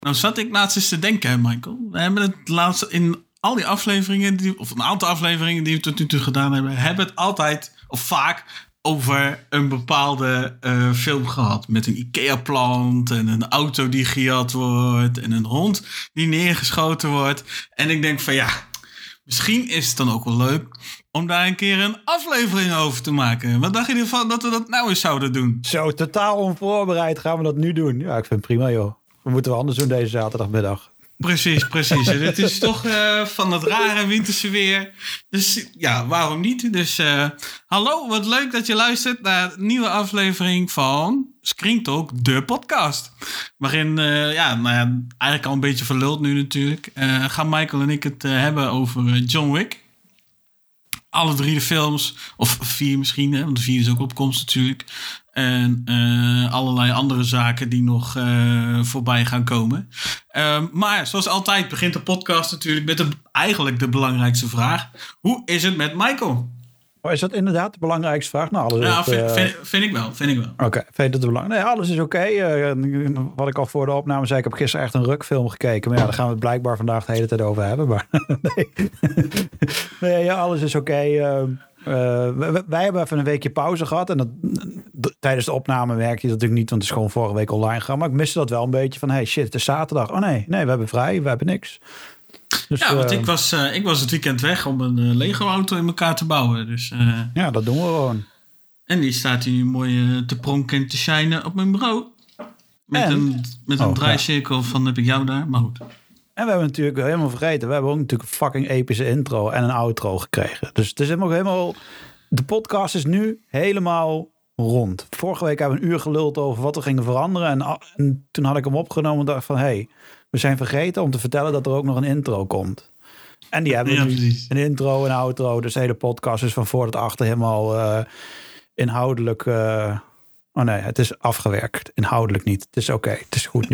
Nou zat ik laatst eens te denken, Michael. We hebben het laatst in al die afleveringen, of een aantal afleveringen die we tot nu toe gedaan hebben het altijd, of vaak, over een bepaalde film gehad. Met een Ikea-plant en een auto die gejat wordt en een hond die neergeschoten wordt. En ik denk van misschien is het dan ook wel leuk om daar een keer een aflevering over te maken. Wat dacht je ervan dat we dat nou eens zouden doen? Zo, totaal onvoorbereid gaan we dat nu doen. Ja, ik vind het prima, joh. We moeten wel anders doen deze zaterdagmiddag. Precies. Het is toch van het rare winterse weer. Dus ja, waarom niet? Dus hallo, wat leuk dat je luistert naar een nieuwe aflevering van Screen Talk, de podcast. Waarin, eigenlijk al een beetje verluld nu natuurlijk, gaan Michael en ik het hebben over John Wick. Alle 3 de films, of 4 misschien, want de 4 is ook op komst natuurlijk. En allerlei andere zaken die nog voorbij gaan komen. Maar zoals altijd begint de podcast natuurlijk met eigenlijk de belangrijkste vraag. Hoe is het met Michael? Oh, is dat inderdaad de belangrijkste vraag? Nou, alles vind ik wel. Oké, vind het belangrijk? Nee, alles is oké. Wat ik al voor de opname zei, ik heb gisteren echt een rukfilm gekeken. Maar ja, daar gaan we het blijkbaar vandaag de hele tijd over hebben. Maar nee, alles is oké. Wij hebben even een weekje pauze gehad. En tijdens de opname merk je dat natuurlijk niet, want het is gewoon vorige week online gegaan. Maar ik miste dat wel een beetje van, hey shit, het is zaterdag. Oh nee, we hebben vrij, we hebben niks. Dus, want ik was het weekend weg om een Lego-auto in elkaar te bouwen. Dus, ja, dat doen we gewoon. En die staat hier mooi te pronken en te shinen op mijn bureau. Met een draaicirkel van heb ik jou daar, maar goed. En we hebben natuurlijk helemaal vergeten, we hebben ook natuurlijk een fucking epische intro en een outro gekregen. Dus het is helemaal de podcast is nu helemaal rond. Vorige week hebben we een uur geluld over wat we gingen veranderen. En toen had ik hem opgenomen en dacht van, hey, we zijn vergeten om te vertellen dat er ook nog een intro komt. En die hebben nu een intro en outro. Dus de hele podcast is van voor tot achter helemaal inhoudelijk. Oh nee, het is afgewerkt. Inhoudelijk niet. Het is oké. Het is goed nu.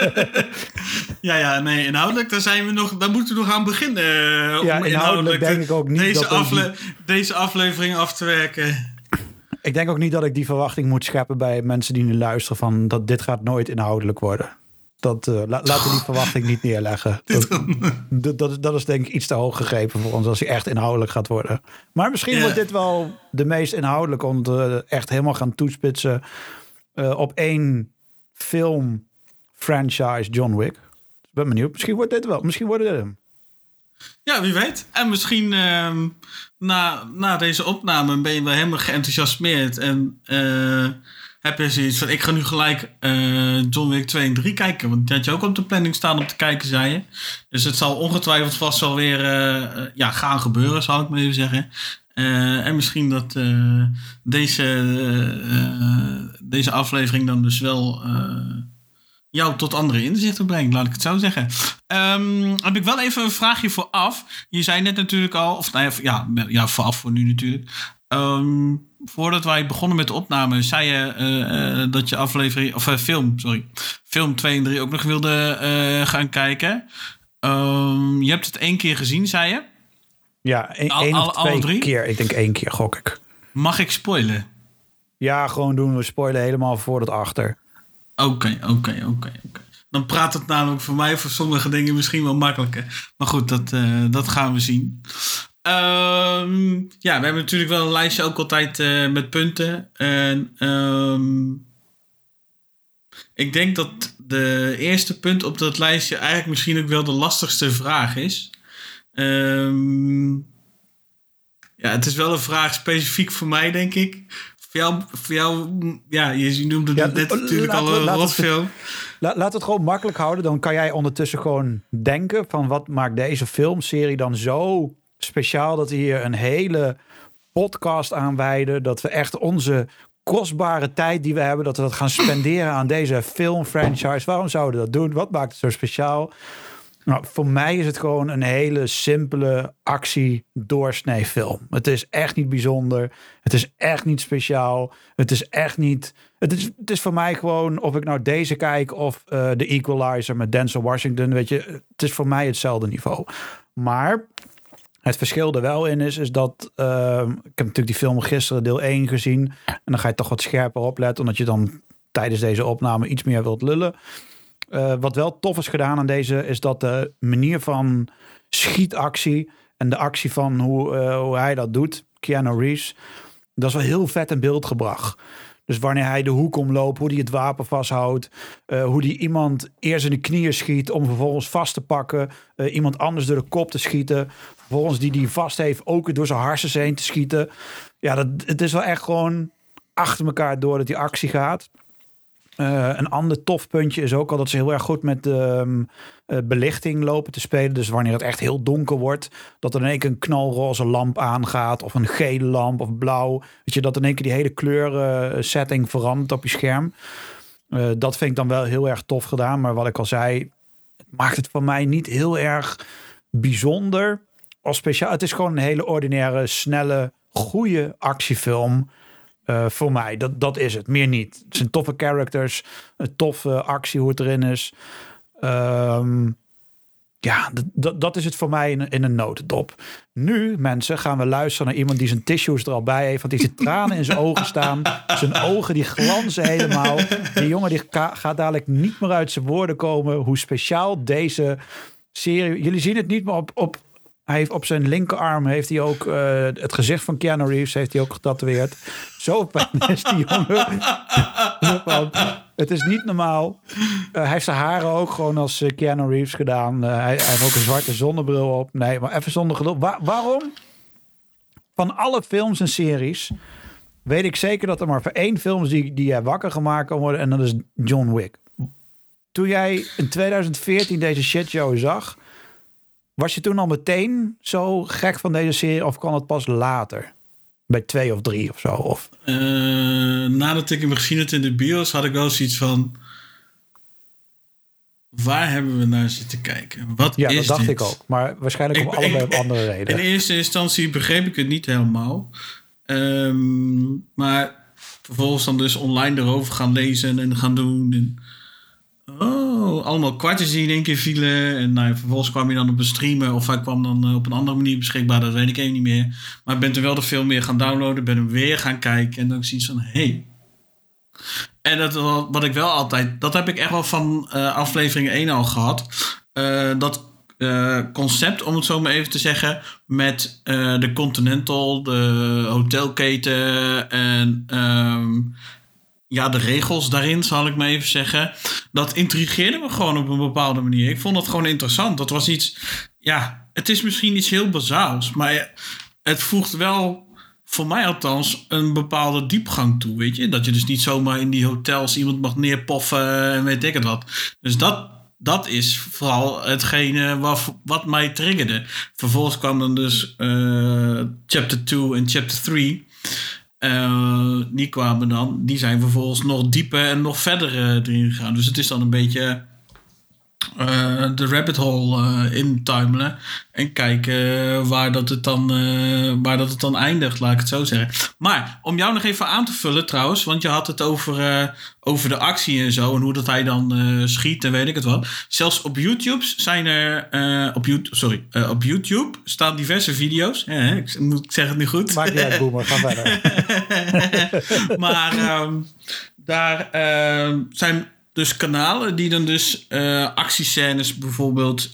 Nee, inhoudelijk, daar moeten we nog aan beginnen. Ja, inhoudelijk denk ik ook niet deze aflevering af te werken. Ik denk ook niet dat ik die verwachting moet scheppen bij mensen die nu luisteren van dat dit gaat nooit inhoudelijk worden. Laten we die verwachting niet neerleggen. Dat is denk ik iets te hoog gegrepen voor ons als hij echt inhoudelijk gaat worden. Maar misschien wordt dit wel de meest inhoudelijke, omdat we echt helemaal gaan toespitsen op 1 film franchise John Wick. Ik ben benieuwd. Misschien wordt dit wel. Misschien wordt dit hem. Ja, wie weet. En misschien na deze opname ben je wel helemaal geenthousiasmeerd en heb je zoiets van, ik ga nu gelijk John Wick 2 en 3 kijken. Want die had je ook op de planning staan om te kijken, zei je. Dus het zal ongetwijfeld vast wel weer gaan gebeuren, zal ik maar even zeggen. En misschien dat deze aflevering dan dus wel jou tot andere inzichten brengt, laat ik het zo zeggen. Heb ik wel even een vraagje vooraf. Je zei net natuurlijk al, of vooraf voor nu natuurlijk. Voordat wij begonnen met de opname, zei je dat je film 2 en 3 ook nog wilde gaan kijken. Je hebt het 1 keer gezien, zei je? Ja, alle 2 keer. Ik denk 1 keer, gok ik. Mag ik spoilen? Ja, gewoon doen. We spoilen helemaal voor tot achter. Oké. Dan praat het namelijk voor mij voor sommige dingen misschien wel makkelijker. Maar goed, dat gaan we zien. We hebben natuurlijk wel een lijstje ook altijd met punten. En ik denk dat de eerste punt op dat lijstje eigenlijk misschien ook wel de lastigste vraag is. Het is wel een vraag specifiek voor mij, denk ik. Voor jou je noemde het net natuurlijk al een rotfilm. Laten we het gewoon makkelijk houden. Dan kan jij ondertussen gewoon denken van wat maakt deze filmserie dan zo speciaal dat we hier een hele podcast aan wijden. Dat we echt onze kostbare tijd die we hebben, dat we dat gaan spenderen aan deze filmfranchise. Waarom zouden we dat doen? Wat maakt het zo speciaal? Nou, voor mij is het gewoon een hele simpele actie-doorsneefilm. Het is echt niet bijzonder. Het is echt niet speciaal. Het is echt niet... Het is voor mij gewoon, of ik nou deze kijk of The Equalizer met Denzel Washington, weet je, het is voor mij hetzelfde niveau. Maar het verschil er wel in is dat ik heb natuurlijk die film gisteren deel 1 gezien en dan ga je toch wat scherper opletten, omdat je dan tijdens deze opname iets meer wilt lullen. Wat wel tof is gedaan aan deze is dat de manier van schietactie en de actie van hoe hij dat doet, Keanu Reeves, dat is wel heel vet in beeld gebracht. Dus wanneer hij de hoek omloopt, hoe hij het wapen vasthoudt, hoe hij iemand eerst in de knieën schiet om vervolgens vast te pakken, iemand anders door de kop te schieten, vervolgens die vast heeft ook door zijn harsens heen te schieten. Ja, het is wel echt gewoon achter elkaar door dat die actie gaat. Een ander tof puntje is ook al dat ze heel erg goed met belichting lopen te spelen. Dus wanneer het echt heel donker wordt, dat er in één keer een knalroze lamp aangaat of een gele lamp of blauw. Weet je, dat in één keer die hele kleurensetting verandert op je scherm. Dat vind ik dan wel heel erg tof gedaan. Maar wat ik al zei, maakt het voor mij niet heel erg bijzonder of speciaal. Het is gewoon een hele ordinaire, snelle, goede actiefilm. Voor mij, dat is het. Meer niet. Het zijn toffe characters, een toffe actie hoe het erin is. Dat is het voor mij in een notendop. Nu, mensen, gaan we luisteren naar iemand die zijn tissues er al bij heeft. Want die zijn tranen in zijn ogen staan. Zijn ogen die glanzen helemaal. Die jongen die gaat dadelijk niet meer uit zijn woorden komen. Hoe speciaal deze serie... Jullie zien het niet, maar hij heeft op zijn linkerarm heeft hij ook het gezicht van Keanu Reeves heeft hij ook getatoeëerd. Zo pijn is die jongen. Het is niet normaal. Hij heeft zijn haren ook gewoon als Keanu Reeves gedaan. Hij heeft ook een zwarte zonnebril op. Nee, maar even zonder geduld. Waarom? Van alle films en series weet ik zeker dat er maar voor één film is die jij wakker gemaakt kan worden. En dat is John Wick. Toen jij in 2014 deze shitshow zag, was je toen al meteen zo gek van deze serie of kwam het pas later? Bij 2 of 3 of zo? Of? Nadat ik hem gezien had in de bios, had ik wel zoiets van, waar hebben we naar zitten kijken? Wat is dat dacht dit? Ik ook. Maar waarschijnlijk om allebei op andere redenen. In eerste instantie begreep ik het niet helemaal. Maar vervolgens dan dus online erover gaan lezen en gaan doen. En, allemaal kwartjes die in één keer vielen. En vervolgens kwam je dan op een streamer. Of hij kwam dan op een andere manier beschikbaar. Dat weet ik even niet meer. Maar ik ben toen wel de film weer gaan downloaden. Ben hem weer gaan kijken. En dan zie je van, hey. En dat wat ik wel altijd... Dat heb ik echt wel van aflevering 1 al gehad. Dat concept, om het zo maar even te zeggen. Met de Continental, de hotelketen en... de regels daarin, zal ik maar even zeggen. Dat intrigeerde me gewoon op een bepaalde manier. Ik vond dat gewoon interessant. Dat was iets... Ja, het is misschien iets heel bazaals. Maar het voegt wel, voor mij althans, een bepaalde diepgang toe. Weet je? Dat je dus niet zomaar in die hotels iemand mag neerpoffen en weet ik het wat. Dus dat is vooral hetgene wat mij triggerde. Vervolgens kwam dan dus chapter 2 en chapter 3... die kwamen dan, die zijn vervolgens nog dieper en nog verder erin gegaan. Dus het is dan een beetje de rabbit hole intuimelen en kijken waar dat het dan eindigt, laat ik het zo zeggen. Maar om jou nog even aan te vullen trouwens, want je had het over de actie en zo en hoe dat hij dan schiet en weet ik het wat. Zelfs op YouTube zijn er op YouTube staan diverse video's. Ik zeg het nu goed. Maak niet uit, Boemer, ga verder. Maar daar zijn dus kanalen die dan dus actiescènes bijvoorbeeld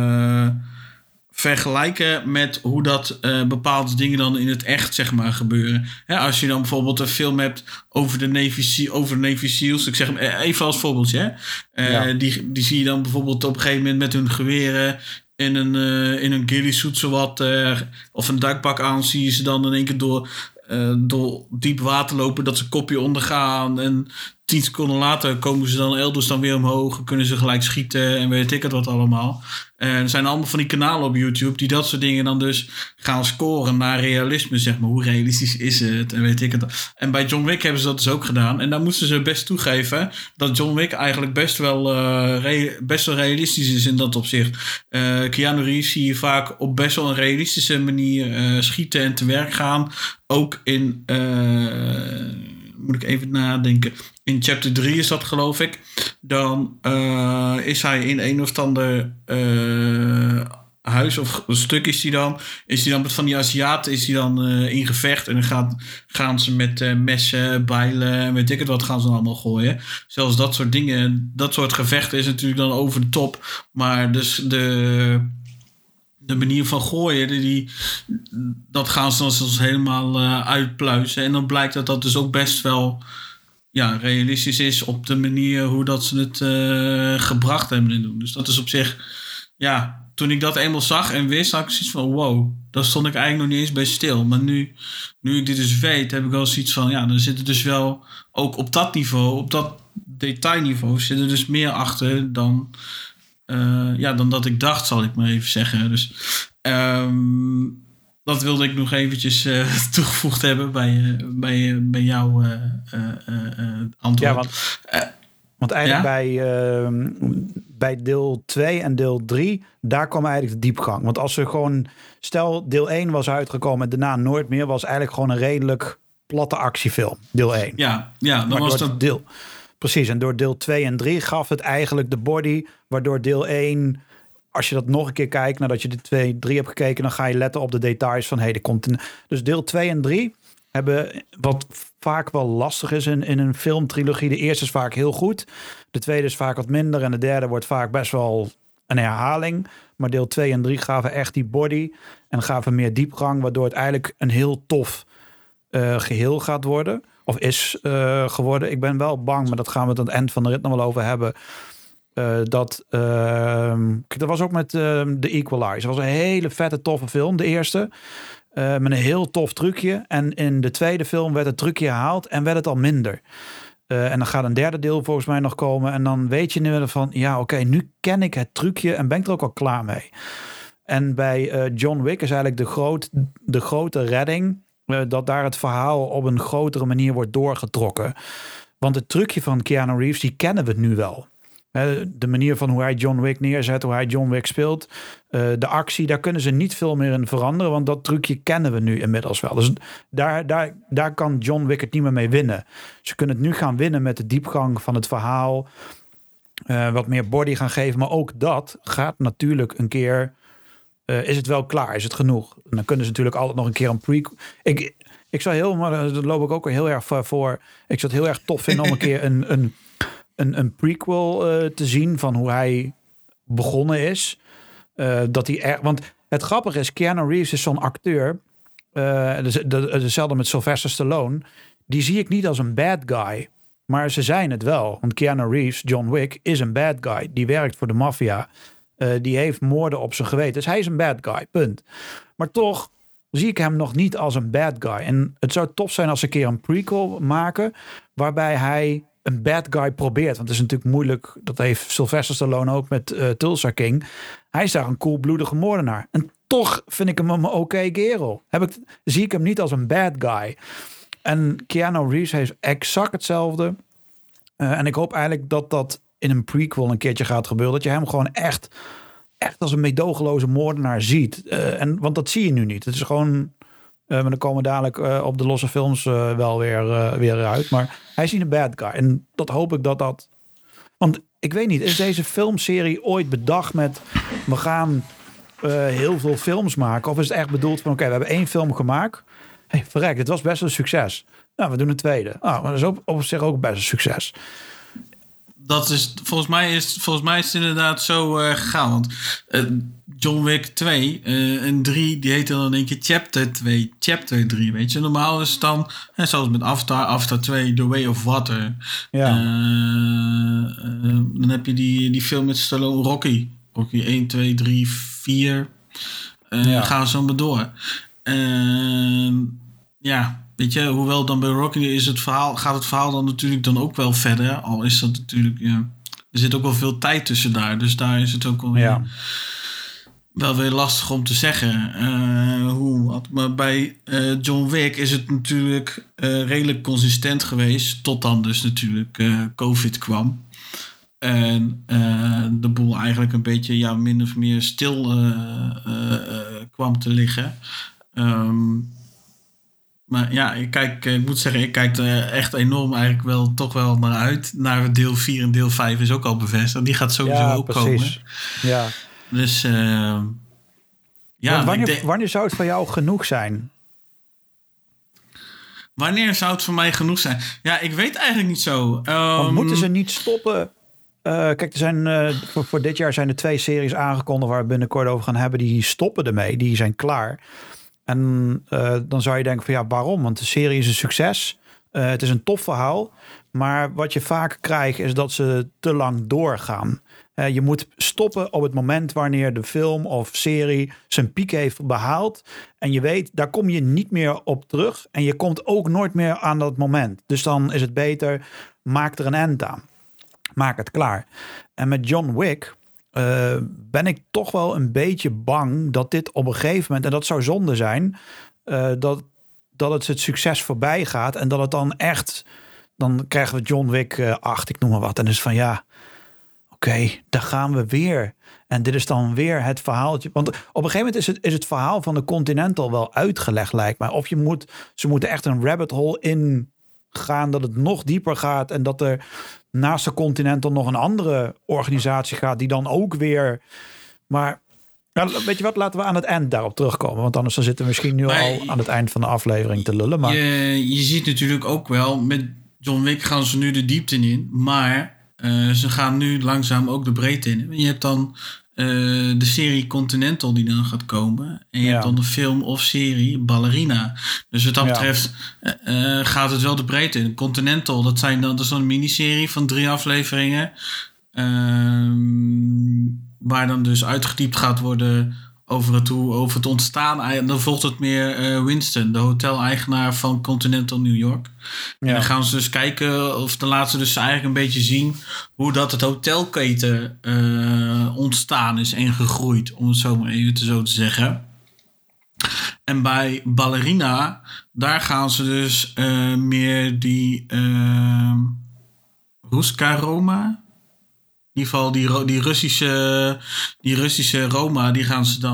vergelijken met hoe dat bepaalde dingen dan in het echt, zeg maar, gebeuren. Als je dan bijvoorbeeld een film hebt over de Navy Seals, ik zeg hem even als voorbeeldje. Die zie je dan bijvoorbeeld op een gegeven moment met hun geweren in een ghillie-suit zowat, of een duikpak aan, zie je ze dan in één keer door diep water lopen, dat ze kopje ondergaan en 10 seconden later komen ze dan elders dan weer omhoog en kunnen ze gelijk schieten en weet ik het wat allemaal. Er zijn allemaal van die kanalen op YouTube die dat soort dingen dan dus gaan scoren naar realisme, zeg maar. Hoe realistisch is het en weet ik het. En bij John Wick hebben ze dat dus ook gedaan. En daar moesten ze best toegeven dat John Wick eigenlijk best wel realistisch is in dat opzicht. Keanu Reeves zie je vaak op best wel een realistische manier schieten en te werk gaan. Ook in... moet ik even nadenken. In chapter 3 is dat, geloof ik. Dan is hij in een of ander huis of een stuk is hij dan met van die Aziaten is hij dan in gevecht. En dan gaan ze met messen, bijlen en weet ik het wat gaan ze dan allemaal gooien. Zelfs dat soort dingen, dat soort gevechten is natuurlijk dan over de top. Maar dus de manier van gooien, dat gaan ze dan soms helemaal uitpluizen. En dan blijkt dat dus ook best wel realistisch is op de manier hoe dat ze het gebracht hebben en doen. Dus dat is op zich, toen ik dat eenmaal zag en wist, had ik zoiets van wow, daar stond ik eigenlijk nog niet eens bij stil. Maar nu ik dit dus weet, heb ik wel zoiets van, dan zit er dus wel ook op dat niveau, op dat detailniveau, zit er dus meer achter dan dat ik dacht, zal ik maar even zeggen. Dus dat wilde ik nog eventjes toegevoegd hebben bij jouw antwoord. Ja, want eigenlijk bij deel 2 en deel 3, daar kwam eigenlijk de diepgang. Want als ze gewoon, stel deel 1 was uitgekomen en daarna nooit meer, was eigenlijk gewoon een redelijk platte actiefilm, deel 1. Ja, dan maar was dat deel. Precies, en door deel 2 en 3 gaf het eigenlijk de body, waardoor deel 1, als je dat nog een keer kijkt, nadat je de 2, 3 hebt gekeken, dan ga je letten op de details van, dus deel 2 en 3 hebben, wat vaak wel lastig is in een filmtrilogie. De eerste is vaak heel goed, de tweede is vaak wat minder en de derde wordt vaak best wel een herhaling. Maar deel 2 en 3 gaven echt die body en gaven meer diepgang, waardoor het eigenlijk een heel tof geheel gaat worden. Of is geworden. Ik ben wel bang, maar dat gaan we het aan het eind van de rit nog wel over hebben. Dat was ook met The Equalizer. Het was een hele vette, toffe film, de eerste. Met een heel tof trucje. En in de tweede film werd het trucje herhaald en werd het al minder. En dan gaat een derde deel volgens mij nog komen. En dan weet je nu van, nu ken ik het trucje en ben ik er ook al klaar mee. En bij John Wick is eigenlijk de grote redding, dat daar het verhaal op een grotere manier wordt doorgetrokken. Want het trucje van Keanu Reeves, die kennen we nu wel. De manier van hoe hij John Wick neerzet, hoe hij John Wick speelt. De actie, daar kunnen ze niet veel meer in veranderen, want dat trucje kennen we nu inmiddels wel. Dus daar kan John Wick het niet meer mee winnen. Ze kunnen het nu gaan winnen met de diepgang van het verhaal. Wat meer body gaan geven, maar ook dat gaat natuurlijk een keer. Is het wel klaar? Is het genoeg? En dan kunnen ze natuurlijk altijd nog een keer een prequel. Ik zou maar daar loop ik ook heel erg voor. Ik zou het heel erg tof vinden om een keer een prequel te zien van hoe hij begonnen is. Want het grappige is, Keanu Reeves is zo'n acteur. Hetzelfde met Sylvester Stallone. Die zie ik niet als een bad guy. Maar ze zijn het wel. Want Keanu Reeves, John Wick, is een bad guy. Die werkt voor de maffia. Die heeft moorden op zijn geweten. Dus hij is een bad guy, punt. Maar toch zie ik hem nog niet als een bad guy. En het zou tof zijn als ze een keer een prequel maken, waarbij hij een bad guy probeert. Want het is natuurlijk moeilijk. Dat heeft Sylvester Stallone ook met Tulsa King. Hij is daar een koelbloedige moordenaar. En toch vind ik hem een oké kerel. Zie ik hem niet als een bad guy. En Keanu Reeves heeft exact hetzelfde. En ik hoop eigenlijk dat in een prequel een keertje gaat gebeuren. Dat je hem gewoon echt als een meedogenloze moordenaar ziet. Want dat zie je nu niet. Het is gewoon. Maar dan komen we dadelijk op de losse films wel weer uit. Maar hij is niet een bad guy. En dat hoop ik dat. Want ik weet niet, is deze filmserie ooit bedacht met, we gaan heel veel films maken? Of is het echt bedoeld van, oké, we hebben 1 film gemaakt. Hey, verrek, dit was best een succes. Nou, we doen een tweede. Maar dat is op zich ook best een succes. Dat is, volgens mij is het inderdaad zo gegaan. Want John Wick 2 en 3, die heette dan een keer Chapter 2, Chapter 3, weet je. Normaal is het dan, zoals met Avatar 2, The Way of Water. Ja. Dan heb je die film met Stallone, Rocky 1, 2, 3, 4. Gaan zo maar door. Weet je, hoewel dan bij Rocky gaat het verhaal dan natuurlijk dan ook wel verder. Al is dat natuurlijk, er zit ook wel veel tijd tussen daar. Dus daar is het ook wel weer lastig om te zeggen hoe. Maar bij John Wick is het natuurlijk redelijk consistent geweest. Tot dan dus natuurlijk COVID kwam. En de boel eigenlijk een beetje min of meer stil kwam te liggen. Maar ja, ik moet zeggen, ik kijk er echt enorm eigenlijk wel toch wel naar uit. Naar deel 4 en deel 5 is ook al bevestigd. Die gaat sowieso ook precies. komen. Ja. Dus Ja, wanneer zou het voor jou genoeg zijn? Wanneer zou het voor mij genoeg zijn? Ja, ik weet eigenlijk niet zo. Want moeten ze niet stoppen? Kijk, er zijn voor dit jaar zijn er 2 series aangekondigd waar we binnenkort over gaan hebben. Die stoppen ermee. Die zijn klaar. En dan zou je denken van ja, waarom? Want de serie is een succes. Het is een tof verhaal. Maar wat je vaak krijgt is dat ze te lang doorgaan. Je moet stoppen op het moment wanneer de film of serie zijn piek heeft behaald. En je weet, daar kom je niet meer op terug. En je komt ook nooit meer aan dat moment. Dus dan is het beter, maak er een eind aan. Maak het klaar. En met John Wick ben ik toch wel een beetje bang dat dit op een gegeven moment, en dat zou zonde zijn, dat het succes voorbij gaat. En dat het dan echt, dan krijgen we John Wick 8, ik noem maar wat. En dus van ja, oké, daar gaan we weer. En dit is dan weer het verhaaltje. Want op een gegeven moment is het verhaal van de Continental wel uitgelegd, lijkt mij. Of ze moeten echt een rabbit hole in gaan, dat het nog dieper gaat. En dat er naast de Continental nog een andere organisatie gaat, die dan ook weer. Maar nou, weet je wat, laten we aan het eind daarop terugkomen. Want anders dan zitten we misschien nu al aan het eind van de aflevering te lullen. Maar je ziet natuurlijk ook wel, met John Wick gaan ze nu de diepte in. Maar ze gaan nu langzaam ook de breedte in. Je hebt dan de serie Continental die dan gaat komen. En je hebt dan de film of serie Ballerina. Dus wat dat betreft gaat het wel de breedte in. Continental, dat is dan een miniserie van 3 afleveringen. Waar dan dus uitgediept gaat worden over het ontstaan. En dan volgt het meer Winston, de hoteleigenaar van Continental New York. Ja. En dan gaan ze dus kijken, of dan laten ze dus eigenlijk een beetje zien hoe dat het hotelketen ontstaan is en gegroeid, om het zo maar even zo te zeggen. En bij Ballerina, daar gaan ze dus meer die Ruska Roma. In ieder geval die Russische Roma, die gaan ze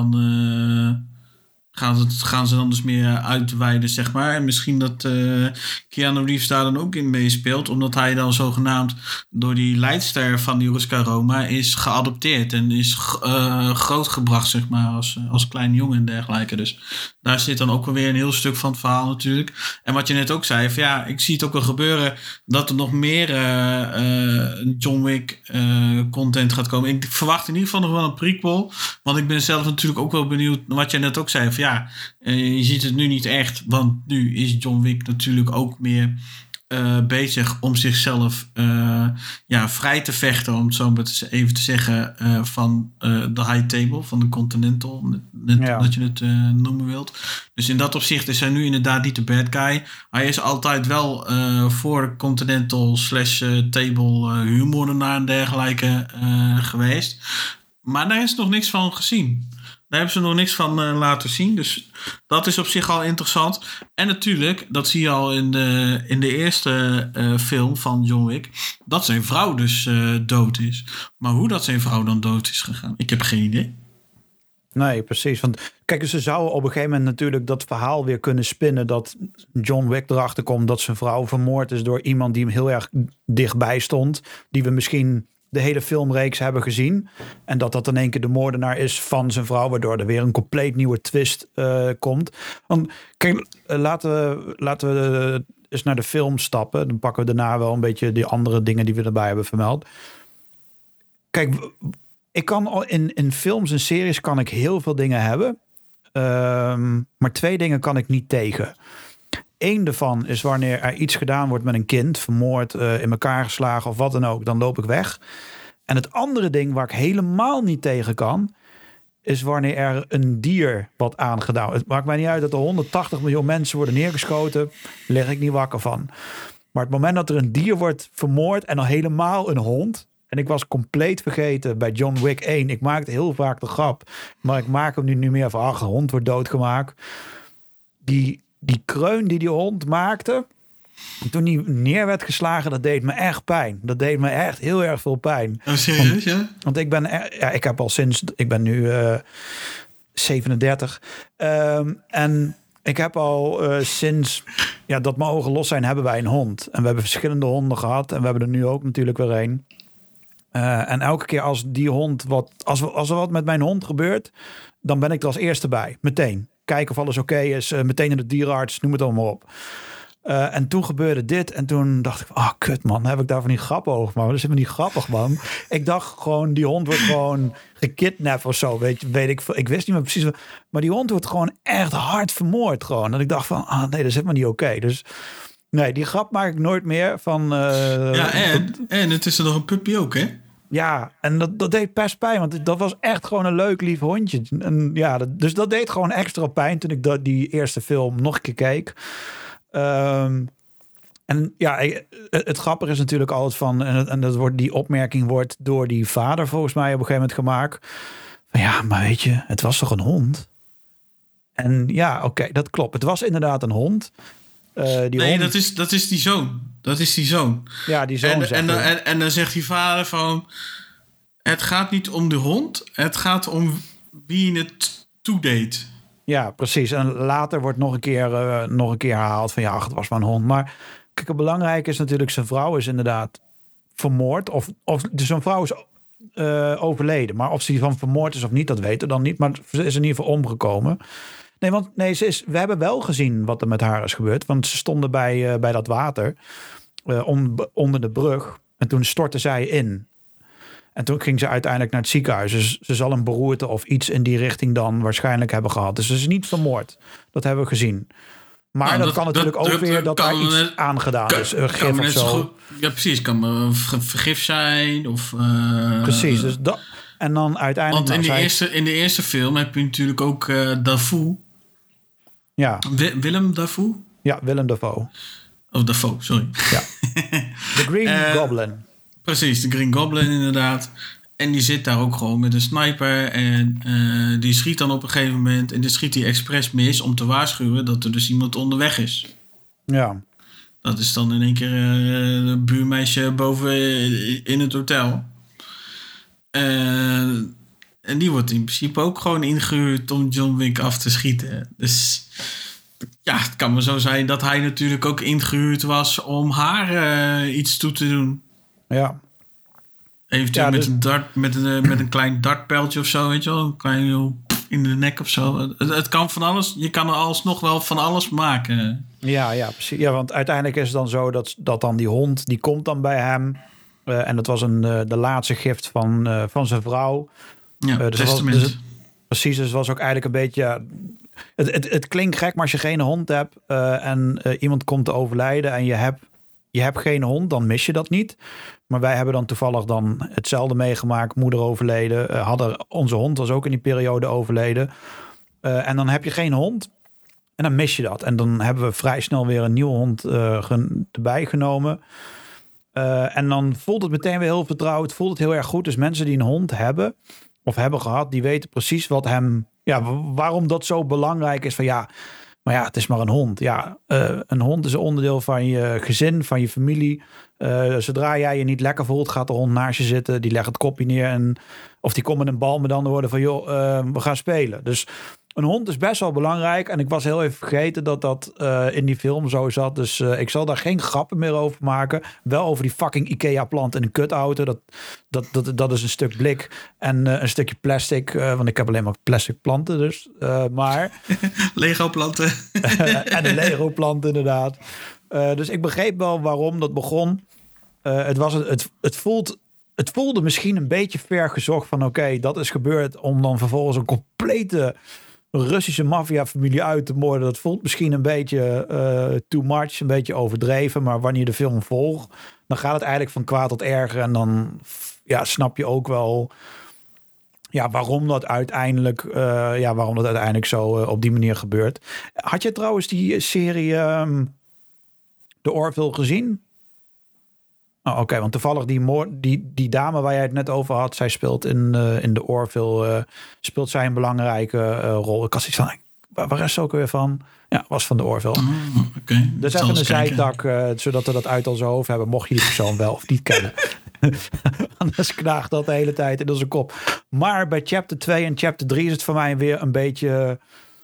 dan dus meer uitweiden, zeg maar. En misschien dat Keanu Reeves daar dan ook in meespeelt, omdat hij dan zogenaamd door die leidster van die Ruska Roma is geadopteerd en is grootgebracht, zeg maar, als klein jongen en dergelijke. Dus daar zit dan ook weer een heel stuk van het verhaal natuurlijk. En wat je net ook zei, van ja, ik zie het ook wel gebeuren dat er nog meer John Wick content gaat komen. Ik verwacht in ieder geval nog wel een prequel, want ik ben zelf natuurlijk ook wel benieuwd, wat jij net ook zei, van ja, je ziet het nu niet echt, want nu is John Wick natuurlijk ook meer bezig om zichzelf vrij te vechten, om het zo maar even te zeggen, van de high table, van de Continental, dat je het noemen wilt. Dus in dat opzicht is hij nu inderdaad niet de bad guy. Hij is altijd wel voor Continental / table huurmoordenaar en dergelijke geweest. Maar daar is nog niks van gezien. Daar hebben ze nog niks van laten zien. Dus dat is op zich al interessant. En natuurlijk, dat zie je al in de eerste film van John Wick, dat zijn vrouw dus dood is. Maar hoe dat zijn vrouw dan dood is gegaan, ik heb geen idee. Nee, precies. Want kijk, ze zouden op een gegeven moment natuurlijk dat verhaal weer kunnen spinnen, dat John Wick erachter komt dat zijn vrouw vermoord is door iemand die hem heel erg dichtbij stond, die we misschien de hele filmreeks hebben gezien. En dat in één keer de moordenaar is van zijn vrouw, waardoor er weer een compleet nieuwe twist komt. Want kijk, laten we eens naar de film stappen. Dan pakken we daarna wel een beetje die andere dingen die we erbij hebben vermeld. Kijk, ik kan al in films en series kan ik heel veel dingen hebben. Maar 2 dingen kan ik niet tegen. 1 daarvan is wanneer er iets gedaan wordt met een kind, vermoord, in elkaar geslagen of wat dan ook, dan loop ik weg. En het andere ding waar ik helemaal niet tegen kan, is wanneer er een dier wat aangedaan. Het maakt mij niet uit dat er 180 miljoen mensen worden neergeschoten, leg ik niet wakker van. Maar het moment dat er een dier wordt vermoord en al helemaal een hond, en ik was compleet vergeten bij John Wick 1, ik maakte heel vaak de grap, maar ik maak hem nu meer van, de hond wordt doodgemaakt. Die kreun die hond maakte, toen hij neer werd geslagen, dat deed me echt pijn. Dat deed me echt heel erg veel pijn. Oh, serieus, ja? Want ik heb al sinds, ik ben nu 37. En ik heb al sinds dat mijn ogen los zijn, hebben wij een hond. En we hebben verschillende honden gehad. En we hebben er nu ook natuurlijk weer een. En elke keer als die hond als er wat met mijn hond gebeurt, dan ben ik er als eerste bij. Meteen. Kijken of alles oké is. Meteen naar de dierenarts, noem het allemaal op. En toen gebeurde dit. En toen dacht ik, kut man, heb ik daarvan niet grappig over. Maar dat is helemaal niet grappig, man. Ik dacht gewoon, die hond wordt gewoon gekidnapt of zo. Weet ik wist niet meer precies. Maar die hond wordt gewoon echt hard vermoord gewoon. En ik dacht van, nee, dat is helemaal niet oké. Dus nee, die grap maak ik nooit meer van... en het is er nog een puppy ook, hè? Ja, en dat deed best pijn, want dat was echt gewoon een leuk, lief hondje. En ja, dus dat deed gewoon extra pijn toen ik die eerste film nog een keer keek. En ja, het grappige is natuurlijk altijd van... En die opmerking wordt door die vader volgens mij op een gegeven moment gemaakt. Van ja, maar weet je, het was toch een hond? En ja, oké, dat klopt. Het was inderdaad een hond. Hond... dat is die zoon. Dat is die zoon. Ja, die zoon. En dan zegt die vader van... Het gaat niet om de hond. Het gaat om wie het toedeed. Ja, precies. En later wordt nog een keer herhaald van... Ja, het was maar een hond. Maar kijk, het belangrijke is natuurlijk... Zijn vrouw is inderdaad vermoord. Dus zijn vrouw is overleden. Maar of ze van vermoord is of niet, dat weten we dan niet. Maar ze is in ieder geval omgekomen. We hebben wel gezien wat er met haar is gebeurd. Want ze stonden bij dat water onder de brug. En toen stortte zij in. En toen ging ze uiteindelijk naar het ziekenhuis. Dus ze zal een beroerte of iets in die richting dan waarschijnlijk hebben gehad. Dus ze is niet vermoord. Dat hebben we gezien. Maar dat kan natuurlijk ook weer dat daar iets aangedaan is. Gif of zo. Ja, precies. Kan een vergif zijn. Of, precies. Dus en dan uiteindelijk... Want in de eerste film heb je natuurlijk ook Dafoe. Ja. Willem Dafoe? Ja, Willem Dafoe. Of Dafoe, sorry. Ja. The Green Goblin. Precies, de Green Goblin inderdaad. En die zit daar ook gewoon met een sniper. En die schiet dan op een gegeven moment. En die schiet hij expres mis om te waarschuwen dat er dus iemand onderweg is. Ja. Dat is dan in één keer een buurmeisje boven in het hotel. En die wordt in principe ook gewoon ingehuurd om John Wick af te schieten. Dus ja, het kan maar zo zijn dat hij natuurlijk ook ingehuurd was om haar iets toe te doen. Ja. Eventueel met een klein dartpijltje of zo, weet je wel. Een klein in de nek of zo. Het kan van alles. Je kan er alsnog wel van alles maken. Ja, precies. Ja, want uiteindelijk is het dan zo dat dan die hond, die komt dan bij hem. En dat was de laatste gift van zijn vrouw. Ja, dus testament. Precies, dus het was ook eigenlijk een beetje... Ja, het klinkt gek, maar als je geen hond hebt en iemand komt te overlijden en je hebt geen hond, dan mis je dat niet. Maar wij hebben dan toevallig dan hetzelfde meegemaakt. Moeder overleden. Onze hond was ook in die periode overleden. En dan heb je geen hond. En dan mis je dat. En dan hebben we vrij snel weer een nieuwe hond erbij genomen. En dan voelt het meteen weer heel vertrouwd. Voelt het heel erg goed. Dus mensen die een hond hebben of hebben gehad, die weten precies wat hem... Ja, waarom dat zo belangrijk is. Van ja, maar ja, het is maar een hond. Ja, een hond is een onderdeel van je gezin, van je familie. Zodra jij je niet lekker voelt, gaat de hond naast je zitten. Die legt het kopje neer. Of die komt met een bal met andere woorden van... joh, we gaan spelen. Dus een hond is best wel belangrijk. En ik was heel even vergeten dat in die film zo zat. Dus ik zal daar geen grappen meer over maken. Wel over die fucking Ikea-plant in een kutauto. Dat is een stuk blik en een stukje plastic. Want ik heb alleen maar plastic planten dus. Maar... Lego-planten. En een Lego-plant inderdaad. Dus ik begreep wel waarom dat begon. Het voelde misschien een beetje ver gezocht van... oké, dat is gebeurd om dan vervolgens een complete Russische maffia-familie uit te moorden. Dat voelt misschien een beetje too much, een beetje overdreven. Maar wanneer je de film volgt, dan gaat het eigenlijk van kwaad tot erger. En dan snap je ook wel waarom dat uiteindelijk zo op die manier gebeurt. Had je trouwens die serie The Orville gezien? Oh, oké, want toevallig die dame waar jij het net over had, zij speelt in de Orville, speelt zij een belangrijke rol. Ik had zoiets van, waar is ze ook weer van? Ja, was van de Orville. Okay. Dus even een zijtak, zodat we dat uit onze hoofd hebben, mocht je die persoon wel of niet kennen. Anders knaagt dat de hele tijd in onze kop. Maar bij chapter 2 en chapter 3 is het voor mij weer een beetje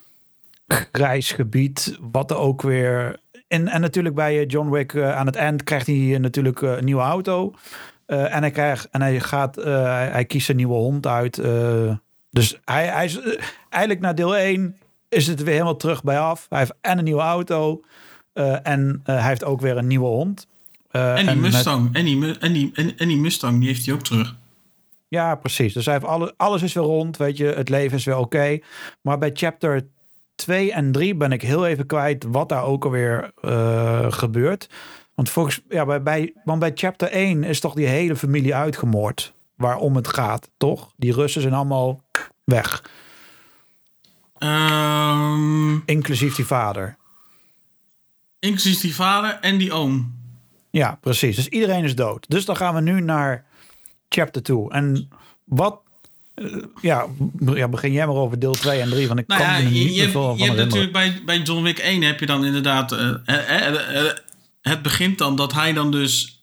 grijs gebied, wat er ook weer... En natuurlijk bij John Wick aan het eind krijgt hij natuurlijk een nieuwe auto. En hij kiest een nieuwe hond uit. Dus hij is eigenlijk na deel 1 is het weer helemaal terug bij af. Hij heeft en een nieuwe auto. En hij heeft ook weer een nieuwe hond. En die Mustang. En die Mustang, die heeft hij ook terug. Ja, precies. Dus hij heeft alles is weer rond. Weet je, het leven is weer oké. Maar bij chapter 2 en 3 ben ik heel even kwijt wat daar ook alweer gebeurt. Want bij chapter 1 is toch die hele familie uitgemoord. Waarom het gaat, toch? Die Russen zijn allemaal weg. Inclusief die vader. Inclusief die vader en die oom. Ja, precies. Dus iedereen is dood. Dus dan gaan we nu naar chapter 2. En wat... begin jij maar over deel 2 en 3. Want ik kan er niet meer veel van je hebt natuurlijk bij John Wick 1 heb je dan inderdaad... het begint dan dat hij dan dus...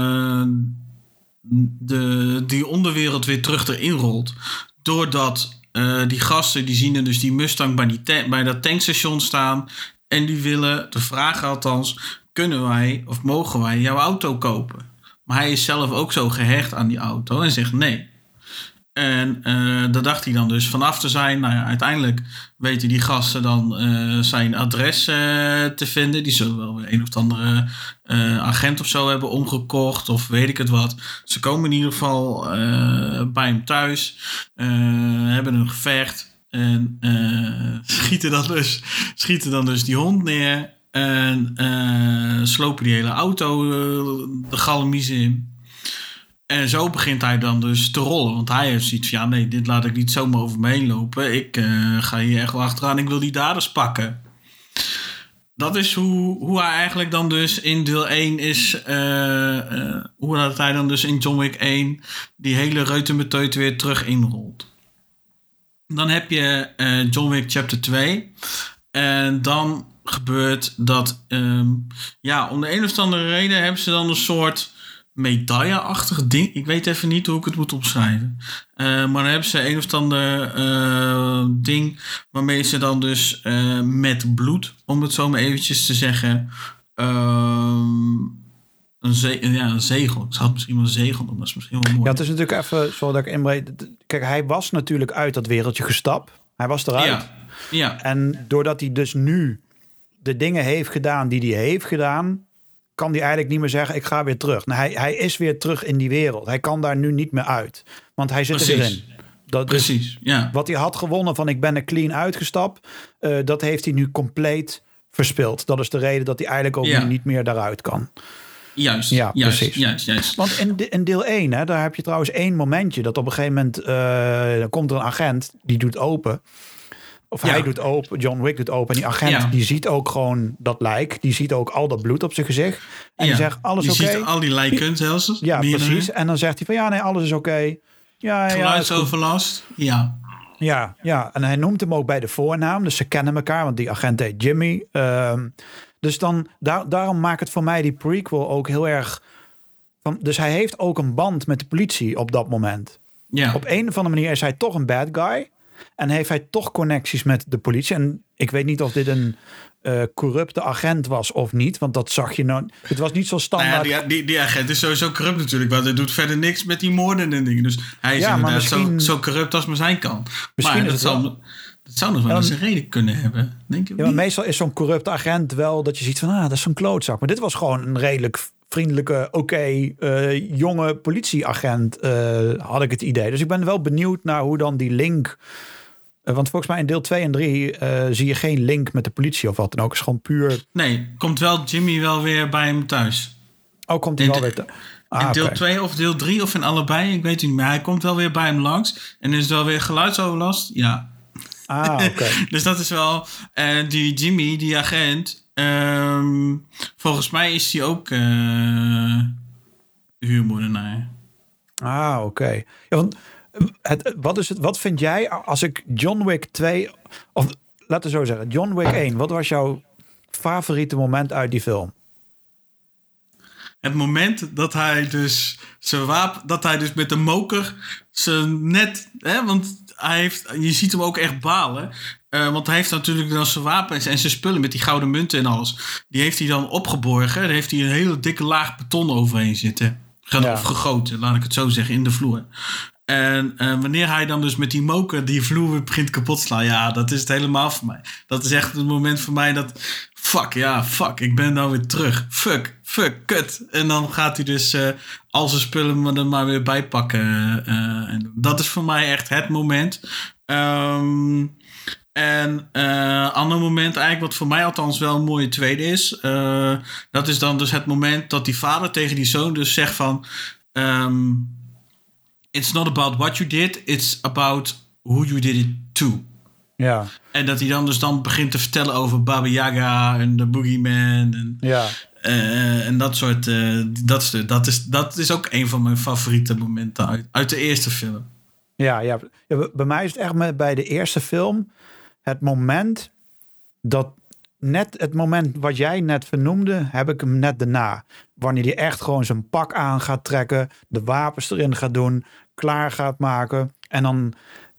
die onderwereld weer terug erin rolt. Doordat die gasten, die zien er dus die Mustang bij dat tankstation staan. En die willen, de vraag althans... kunnen wij of mogen wij jouw auto kopen? Maar hij is zelf ook zo gehecht aan die auto en zegt nee. En daar dacht hij dan dus vanaf te zijn. Nou ja, uiteindelijk weten die gasten dan zijn adres te vinden. Die zullen wel een of andere agent of zo hebben omgekocht of weet ik het wat. Ze komen in ieder geval bij hem thuis. Hebben een gevecht. En schieten dan dus die hond neer. En slopen die hele auto de galmiezen in. En zo begint hij dan dus te rollen. Want hij heeft zoiets van... ja, nee, dit laat ik niet zomaar over me heen lopen. Ik ga hier echt wel achteraan. Ik wil die daders pakken. Dat is hoe hij eigenlijk dan dus in deel 1 is... hoe dat hij dan dus in John Wick 1... die hele reutemeteut weer terug inrolt. Dan heb je John Wick chapter 2. En dan gebeurt dat... om de een of andere reden hebben ze dan een soort... medaille-achtig ding. Ik weet even niet hoe ik het moet omschrijven. Maar dan hebben ze een of ander ding... waarmee ze dan dus met bloed... om het zo maar eventjes te zeggen... een zegel. Ik zou het misschien wel een zegel noemen. Dat is misschien wel mooi. Ja, het is natuurlijk even... zodat ik inbreed. Kijk, hij was natuurlijk uit dat wereldje gestapt. Hij was eruit. Ja. En doordat hij dus nu... de dingen heeft gedaan die hij heeft gedaan... kan hij eigenlijk niet meer zeggen, ik ga weer terug. Nou, hij is weer terug in die wereld. Hij kan daar nu niet meer uit. Want hij zit erin. Precies, ja. Wat hij had gewonnen van ik ben er clean uitgestapt... dat heeft hij nu compleet verspild. Dat is de reden dat hij eigenlijk ook nu niet meer daaruit kan. Juist, ja, precies. Juist. Want in deel 1, hè, daar heb je trouwens één momentje... dat op een gegeven moment dan komt er een agent, die doet open... Of hij doet open, John Wick doet open. En die agent die ziet ook gewoon dat lijk. Die ziet ook al dat bloed op zijn gezicht. En die zegt, alles oké? Je ziet al die lijken zelfs. Ja, precies. En dan zegt hij van, nee, alles is oké. Geluidsoverlast, Ja, en hij noemt hem ook bij de voornaam. Dus ze kennen elkaar, want die agent heet Jimmy. Dus dan, daarom maakt het voor mij die prequel ook heel erg... Dus hij heeft ook een band met de politie op dat moment. Ja. Op een of andere manier is hij toch een bad guy... En heeft hij toch connecties met de politie. En ik weet niet of dit een corrupte agent was of niet. Want dat zag je nou... Het was niet zo standaard... Nou ja, die agent is sowieso corrupt natuurlijk. Want hij doet verder niks met die moorden en dingen. Dus hij is inderdaad misschien, zo corrupt als maar zijn kan. Maar dat zou nog wel eens een reden kunnen hebben. Denk je maar meestal is zo'n corrupte agent wel dat je ziet van... dat is zo'n klootzak. Maar dit was gewoon een redelijk vriendelijke, jonge politieagent, had ik het idee. Dus ik ben wel benieuwd naar hoe dan die link... want volgens mij in deel 2 en 3 zie je geen link met de politie of wat dan ook. Het is gewoon puur... Nee, komt wel Jimmy wel weer bij hem thuis. Oh, komt hij wel weer thuis? In deel 2 of deel 3 of in allebei, ik weet het niet. Maar hij komt wel weer bij hem langs. En is wel weer geluidsoverlast? Ja. Oké. Dus dat is wel... die Jimmy, die agent... volgens mij is hij ook huurmoordenaar. Oké. Ja, want... Wat vind jij als ik John Wick 2... Of laten we zo zeggen, John Wick 1. Wat was jouw favoriete moment uit die film? Het moment dat hij dus zijn wapen... Dat hij dus met de moker zijn net... want je ziet hem ook echt balen. Want hij heeft natuurlijk dan zijn wapens en zijn spullen met die gouden munten en alles. Die heeft hij dan opgeborgen. Daar heeft hij een hele dikke laag beton overheen zitten. Of gegoten, laat ik het zo zeggen, in de vloer. En wanneer hij dan dus met die moker die vloer begint kapot te slaan... ja, dat is het helemaal voor mij. Dat is echt het moment voor mij dat... fuck, ik ben nou weer terug. Fuck, kut. En dan gaat hij dus al zijn spullen er maar weer bij pakken. En dat is voor mij echt het moment. Ander moment eigenlijk wat voor mij althans wel een mooie tweede is. Dat is dan dus het moment dat die vader tegen die zoon dus zegt van... it's not about what you did, it's about who you did it to. Ja. En dat hij dan begint te vertellen over Baba Yaga en de Boogeyman. En, en dat soort... dat is ook een van mijn favoriete momenten uit de eerste film. Ja, bij mij is het echt bij de eerste film... het moment wat jij net vernoemde... heb ik hem net daarna. Wanneer hij echt gewoon zijn pak aan gaat trekken... de wapens erin gaat doen... klaar gaat maken. En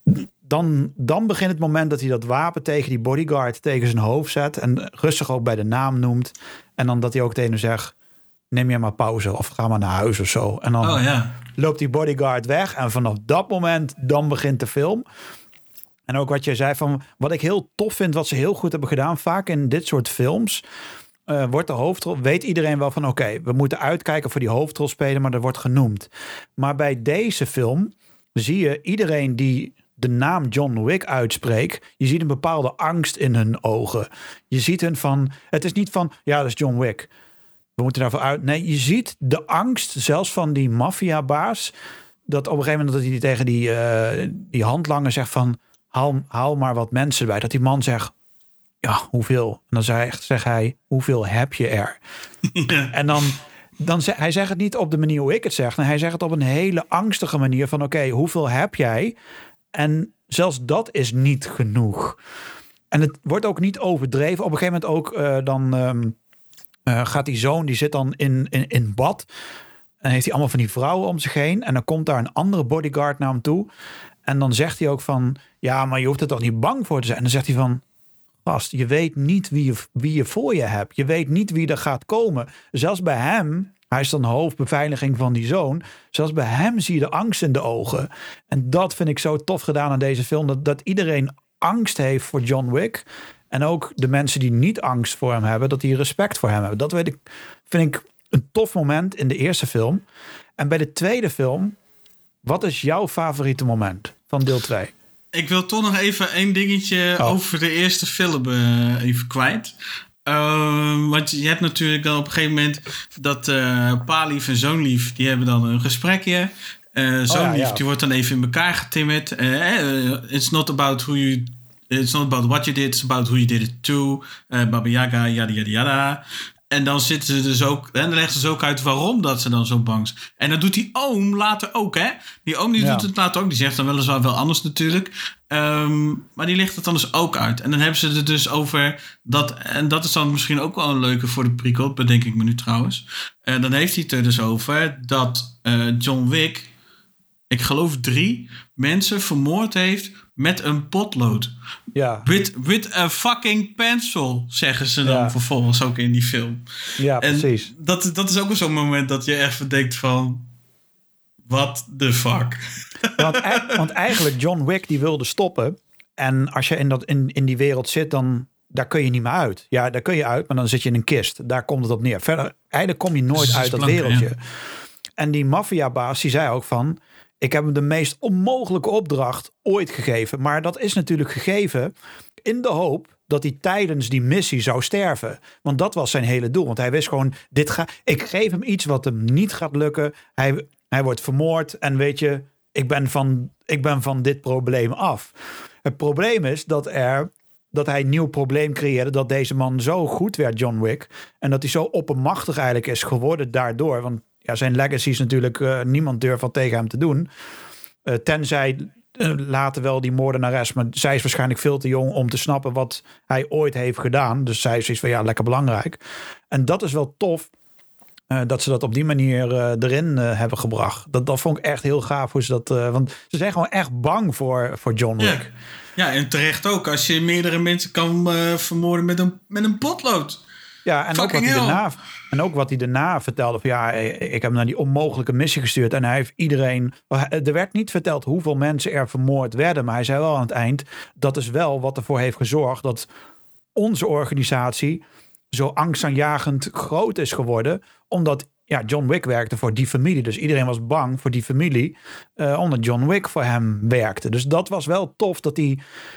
dan begint het moment dat hij dat wapen tegen die bodyguard tegen zijn hoofd zet. En rustig ook bij de naam noemt. En dan dat hij ook tegen hem zegt... neem je maar pauze of ga maar naar huis of zo. En dan loopt die bodyguard weg. En vanaf dat moment dan begint de film. En ook wat je zei van... wat ik heel tof vind, wat ze heel goed hebben gedaan... vaak in dit soort films... wordt de hoofdrol... weet iedereen wel van... oké, we moeten uitkijken voor die hoofdrolspeler... maar dat wordt genoemd. Maar bij deze film... zie je iedereen die de naam John Wick uitspreekt... je ziet een bepaalde angst in hun ogen. Je ziet hun van... het is niet van... ja, dat is John Wick. We moeten daarvoor uit... nee, je ziet de angst zelfs van die maffiabaas... dat op een gegeven moment dat hij tegen die handlanger zegt van... haal maar wat mensen erbij. Dat die man zegt... ja, hoeveel? En dan zegt hij, hoeveel heb je er? Ja. En dan hij zegt het niet op de manier hoe ik het zeg. Hij zegt het op een hele angstige manier van... oké, hoeveel heb jij? En zelfs dat is niet genoeg. En het wordt ook niet overdreven. Op een gegeven moment ook gaat die zoon... die zit dan in bad. En heeft hij allemaal van die vrouwen om zich heen. En dan komt daar een andere bodyguard naar hem toe. En dan zegt hij ook van... ja, maar je hoeft er toch niet bang voor te zijn. En dan zegt hij van... gast, je weet niet wie je voor je hebt. Je weet niet wie er gaat komen. Zelfs bij hem, hij is dan hoofdbeveiliging van die zoon. Zelfs bij hem zie je de angst in de ogen. En dat vind ik zo tof gedaan aan deze film. Dat iedereen angst heeft voor John Wick. En ook de mensen die niet angst voor hem hebben, dat die respect voor hem hebben. Dat vind ik een tof moment in de eerste film. En bij de tweede film, wat is jouw favoriete moment van deel 2? Ik wil toch nog even één dingetje over de eerste film even kwijt. Want je hebt natuurlijk dan op een gegeven moment dat Pa-lief en Zoon-lief, die hebben dan een gesprekje. Zoon-lief, die wordt dan even in elkaar getimmerd. It's not about what you did, it's about who you did it to. Baba Yaga, yada yada yada. En dan zitten ze dus ook... en dan leggen ze ook uit waarom dat ze dan zo bang zijn. En dat doet die oom later ook, hè? Die oom doet het later ook. Die zegt dan weliswaar wel anders natuurlijk. Maar die legt het dan dus ook uit. En dan hebben ze het dus over... en dat is dan misschien ook wel een leuke voor de prequel. Bedenk ik me nu trouwens. Dan heeft hij het er dus over dat John Wick... ik geloof 3 mensen vermoord heeft met een potlood. Ja. With a fucking pencil, zeggen ze dan vervolgens ook in die film. Ja, en precies. Dat is ook wel zo'n moment dat je even denkt van... what the fuck? Want eigenlijk John Wick die wilde stoppen. En als je in die wereld zit, dan... daar kun je niet meer uit. Ja, daar kun je uit, maar dan zit je in een kist. Daar komt het op neer. Verder, eigenlijk kom je nooit uit dat wereldje. Ja. En die maffiabaas, die zei ook van... ik heb hem de meest onmogelijke opdracht ooit gegeven. Maar dat is natuurlijk gegeven in de hoop dat hij tijdens die missie zou sterven. Want dat was zijn hele doel. Want hij wist gewoon, ik geef hem iets wat hem niet gaat lukken. Hij wordt vermoord en weet je, ik ben van dit probleem af. Het probleem is dat hij een nieuw probleem creëerde, dat deze man zo goed werd, John Wick. En dat hij zo oppermachtig eigenlijk is geworden daardoor. Want ja, zijn legacy is natuurlijk... niemand durft wat tegen hem te doen. Tenzij later wel die moordenares... maar zij is waarschijnlijk veel te jong om te snappen... wat hij ooit heeft gedaan. Dus zij is zoiets van, ja, lekker belangrijk. En dat is wel tof... dat ze dat op die manier erin hebben gebracht. Dat vond ik echt heel gaaf. Hoe ze dat, want ze zijn gewoon echt bang voor John Wick. Ja, en terecht ook. Als je meerdere mensen kan vermoorden met een potlood... Ja, en ook wat hij daarna vertelde. Van, ja, ik heb hem naar die onmogelijke missie gestuurd. En hij heeft iedereen... Er werd niet verteld hoeveel mensen er vermoord werden. Maar hij zei wel aan het eind... dat is wel wat ervoor heeft gezorgd... dat onze organisatie zo angstaanjagend groot is geworden. Omdat John Wick werkte voor die familie. Dus iedereen was bang voor die familie. Omdat John Wick voor hem werkte. Dus dat was wel tof dat hij...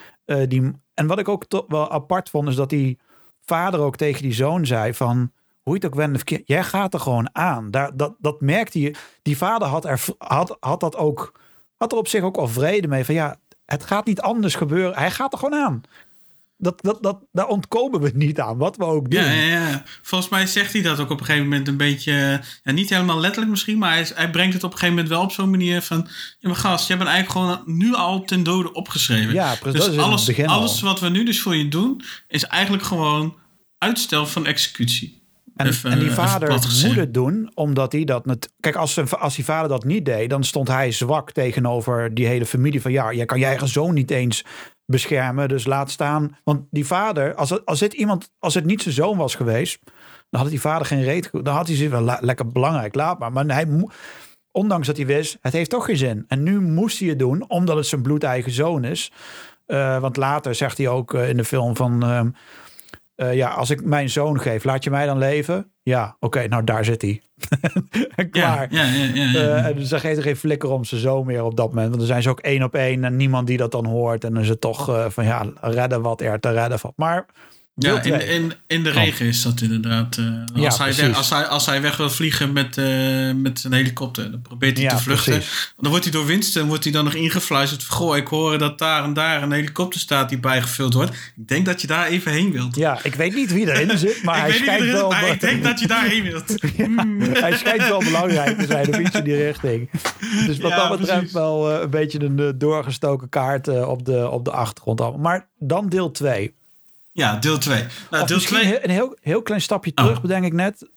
en wat ik ook wel apart vond... is dat die vader ook tegen die zoon zei van... hoe je het ook wende verkeerd... jij gaat er gewoon aan. Dat merkte je. Die vader had er op zich ook al vrede mee. Van ja, het gaat niet anders gebeuren. Hij gaat er gewoon aan. Daar ontkomen we niet aan, wat we ook doen. Ja. Volgens mij zegt hij dat ook op een gegeven moment een beetje... niet helemaal letterlijk misschien, maar hij brengt het op een gegeven moment wel op zo'n manier van... ja, maar gast, jij bent eigenlijk gewoon nu al ten dode opgeschreven. Ja, precies. Dus alles wat we nu dus voor je doen... is eigenlijk gewoon uitstel van executie. En die vader moet het doen, omdat hij dat... Kijk, als die vader dat niet deed... dan stond hij zwak tegenover die hele familie van... ja, jij kan je eigen zoon niet eens... beschermen, dus laat staan. Want die vader, als het niet zijn zoon was geweest, dan had die vader geen reet. Dan had hij zich wel lekker belangrijk, laat maar. Maar hij, ondanks dat hij wist, het heeft toch geen zin. En nu moest hij het doen, omdat het zijn bloedeigen zoon is. Want later zegt hij ook in de film van... als ik mijn zoon geef, laat je mij dan leven? Ja, oké, nou daar zit hij. Klaar. Ja. Dus dan geeft er geen flikker om zijn zoon meer op dat moment. Want dan zijn ze ook 1 op 1 en niemand die dat dan hoort. En dan is het toch redden wat er te redden valt. Maar ja, in de regen is dat inderdaad. Als hij weg wil vliegen met zijn helikopter, dan probeert hij te vluchten. Precies. Dan wordt hij door Winston nog ingefluisterd. Goh, ik hoor dat daar en daar een helikopter staat die bijgevuld wordt. Ik denk dat je daar even heen wilt. Ja, ik weet niet wie erin zit, maar hij schijnt wel... Maar ik denk dat je daarheen wilt. Hij schijnt wel belangrijk te zijn, of iets in die richting. Dus wat dat betreft wel een beetje een doorgestoken kaart op de achtergrond. Maar dan deel 2. Ja, deel 2. Nou, deel 2... Een heel klein stapje terug, bedenk ik net.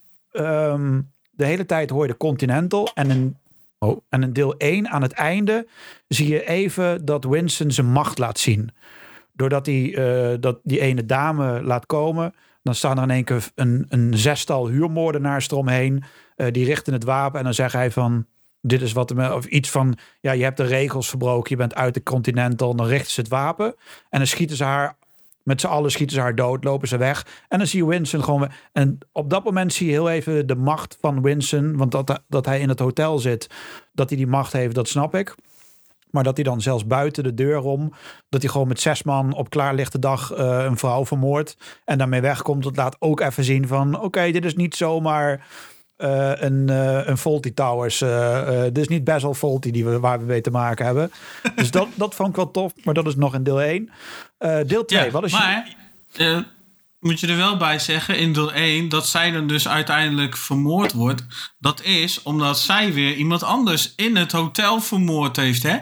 De hele tijd hoor je de Continental. En in deel 1 aan het einde zie je even dat Winston zijn macht laat zien. Doordat hij die ene dame laat komen. Dan staan er in één keer een 6-tal huurmoordenaars eromheen. Die richten het wapen en dan zegt hij van... Dit is wat of iets van, ja, je hebt de regels verbroken. Je bent uit de Continental. Dan richten ze het wapen. En dan schieten ze haar... Met z'n allen schieten ze haar dood, lopen ze weg. En dan zie je Winston gewoon... En op dat moment zie je heel even de macht van Winston. Want dat hij in het hotel zit, dat hij die macht heeft, dat snap ik. Maar dat hij dan zelfs buiten de deur om... dat hij gewoon met 6 man op klaarlichte dag een vrouw vermoordt. En daarmee wegkomt, dat laat ook even zien van... Oké, dit is niet zomaar... een Fawlty Towers. Dit is niet best wel Fawlty waar we mee te maken hebben. Dus dat vond ik wel tof. Maar dat is nog in deel 1. Deel 2, wat is moet je er wel bij zeggen, in deel 1... dat zij dan dus uiteindelijk vermoord wordt. Dat is omdat zij weer iemand anders in het hotel vermoord heeft. Hè?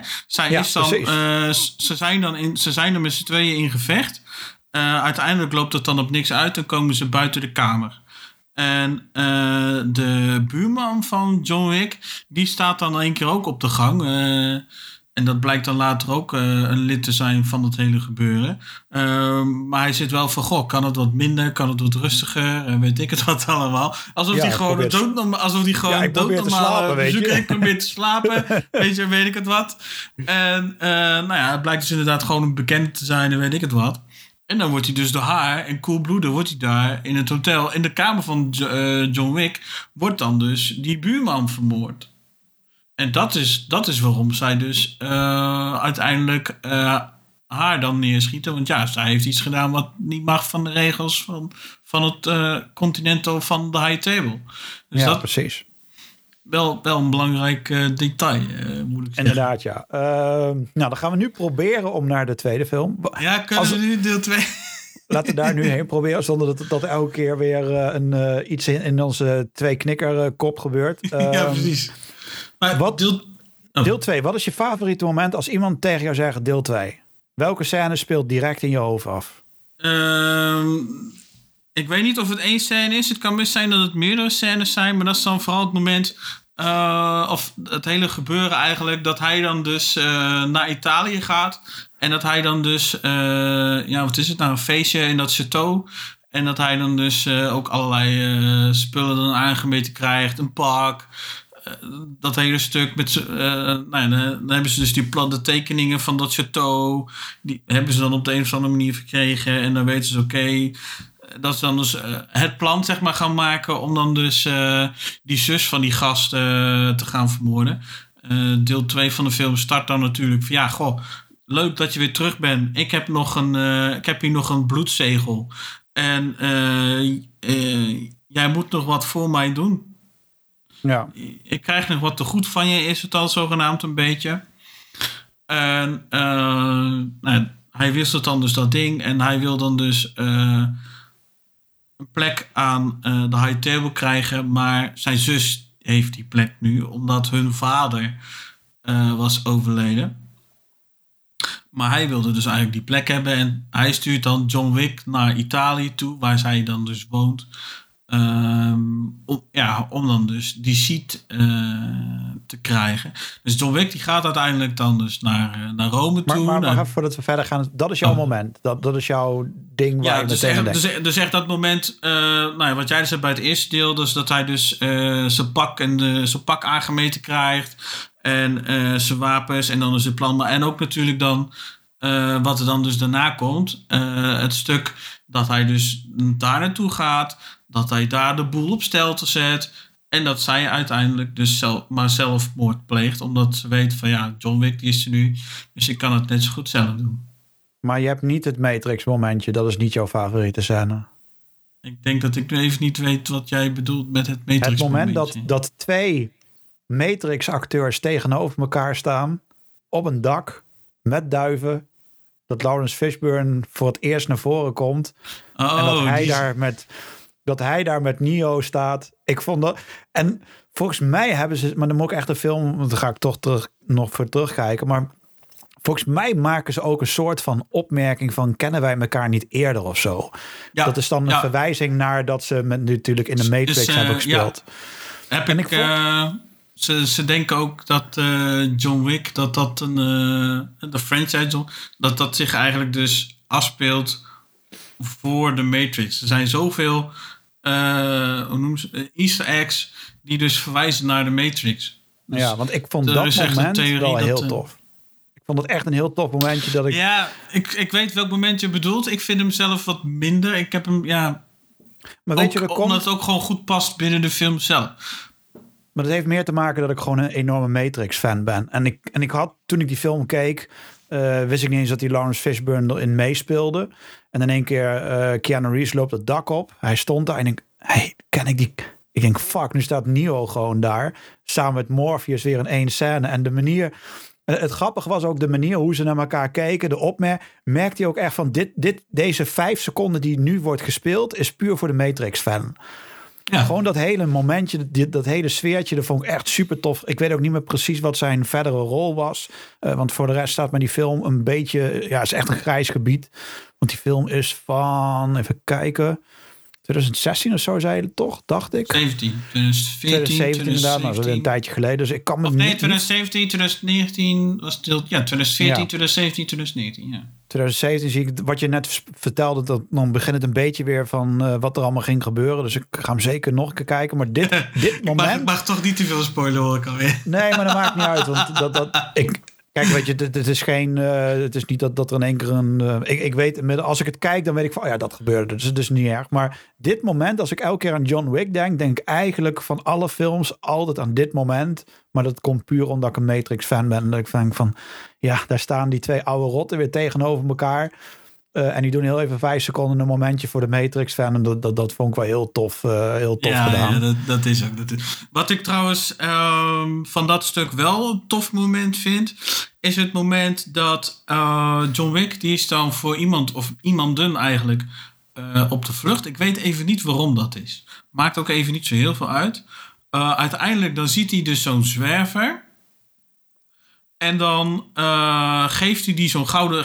Ze zijn dan met z'n tweeën in gevecht. Uiteindelijk loopt het dan op niks uit. Dan komen ze buiten de kamer. En de buurman van John Wick... die staat dan 1 keer ook op de gang. En dat blijkt dan later ook een lid te zijn van het hele gebeuren. Maar hij zit wel van... Goh, kan het wat minder? Kan het wat rustiger? En weet ik het wat allemaal. Alsof hij gewoon doodnormaal bezoeker probeert te slapen. weet ik het wat. En het blijkt dus inderdaad gewoon een bekende te zijn. En weet ik het wat. En dan wordt hij dus door haar en koelbloedig wordt hij daar in het hotel. In de kamer van John Wick wordt dan dus die buurman vermoord. En dat is waarom zij dus uiteindelijk haar dan neerschieten. Want ja, zij heeft iets gedaan wat niet mag van de regels van het Continental van de High Table. Dus ja, precies. Wel een belangrijk detail, moet ik zeggen. Inderdaad, ja. Dan gaan we nu proberen om naar de tweede film. Ja, kunnen we nu deel 2? Laten we daar nu heen proberen, zonder dat elke keer weer iets in onze 2 knikker kop gebeurt. Ja, precies. Maar deel 2, wat is je favoriete moment als iemand tegen jou zegt deel 2? Welke scène speelt direct in je hoofd af? Ik weet niet of het 1 scène is. Het kan best zijn dat het meerdere scènes zijn. Maar dat is dan vooral het moment... of het hele gebeuren eigenlijk... dat hij dan dus naar Italië gaat. En dat hij dan dus... wat is het nou? Een feestje in dat château. En dat hij dan dus ook allerlei spullen dan aangemeten krijgt. Een park. Dat hele stuk met dan hebben ze dus de tekeningen van dat château. Die hebben ze dan op de een of andere manier verkregen. En dan weten ze oké, dat ze dan dus het plan zeg maar gaan maken om dan dus die zus van die gast te gaan vermoorden. Deel 2 van de film start dan natuurlijk van ja, goh, leuk dat je weer terug bent. Ik heb hier nog een bloedzegel. En jij moet nog wat voor mij doen. Ja. Ik krijg nog wat te goed van je, is het al zogenaamd een beetje. En hij wisselt dan dus dat ding. En hij wil dan dus een plek aan de high table krijgen. Maar zijn zus heeft die plek nu, omdat hun vader was overleden. Maar hij wilde dus eigenlijk die plek hebben. En hij stuurt dan John Wick naar Italië toe, waar zij dan dus woont. Om dan dus die seat te krijgen. Dus John Wick die gaat uiteindelijk dan dus naar Rome toe. Maar even voordat we verder gaan. Dat is jouw moment. Dat is jouw ding waar je meteen denkt. Dus echt dat moment, wat jij dus hebt bij het eerste deel, dus dat hij dus zijn pak aangemeten krijgt. En zijn wapens en dan is het plan. En ook natuurlijk dan wat er dan dus daarna komt. Het stuk dat hij dus daar naartoe gaat. Dat hij daar de boel op stelte zet. En dat zij uiteindelijk dus zelfmoord pleegt. Omdat ze weet van ja, John Wick die is er nu. Dus ik kan het net zo goed zelf doen. Maar je hebt niet het Matrix momentje. Dat is niet jouw favoriete scène. Ik denk dat ik nu even niet weet wat jij bedoelt met het Matrix momentje. Het moment dat 2 Matrix acteurs tegenover elkaar staan. Op een dak. Met duiven. Dat Lawrence Fishburne voor het eerst naar voren komt. En dat hij daar met Neo staat. Ik vond dat. En volgens mij hebben ze. Maar dan moet ik echt de film. Want dan ga ik toch nog voor terugkijken. Maar volgens mij maken ze ook een soort van opmerking van. Kennen wij elkaar niet eerder of zo? Ja, dat is dan een verwijzing naar dat ze natuurlijk in de Matrix hebben gespeeld. Ja. Ze denken ook dat John Wick. Dat de franchise. Dat zich eigenlijk dus afspeelt voor de Matrix. Er zijn zoveel Easter eggs die dus verwijzen naar de Matrix. Dus ja, want ik vond dat moment wel heel tof. Ik vond het echt een heel tof momentje dat ik... Ja, ik weet welk moment je bedoelt. Ik vind hem zelf wat minder. Ik heb hem, ja... Maar weet je, omdat het ook gewoon goed past binnen de film zelf. Maar dat heeft meer te maken dat ik gewoon een enorme Matrix-fan ben. En ik had, toen ik die film keek... wist ik niet eens dat die Lawrence Fishburne erin meespeelde. En in één keer Keanu Reeves loopt het dak op. Hij stond daar en ik denk, ken ik die... Ik denk, fuck, nu staat Neo gewoon daar. Samen met Morpheus weer in één scène. En de manier... Het grappige was ook de manier hoe ze naar elkaar keken. De merkte je ook echt van... Deze 5 seconden die nu wordt gespeeld... is puur voor de Matrix-fan. Ja. Gewoon dat hele momentje, dat hele sfeertje, dat vond ik echt super tof. Ik weet ook niet meer precies wat zijn verdere rol was. Want voor de rest staat met die film een beetje... Ja, is echt een grijs gebied. Want die film is van... Even kijken... 2016 of zo, zei je toch? Dacht ik. 2017 inderdaad. Nou, dat is een tijdje geleden. Dus ik kan me 2017, 2019 was het. Ja, 2014, ja. 2017, 2019. Ja. 2017 zie ik wat je net vertelde. Dan begint het een beetje weer van wat er allemaal ging gebeuren. Dus ik ga hem zeker nog een keer kijken. Maar dit moment... Ik mag toch niet te veel spoilen, hoor ik alweer. Nee, maar dat maakt niet uit. Want kijk, weet je, het is geen... het is niet dat er in één keer een... Ik weet, als ik het kijk, dan weet ik van... Oh ja, dat gebeurde. Dus het is niet erg. Maar dit moment, als ik elke keer aan John Wick denk ik eigenlijk van alle films altijd aan dit moment. Maar dat komt puur omdat ik een Matrix-fan ben. Dat ik denk van... Ja, daar staan die 2 oude rotten weer tegenover elkaar. En die doen heel even 5 seconden een momentje voor de Matrix-fan. En dat vond ik wel heel tof gedaan. Ja, dat is ook. Wat ik trouwens van dat stuk wel een tof moment vind... is het moment dat John Wick... die is dan voor iemand of iemanden eigenlijk op de vlucht. Ik weet even niet waarom dat is. Maakt ook even niet zo heel veel uit. Uiteindelijk dan ziet hij dus zo'n zwerver... En dan geeft hij die zo'n gouden,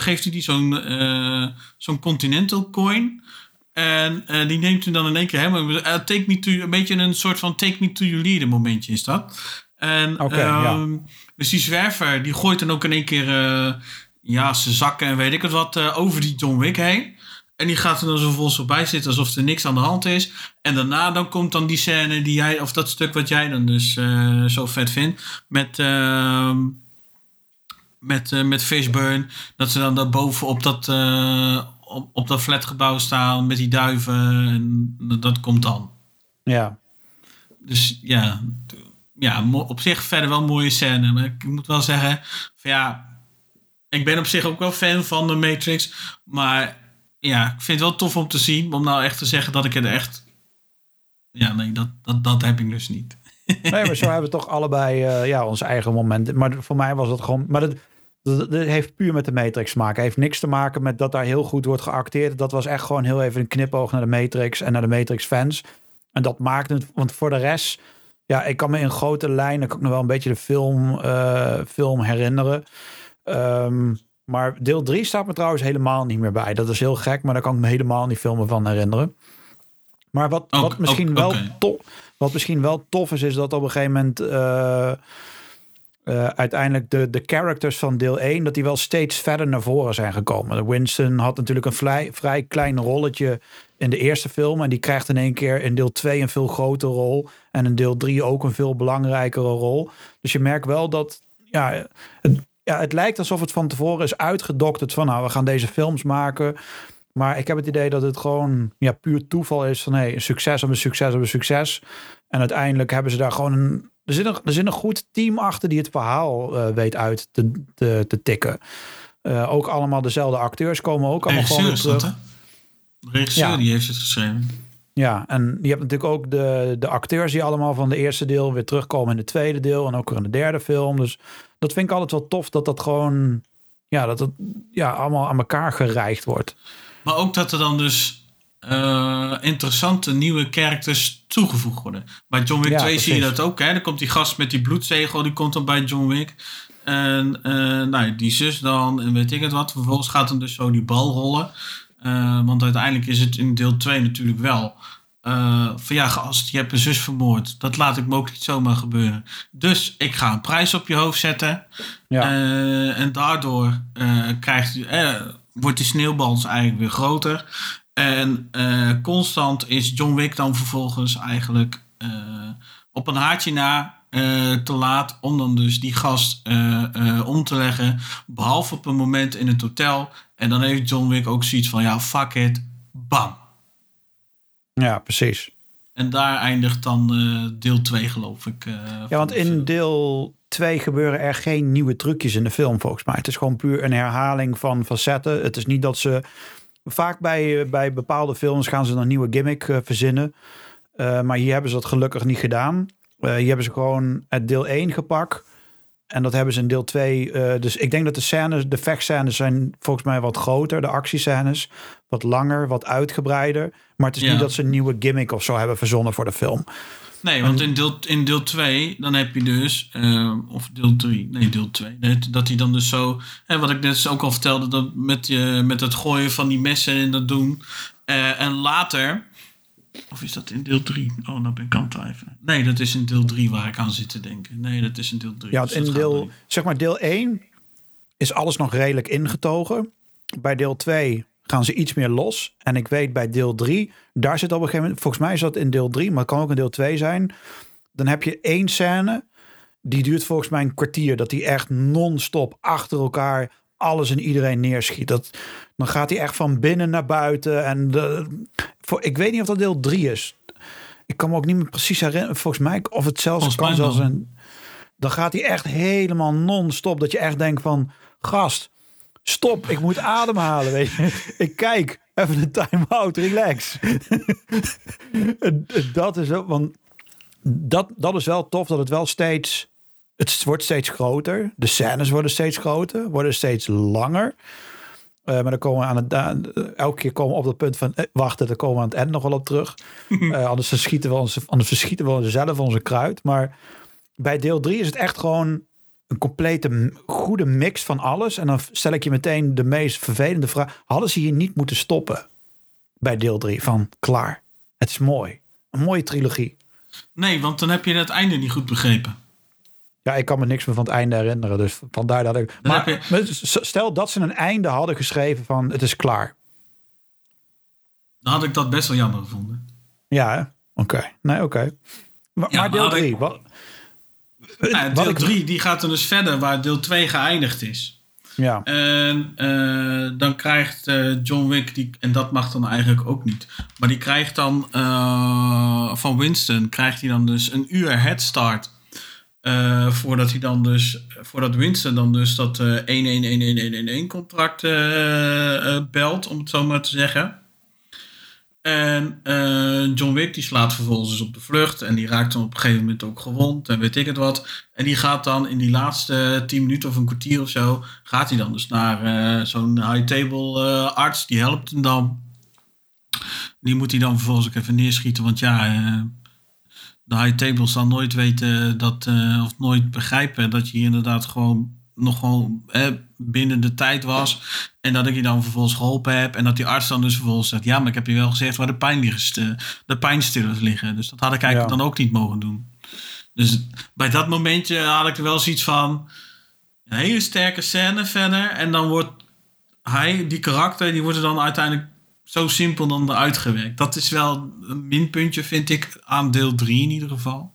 zo'n Continental coin. En die neemt hij dan in één keer helemaal. Een beetje een soort van take me to your leader momentje is dat. En dus die zwerver die gooit dan ook in één keer zijn zakken en weet ik het wat over die John Wick heen. En die gaat er dan zo vol voorbij zitten alsof er niks aan de hand is. En daarna dan komt dan die scène die jij, of dat stuk wat jij dan dus zo vet vindt. Met Fishburne. Dat ze dan daarboven op dat flatgebouw staan met die duiven. En dat komt dan. Ja. Dus ja, op zich verder wel een mooie scène. Maar ik moet wel zeggen, van ja, ik ben op zich ook wel fan van de Matrix. Maar ja, ik vind het wel tof om te zien. Om nou echt te zeggen dat ik het echt... Ja, nee, dat heb ik dus niet. Nee, maar zo hebben we toch allebei onze eigen momenten. Maar voor mij was dat gewoon... Maar dat heeft puur met de Matrix te maken. Heeft niks te maken met dat daar heel goed wordt geacteerd. Dat was echt gewoon heel even een knipoog naar de Matrix en naar de Matrix fans. En dat maakt het... Want voor de rest... Ja, ik kan me in grote lijnen ook nog wel een beetje de film herinneren. Maar deel 3 staat me trouwens helemaal niet meer bij. Dat is heel gek, maar daar kan ik me helemaal niet veel meer van herinneren. Maar wat misschien wel tof is dat op een gegeven moment uiteindelijk de characters van deel 1, dat die wel steeds verder naar voren zijn gekomen. Winston had natuurlijk een vrij klein rolletje in de eerste film. En die krijgt in één keer in deel 2 een veel grotere rol. En in deel 3 ook een veel belangrijkere rol. Dus je merkt wel dat... het lijkt alsof het van tevoren is uitgedokterd van... nou, we gaan deze films maken. Maar ik heb het idee dat het gewoon puur toeval is van... een succes op een succes op een succes. En uiteindelijk hebben ze daar gewoon er zit een goed team achter die het verhaal weet uit te tikken. Ook allemaal dezelfde acteurs komen ook allemaal gewoon weer terug. De regisseur die heeft het geschreven. Ja, en je hebt natuurlijk ook de acteurs die allemaal van de eerste deel weer terugkomen in het tweede deel. En ook weer in de derde film. Dus dat vind ik altijd wel tof dat gewoon... Ja, dat het allemaal aan elkaar gerijgd wordt. Maar ook dat er dan dus interessante nieuwe characters toegevoegd worden. Bij John Wick 2 zie je dat ook. Hè? Dan komt die gast met die bloedzegel, die komt dan bij John Wick. En die zus dan, en weet ik het wat. Vervolgens gaat dan dus zo die bal rollen. Want uiteindelijk is het in deel 2 natuurlijk wel... van ja, gast, je hebt een zus vermoord. Dat laat ik me ook niet zomaar gebeuren. Dus ik ga een prijs op je hoofd zetten. Ja. En daardoor wordt die sneeuwbal dus eigenlijk weer groter. En constant is John Wick dan vervolgens eigenlijk op een haartje na te laat om dan dus die gast om te leggen. Behalve op een moment in het hotel. En dan heeft John Wick ook zoiets van, ja, fuck it, bam. Ja, precies. En daar eindigt dan deel 2, geloof ik. Want in deel 2 gebeuren er geen nieuwe trucjes in de film, volgens mij. Het is gewoon puur een herhaling van facetten. Het is niet dat ze... Vaak bij bepaalde films gaan ze een nieuwe gimmick verzinnen. Maar hier hebben ze dat gelukkig niet gedaan. Hier hebben ze gewoon het deel 1 gepakt. En dat hebben ze in deel 2. Dus ik denk dat de vechtscènes zijn volgens mij wat groter. De actiescènes wat langer, wat uitgebreider. Maar het is niet dat ze een nieuwe gimmick of zo hebben verzonnen voor de film. Nee, want in deel 2 dan heb je dus... of deel 3. Nee, deel 2. Dat hij dan dus zo... wat ik net ook al vertelde... Dat met het gooien van die messen en dat doen. En later... Of is dat in deel 3? Oh, nou ben ik aan het twijfelen. Nee, dat is in deel 3 waar ik aan zit te denken. Nee, dat is in deel 3. Ja, dus in deel 1 is alles nog redelijk ingetogen. Bij deel 2 gaan ze iets meer los. En ik weet bij deel 3, daar zit op een gegeven moment... Volgens mij is dat in deel 3, maar het kan ook in deel 2 zijn. Dan heb je 1 scène, die duurt volgens mij een kwartier. Dat die echt non-stop achter elkaar alles en iedereen neerschiet. Dan gaat hij echt van binnen naar buiten. En ik weet niet of dat deel 3 is. Ik kan me ook niet meer precies herinneren. Volgens mij, of het zelfs kan zelfs een... Dan gaat hij echt helemaal non-stop. Dat je echt denkt van... Gast, stop, ik moet ademhalen. Weet je. Ik kijk, even een time-out, relax. Dat is ook... Want dat is wel tof, dat het wel steeds... Het wordt steeds groter. De scènes worden steeds groter. Worden steeds langer. Maar dan komen we aan elke keer komen we op dat punt van... wachten, daar komen we aan het eind nog wel op terug. Anders verschieten we zelf onze kruid. Maar bij deel 3 is het echt gewoon... een complete goede mix van alles. En dan stel ik je meteen de meest vervelende vraag. Hadden ze hier niet moeten stoppen? Bij deel 3 van klaar. Het is mooi. Een mooie trilogie. Nee, want dan heb je het einde niet goed begrepen. Ja, ik kan me niks meer van het einde herinneren. Dus vandaar dat ik... Maar stel dat ze een einde hadden geschreven van het is klaar. Dan had ik dat best wel jammer gevonden. Ja, oké. Nee, oké. Maar deel 3, wat? Deel 3 die gaat er dus verder waar deel 2 geëindigd is. Ja. En dan krijgt John Wick, en dat mag dan eigenlijk ook niet. Maar die krijgt dan van Winston, krijgt hij dan dus een uur headstart. Voordat Winston dan dus dat 11111 contract belt, om het zo maar te zeggen. En John Wick die slaat vervolgens dus op de vlucht. En die raakt dan op een gegeven moment ook gewond. En weet ik het wat. En die gaat dan in die laatste 10 minuten of een kwartier of zo. Gaat hij dan dus naar zo'n high-table arts. Die helpt hem dan. Die moet hij dan vervolgens ook even neerschieten. Want de high-tables zal nooit weten of nooit begrijpen dat je hier inderdaad gewoon binnen de tijd was. En dat ik je dan vervolgens geholpen heb. En dat die arts dan dus vervolgens zegt, ja, maar ik heb je wel gezegd waar de pijnstillers liggen. Dus dat had ik eigenlijk dan ook niet mogen doen. Dus bij dat momentje had ik er wel zoiets van een hele sterke scène verder. En dan wordt die karakter, die wordt er dan uiteindelijk zo simpel dan eruit gewerkt. Dat is wel een minpuntje, vind ik, aan deel 3 in ieder geval.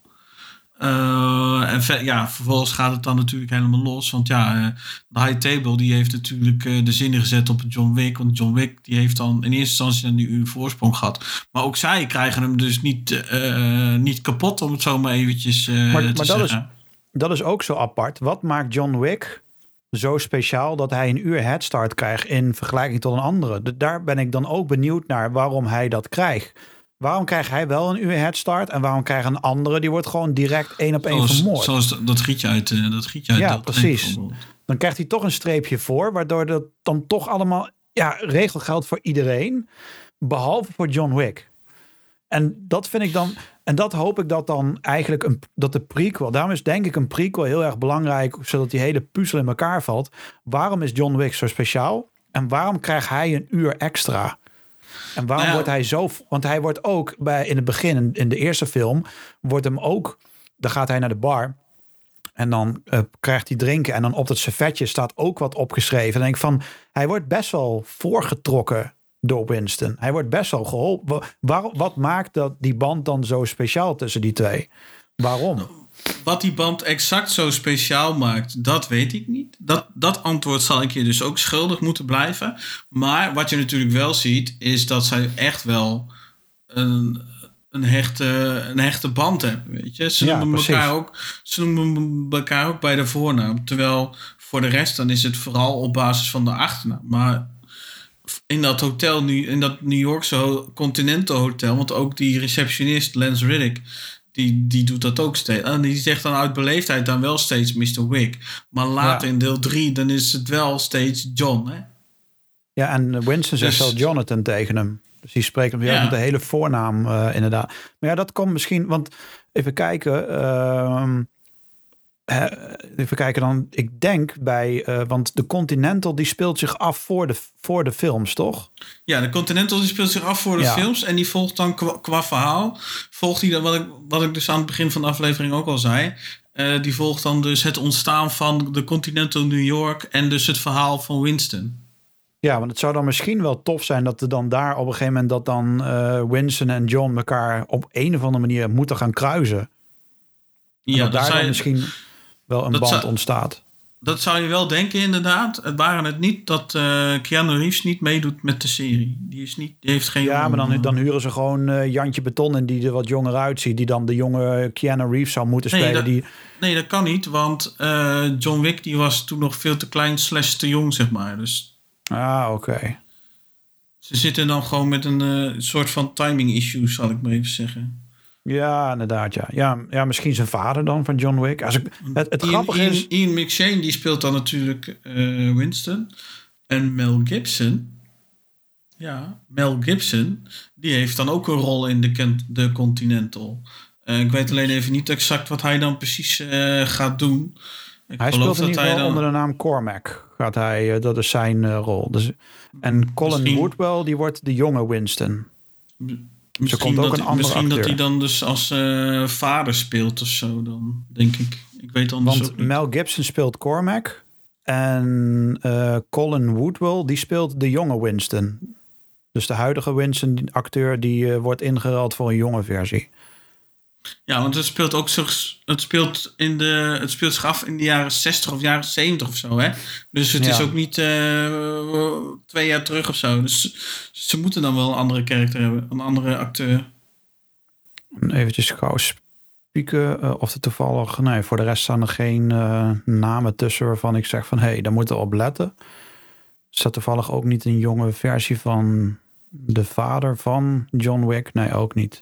Vervolgens gaat het dan natuurlijk helemaal los. Want de High Table die heeft natuurlijk de zinnen gezet op John Wick. Want John Wick die heeft dan in eerste instantie dan die uur voorsprong gehad. Maar ook zij krijgen hem dus niet kapot, om het zo maar eventjes te zeggen. Dat is ook zo apart. Wat maakt John Wick zo speciaal dat hij een uur headstart krijgt in vergelijking tot een andere? Daar ben ik dan ook benieuwd naar waarom hij dat krijgt. Waarom krijgt hij wel een uur headstart en waarom krijgt een andere, die wordt gewoon direct 1 op 1 vermoord? Zoals dat gietje uit ja, precies. Dan krijgt hij toch een streepje voor, waardoor dat dan toch allemaal regel geldt voor iedereen, behalve voor John Wick. En dat vind ik dan, en dat hoop ik dat dan eigenlijk dat de prequel, daarom is denk ik een prequel heel erg belangrijk, zodat die hele puzzel in elkaar valt. Waarom is John Wick zo speciaal? En waarom krijgt hij een uur extra? En waarom wordt hij zo... Want hij wordt ook in het begin, in de eerste film, wordt hem ook... Dan gaat hij naar de bar en dan krijgt hij drinken. En dan op dat servetje staat ook wat opgeschreven. En denk ik van, hij wordt best wel voorgetrokken door Winston. Hij wordt best wel geholpen. Wat maakt die band dan zo speciaal tussen die twee? Waarom? Wat die band exact zo speciaal maakt, dat weet ik niet. Dat antwoord zal ik je dus ook schuldig moeten blijven. Maar wat je natuurlijk wel ziet, is dat zij echt wel een hechte band hebben. Weet je? Ze noemen elkaar ook bij de voornaam. Terwijl voor de rest dan is het vooral op basis van de achternaam. Maar in dat hotel, in dat New Yorkse Continental Hotel, want ook die receptionist Lance Riddick, die doet dat ook steeds. En die zegt dan uit beleefdheid dan wel steeds Mr. Wick. Maar later in deel 3, dan is het wel steeds John, hè? Ja, en Winston zegt wel Jonathan tegen hem. Dus die spreekt hem met de hele voornaam inderdaad. Maar dat komt misschien, want even kijken. Even kijken dan. Ik denk want de Continental die speelt zich af voor de films, toch? Ja, de Continental die speelt zich af voor de films. En die volgt dan qua verhaal. Volgt hij dan, wat ik dus aan het begin van de aflevering ook al zei. Die volgt dan dus het ontstaan van de Continental New York. En dus het verhaal van Winston. Ja, want het zou dan misschien wel tof zijn dat er dan daar op een gegeven moment dat dan Winston en John elkaar op een of andere manier moeten gaan kruisen. En dat daar dan misschien wel een band ontstaat. Dat zou je wel denken, inderdaad. Het waren het niet dat Keanu Reeves niet meedoet met de serie. Die heeft geen... Ja, maar dan huren ze gewoon Jantje Beton en die er wat jonger uitziet, die dan de jonge Keanu Reeves zou moeten spelen. Nee, dat kan niet, want John Wick die was toen nog veel te klein / te jong, zeg maar. Dus... oké. Ze zitten dan gewoon met een soort van timing issue, zal ik maar even zeggen. Ja, inderdaad, ja. Ja, misschien zijn vader dan van John Wick. Het grappige is... Ian McShane, die speelt dan natuurlijk Winston. En Mel Gibson... Ja, Mel Gibson... die heeft dan ook een rol in de Continental. Ik weet alleen even niet exact wat hij dan precies gaat doen. Hij speelt in ieder geval onder de naam Cormac. Dat is zijn rol. Dus, en Colin Woodwell, die wordt de jonge Winston. Misschien dat hij dan dus als vader speelt of zo dan, denk ik. Ik weet anders. Want Mel Gibson speelt Cormac. En Colin Woodwell, die speelt de jonge Winston. Dus de huidige Winston-acteur die wordt ingeruild voor een jonge versie. Ja, want het speelt ook het speelt zich af in de jaren 60 of jaren 70 of zo, hè? Dus het is ook niet 2 jaar terug of zo. Dus ze moeten dan wel een andere karakter hebben, een andere acteur. Eventjes gauw spieken of er toevallig... Nee, voor de rest staan er geen namen tussen waarvan ik zeg van... daar moeten we op letten. Er staat toevallig ook niet een jonge versie van de vader van John Wick. Nee, ook niet.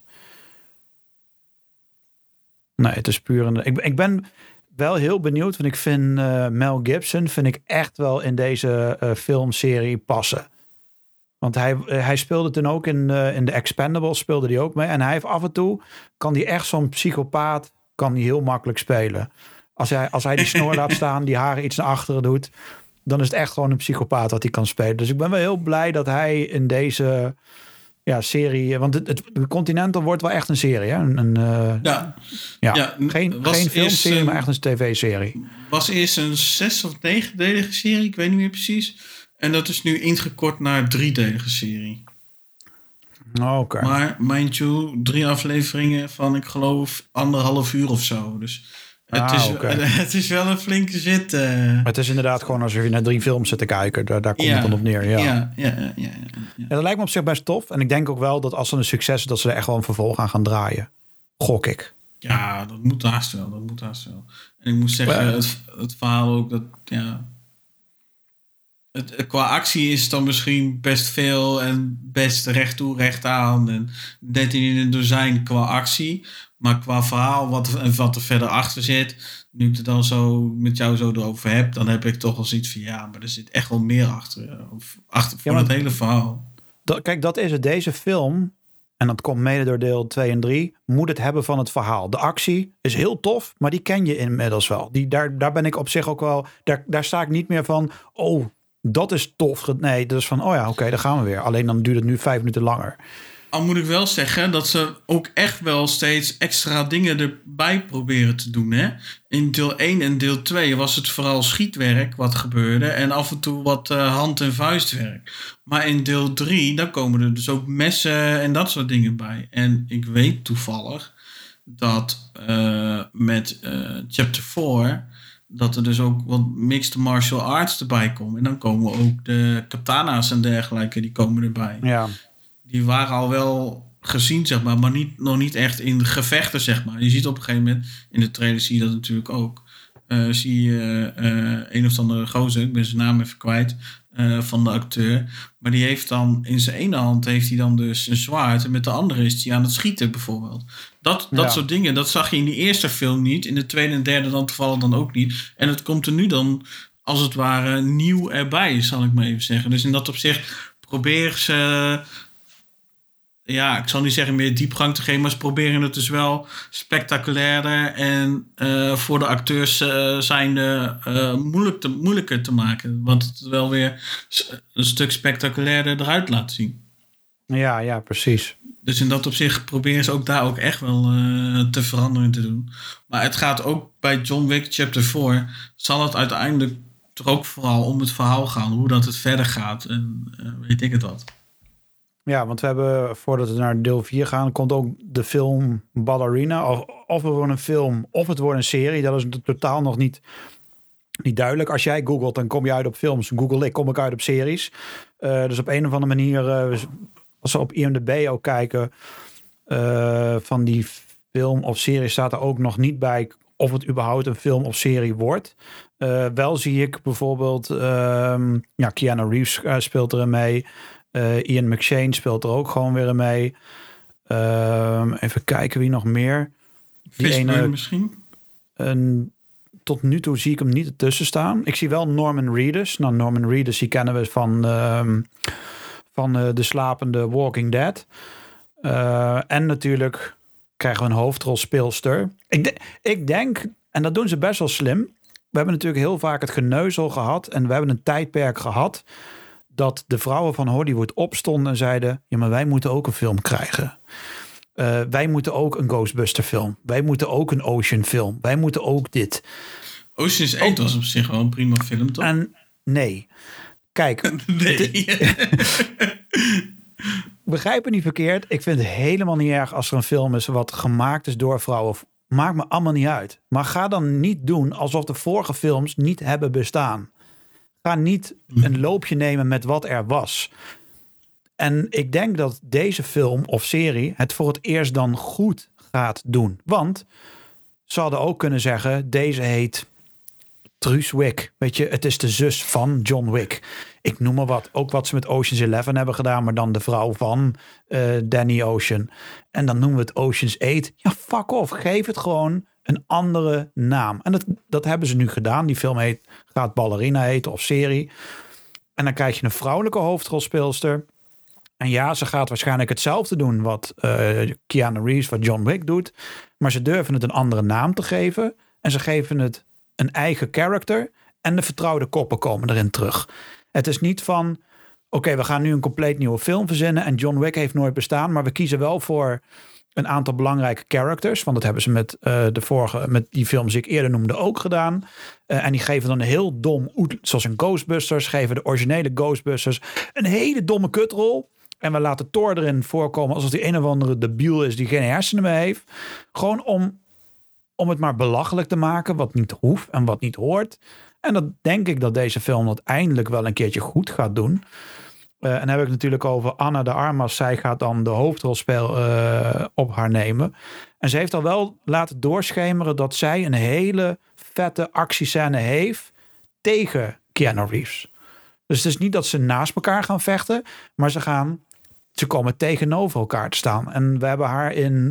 Nee, het is puur... Ik ben wel heel benieuwd, want ik vind Mel Gibson... vind ik echt wel in deze filmserie passen. Want hij speelde toen ook in The Expendables, speelde hij ook mee. En hij heeft af en toe, kan hij echt zo'n psychopaat, kan hij heel makkelijk spelen. Als hij die snor laat staan, die haren iets naar achteren doet... dan is het echt gewoon een psychopaat wat hij kan spelen. Dus ik ben wel heel blij dat hij in deze... serie, want de Continental wordt wel echt een serie, hè? Geen filmserie, maar echt een tv-serie. Was eerst een 6 of 9-delige serie, ik weet niet meer precies. En dat is nu ingekort naar een 3-delige serie. Oké. Maar mind you, 3 afleveringen van, ik geloof, 1,5 uur of zo. Dus het is wel een flinke zit. Het is inderdaad gewoon alsof je naar 3 films zit te kijken. Daar komt het dan op neer. Ja, dat lijkt me op zich best tof. En ik denk ook wel dat als het een succes is, dat ze er echt wel een vervolg aan gaan draaien. Gok ik. Ja, dat moet haast wel. En ik moet zeggen, het verhaal ook, dat qua actie is het dan misschien best veel en best recht toe, recht aan. En 13 in een dozijn qua actie. Maar qua verhaal, wat er verder achter zit, nu ik het dan zo met jou zo erover heb, dan heb ik toch wel zoiets van, maar er zit echt wel meer achter voor het hele verhaal. Kijk, dat is het. Deze film, en dat komt mede door deel 2 en 3, moet het hebben van het verhaal. De actie is heel tof, maar die ken je inmiddels wel. Daar ben ik op zich ook wel, daar sta ik niet meer van, dat is tof. Nee, dat is van, oké, daar gaan we weer. Alleen dan duurt het nu 5 minuten langer. Al moet ik wel zeggen dat ze ook echt wel steeds extra dingen erbij proberen te doen. Hè? In deel 1 en deel 2 was het vooral schietwerk wat gebeurde. En af en toe wat hand- en vuistwerk. Maar in deel 3, dan komen er dus ook messen en dat soort dingen bij. En ik weet toevallig dat met chapter 4... dat er dus ook wat mixed martial arts erbij komen. En dan komen ook de katana's en dergelijke, die komen erbij. Ja. Die waren al wel gezien, zeg maar nog niet echt in gevechten, zeg maar. Je ziet op een gegeven moment, in de trailer zie je dat natuurlijk ook. Zie je een of andere gozer, ik ben zijn naam even kwijt, van de acteur. Maar die heeft dan, in zijn ene hand heeft hij dan dus een zwaard. En met de andere is hij aan het schieten, bijvoorbeeld. Dat soort dingen, dat zag je in die eerste film niet. In de tweede en derde dan toevallig dan ook niet. En het komt er nu dan, als het ware, nieuw erbij, zal ik maar even zeggen. Dus in dat opzicht proberen ze... ik zal niet zeggen meer diepgang te geven, maar ze proberen het dus wel spectaculairder en voor de acteurs zijnde moeilijker te maken. Want het wel weer een stuk spectaculairder eruit laat zien. Ja, precies. Dus in dat opzicht proberen ze ook daar ook echt wel te veranderen te doen. Maar het gaat ook bij John Wick Chapter 4, zal het uiteindelijk toch ook vooral om het verhaal gaan. Hoe dat het verder gaat en weet ik het wat. Ja, want we hebben, voordat we naar deel 4 gaan, komt ook de film Ballerina. Of het wordt een film, of het wordt een serie. Dat is totaal nog niet duidelijk. Als jij googelt, dan kom je uit op films. Kom ik uit op series. Dus op een of andere manier, als we op IMDb ook kijken, van die film of serie staat er ook nog niet bij of het überhaupt een film of serie wordt. Wel zie ik bijvoorbeeld, Keanu Reeves speelt erin mee. Ian McShane speelt er ook gewoon weer mee. Even kijken wie nog meer. Fishburne misschien? Tot nu toe zie ik hem niet ertussen staan. Ik zie wel Norman Reedus. Nou, Norman Reedus, die kennen we van de slapende Walking Dead. En natuurlijk krijgen we een hoofdrolspeelster. Ik denk, en dat doen ze best wel slim. We hebben natuurlijk heel vaak het geneuzel gehad. En we hebben een tijdperk gehad dat de vrouwen van Hollywood opstonden en zeiden, ja, maar wij moeten ook een film krijgen. Wij moeten ook een Ghostbuster film. Wij moeten ook een Ocean film. Wij moeten ook dit. Ocean's 8 was op zich wel een prima film, toch? En nee. Kijk. Nee. begrijp het niet verkeerd. Ik vind het helemaal niet erg als er een film is wat gemaakt is door vrouwen. Maakt me allemaal niet uit. Maar ga dan niet doen alsof de vorige films niet hebben bestaan. Ga niet een loopje nemen met wat er was. En ik denk dat deze film of serie het voor het eerst dan goed gaat doen. Want ze hadden ook kunnen zeggen, deze heet Truus Wick. Weet je, het is de zus van John Wick. Ik noem maar wat. Ook wat ze met Ocean's 11 hebben gedaan, maar dan de vrouw van Danny Ocean. En dan noemen we het Ocean's 8. Ja, fuck off. Geef het gewoon een andere naam. En dat hebben ze nu gedaan. Die film gaat Ballerina heten of serie. En dan krijg je een vrouwelijke hoofdrolspeelster. En ja, ze gaat waarschijnlijk hetzelfde doen wat Keanu Reeves, wat John Wick doet. Maar ze durven het een andere naam te geven. En ze geven het een eigen character. En de vertrouwde koppen komen erin terug. Het is niet van, oké, we gaan nu een compleet nieuwe film verzinnen. En John Wick heeft nooit bestaan. Maar we kiezen wel voor een aantal belangrijke characters. Want dat hebben ze met die films die ik eerder noemde ook gedaan. En die geven dan een heel dom, zoals in Ghostbusters, geven de originele Ghostbusters een hele domme kutrol. En we laten Thor erin voorkomen alsof die een of andere debiel is die geen hersenen meer heeft. Gewoon om het maar belachelijk te maken, wat niet hoeft en wat niet hoort. En dat denk ik dat deze film uiteindelijk wel een keertje goed gaat doen. En dan heb ik natuurlijk over Anna de Armas. Zij gaat dan de hoofdrolspel op haar nemen. En ze heeft al wel laten doorschemeren dat zij een hele vette actiescène heeft tegen Keanu Reeves. Dus het is niet dat ze naast elkaar gaan vechten, maar ze komen tegenover elkaar te staan. En we hebben haar in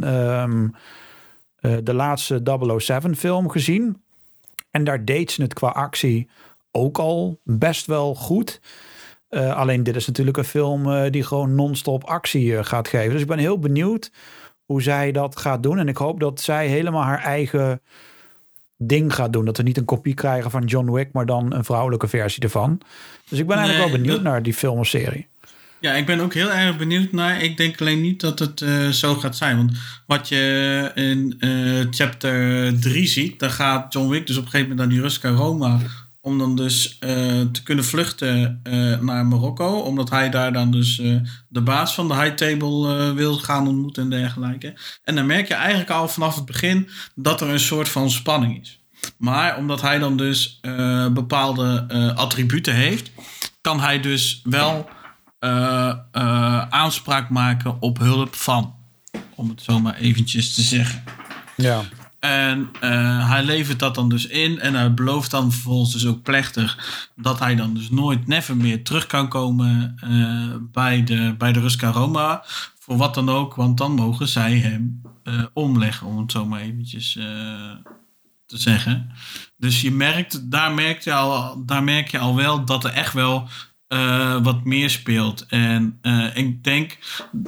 de laatste 007 film gezien. En daar deed ze het qua actie ook al best wel goed. Alleen dit is natuurlijk een film die gewoon non-stop actie gaat geven. Dus ik ben heel benieuwd hoe zij dat gaat doen. En ik hoop dat zij helemaal haar eigen ding gaat doen. Dat we niet een kopie krijgen van John Wick, maar dan een vrouwelijke versie ervan. Dus ik ben eigenlijk wel benieuwd naar die film of serie. Ja, ik ben ook heel erg benieuwd naar. Ik denk alleen niet dat het zo gaat zijn. Want wat je in chapter 3 ziet, dan gaat John Wick dus op een gegeven moment naar die Ruska Roma om dan dus te kunnen vluchten naar Marokko. Omdat hij daar dan dus de baas van de high table wil gaan ontmoeten en dergelijke. En dan merk je eigenlijk al vanaf het begin dat er een soort van spanning is. Maar omdat hij dan dus bepaalde attributen heeft, kan hij dus wel aanspraak maken op hulp van. Om het zo maar eventjes te zeggen. Ja. En hij levert dat dan dus in. En hij belooft dan vervolgens dus ook plechtig dat hij dan dus nooit, never meer terug kan komen bij de Ruska Roma. Voor wat dan ook, want dan mogen zij hem omleggen, om het zo maar eventjes te zeggen. Dus daar merk je al wel dat er echt wel wat meer speelt. En ik denk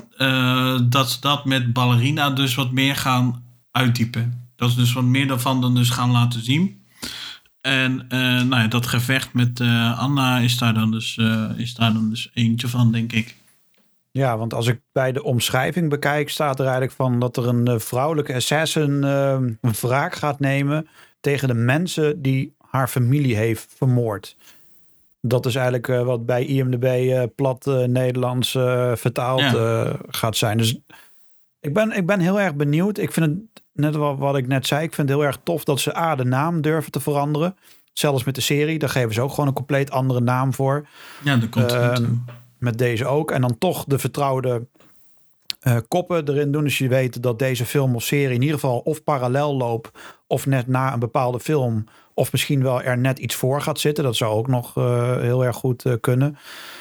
dat ze dat met Ballerina dus wat meer gaan uitdiepen. Dat is dus wat meer daarvan dan dus gaan laten zien. En dat gevecht met Anna is daar dan dus eentje van, denk ik. Ja, want als ik bij de omschrijving bekijk, staat er eigenlijk van dat er een vrouwelijke assassin een wraak gaat nemen tegen de mensen die haar familie heeft vermoord. Dat is eigenlijk wat bij IMDb plat Nederlands vertaald gaat zijn. Dus ik ben heel erg benieuwd. Ik vind het, net wat ik net zei, ik vind het heel erg tof dat ze de naam durven te veranderen. Zelfs met de serie, daar geven ze ook gewoon een compleet andere naam voor. Ja, dat komt met deze ook. En dan toch de vertrouwde koppen erin doen. Dus je weet dat deze film of serie in ieder geval of parallel loopt, of net na een bepaalde film, of misschien wel er net iets voor gaat zitten. Dat zou ook nog heel erg goed kunnen.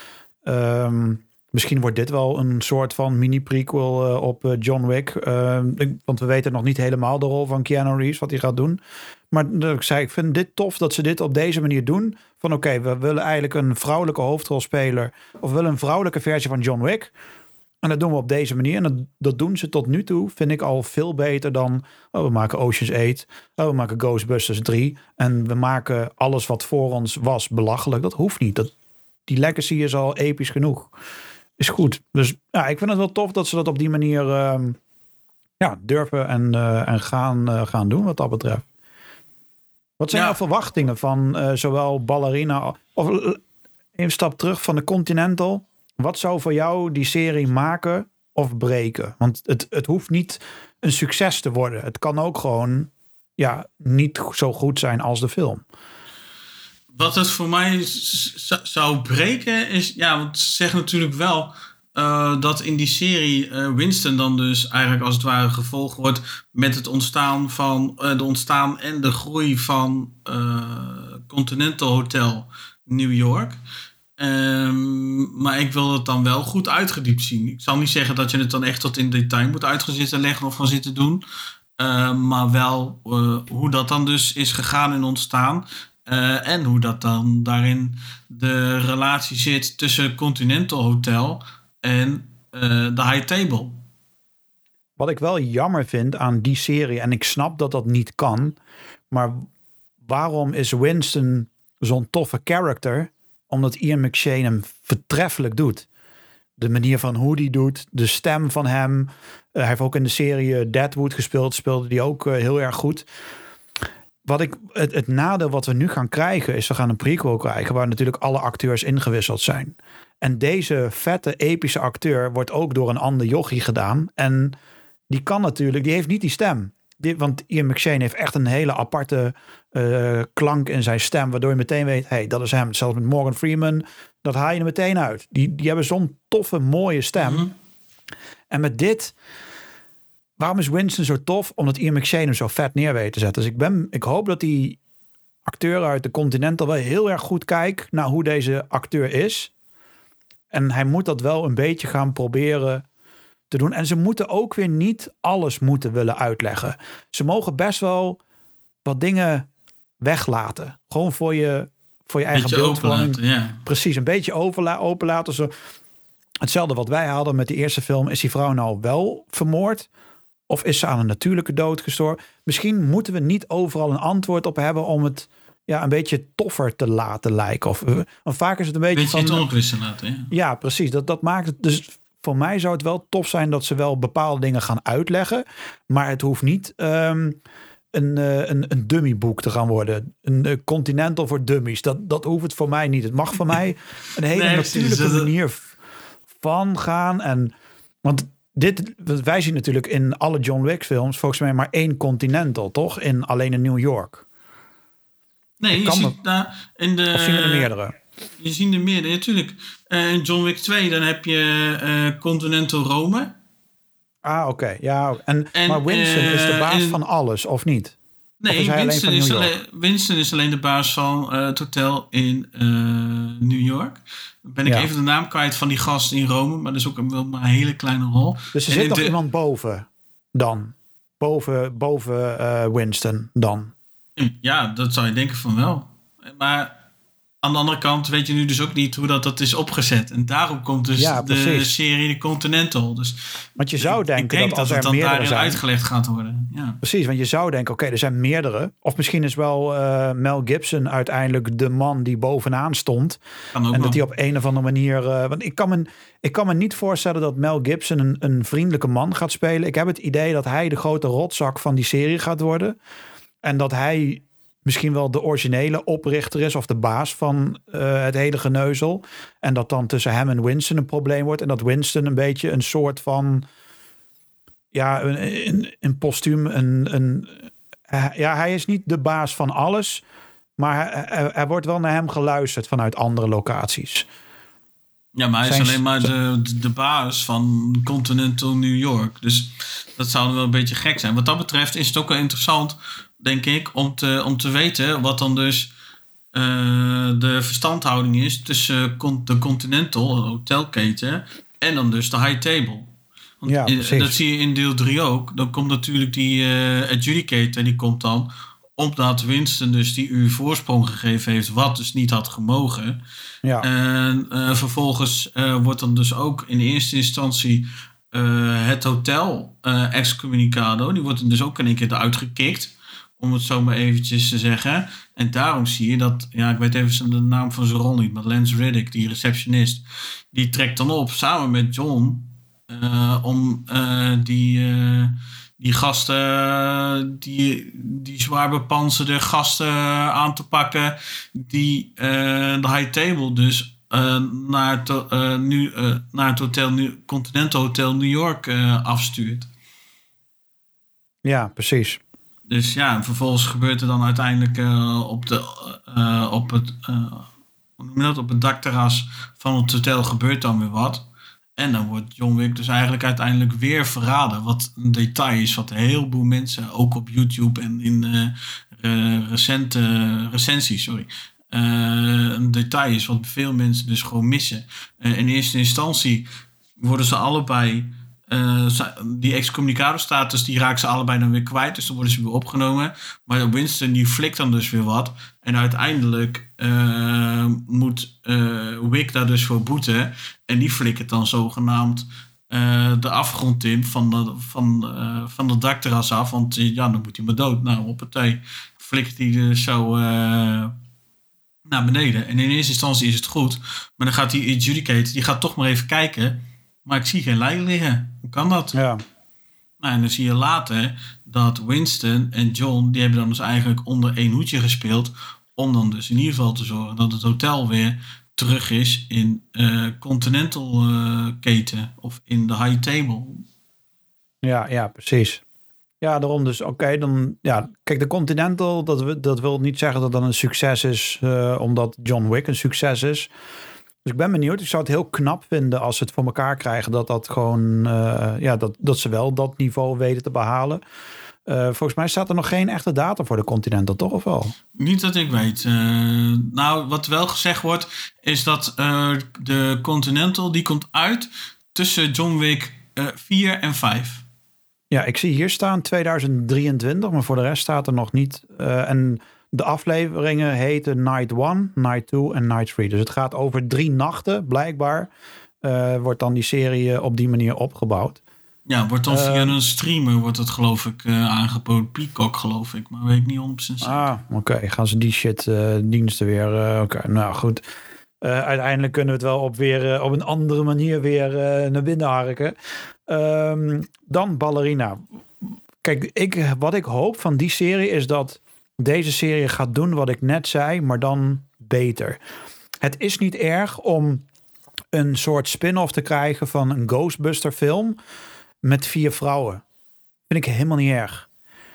Misschien wordt dit wel een soort van mini-prequel op John Wick. Want we weten nog niet helemaal de rol van Keanu Reeves, wat hij gaat doen. Maar ik vind dit tof dat ze dit op deze manier doen. Van oké, we willen eigenlijk een vrouwelijke hoofdrolspeler, of we willen een vrouwelijke versie van John Wick. En dat doen we op deze manier. En dat doen ze tot nu toe, vind ik al veel beter dan, we maken Ocean's 8. We maken Ghostbusters 3. En we maken alles wat voor ons was belachelijk. Dat hoeft niet. Die legacy is al episch genoeg. Is goed. Dus ja, ik vind het wel tof dat ze dat op die manier durven en gaan doen wat dat betreft. Wat zijn jouw verwachtingen van zowel Ballerina of een stap terug van de Continental Wat zou voor jou die serie maken of breken? Want het hoeft niet een succes te worden. Het kan ook gewoon niet zo goed zijn als de film. Wat het voor mij zou breken is... Ja, want ze zeggen natuurlijk wel... dat in die serie Winston dan dus eigenlijk als het ware gevolgd wordt... met het ontstaan en de groei van Continental Hotel New York. Maar ik wil het dan wel goed uitgediept zien. Ik zal niet zeggen dat je het dan echt tot in detail moet uitgezitten leggen of gaan zitten doen. Maar wel hoe dat dan dus is gegaan en ontstaan... en hoe dat dan daarin de relatie zit tussen Continental Hotel en de High Table. Wat ik wel jammer vind aan die serie, en ik snap dat dat niet kan, maar waarom is Winston zo'n toffe character? Omdat Ian McShane hem vertreffelijk doet. De manier van hoe die doet, de stem van hem. Hij heeft ook in de serie Deadwood gespeeld, speelde die ook heel erg goed. Het nadeel wat we nu gaan krijgen is, we gaan een prequel krijgen waar natuurlijk alle acteurs ingewisseld zijn. En deze vette, epische acteur wordt ook door een ander jochie gedaan. En die kan natuurlijk, die heeft niet die stem. Want Ian McShane heeft echt een hele aparte klank in zijn stem, waardoor je meteen weet, hey, dat is hem. Zelfs met Morgan Freeman, dat haal je er meteen uit. Die hebben zo'n toffe, mooie stem. Mm-hmm. En met dit... Waarom is Winston zo tof? Omdat Ian McShane hem zo vet neer weet te zetten. Dus ik hoop dat die acteur uit de Continental wel heel erg goed kijkt naar hoe deze acteur is. En hij moet dat wel een beetje gaan proberen te doen. En ze moeten ook weer niet alles moeten willen uitleggen. Ze mogen best wel wat dingen weglaten. Gewoon voor je eigen beeldvorming. Ja. Precies, een beetje openlaten. Zo. Hetzelfde wat wij hadden met de eerste film. Is die vrouw nou wel vermoord? Of is ze aan een natuurlijke dood gestorven? Misschien moeten we niet overal een antwoord op hebben om het een beetje toffer te laten lijken. Of vaak is het een beetje van... het onrust te laten, ja. Ja, precies. Dat maakt het... Dus voor mij zou het wel tof zijn dat ze wel bepaalde dingen gaan uitleggen. Maar het hoeft niet een dummyboek te gaan worden. Een Continental voor dummies. Dat hoeft het voor mij niet. Het mag voor mij een hele natuurlijke manier van gaan. Want wij zien natuurlijk in alle John Wick films volgens mij maar 1 Continental, toch? Alleen in New York. Nee, je ziet daar in de... Of zien we er meerdere? Je ziet er meerdere, natuurlijk. In John Wick 2 dan heb je Continental Rome. Ah, oké. Ja, maar Winston is de baas van alles, of niet? Nee, Winston is alleen de baas van het hotel in New York. Dan ben ik even de naam kwijt van die gast in Rome. Maar dat is ook wel maar een hele kleine rol. Dus er zit nog iemand boven dan? Boven Winston dan? Ja, dat zou je denken van wel. Maar aan de andere kant weet je nu dus ook niet hoe dat is opgezet. En daarom komt dus de serie de Continental. Dus want je zou denken dat als het er dan meerdere daarin zijn, uitgelegd gaat worden. Ja. Precies, want je zou denken, oké, er zijn meerdere. Of misschien is wel Mel Gibson uiteindelijk de man die bovenaan stond. En dat hij op een of andere manier... want ik kan me niet voorstellen dat Mel Gibson een vriendelijke man gaat spelen. Ik heb het idee dat hij de grote rotzak van die serie gaat worden. En dat hij misschien wel de originele oprichter is of de baas van het hele geneuzel. En dat dan tussen hem en Winston een probleem wordt. En dat Winston een beetje een soort van... Ja, een postuum. Hij is niet de baas van alles. Maar er wordt wel naar hem geluisterd vanuit andere locaties. Ja, maar hij is alleen maar de baas van Continental New York. Dus dat zou wel een beetje gek zijn. Wat dat betreft is het ook wel interessant, denk ik, om te weten wat dan dus de verstandhouding is tussen de Continental, de hotelketen, en dan dus de High Table. Want dat zie je in deel 3 ook. Dan komt natuurlijk die adjudicator, die komt dan omdat Winston dus die voorsprong gegeven heeft, wat dus niet had gemogen. Ja. En vervolgens wordt dan dus ook in eerste instantie het hotel excommunicado. Die wordt dan dus ook in één keer eruit gekikt, om het zo maar eventjes te zeggen. En daarom zie je dat, ik weet even de naam van zijn rol niet, maar Lance Reddick, die receptionist, die trekt dan op samen met John om die gasten, die zwaar bepantserde gasten aan te pakken, die de High Table dus naar het hotel Continental Hotel New York afstuurt. Ja, precies. Dus ja, vervolgens gebeurt er dan uiteindelijk op het dakterras van het hotel gebeurt dan weer wat. En dan wordt John Wick dus eigenlijk uiteindelijk weer verraden. Wat een detail is wat een heleboel mensen, ook op YouTube en in recente recensies, een detail is wat veel mensen dus gewoon missen. In eerste instantie worden ze allebei, die excommunicator-status, die raken ze allebei dan weer kwijt. Dus dan worden ze weer opgenomen. Maar Winston die flikt dan dus weer wat. En uiteindelijk moet Wick daar dus voor boeten. En die flikkert dan zogenaamd de afgrond in van de dakterras af. Want dan moet hij maar dood. Nou, op partij flikkert hij dus zo naar beneden. En in eerste instantie is het goed. Maar dan gaat die adjudicator, die gaat toch maar even kijken. Maar ik zie geen lijk liggen. Hoe kan dat? Ja. Nou, en dan zie je later dat Winston en John, die hebben dan dus eigenlijk onder één hoedje gespeeld. Om dan dus in ieder geval te zorgen dat het hotel weer terug is in Continental keten. Of in de High Table. Ja, precies. Ja, daarom dus. Oké, dan ja. Kijk, de Continental, dat wil niet zeggen dat dat een succes is, omdat John Wick een succes is. Dus ik ben benieuwd. Ik zou het heel knap vinden als ze het voor elkaar krijgen. Dat gewoon, dat ze wel dat niveau weten te behalen. Volgens mij staat er nog geen echte datum voor de Continental, toch? Of wel? Niet dat ik weet. Wat wel gezegd wordt, is dat de Continental, die komt uit tussen John Wick 4 en 5. Ja, ik zie hier staan 2023, maar voor de rest staat er nog niet. En de afleveringen heten Night 1, Night 2 en Night 3. Dus het gaat over 3 nachten, blijkbaar. Wordt dan die serie op die manier opgebouwd. Ja, wordt dan via een streamer, wordt het geloof ik aangeboden. Peacock geloof ik, maar weet ik niet 100% zeker. Oké. Gaan ze die shit diensten weer... Oké, nou goed. Uiteindelijk kunnen we het wel op een andere manier weer naar binnen harken. Dan Ballerina. Kijk, wat ik hoop van die serie is dat deze serie gaat doen wat ik net zei, maar dan beter. Het is niet erg om een soort spin-off te krijgen van een Ghostbuster film met 4 vrouwen. Vind ik helemaal niet erg.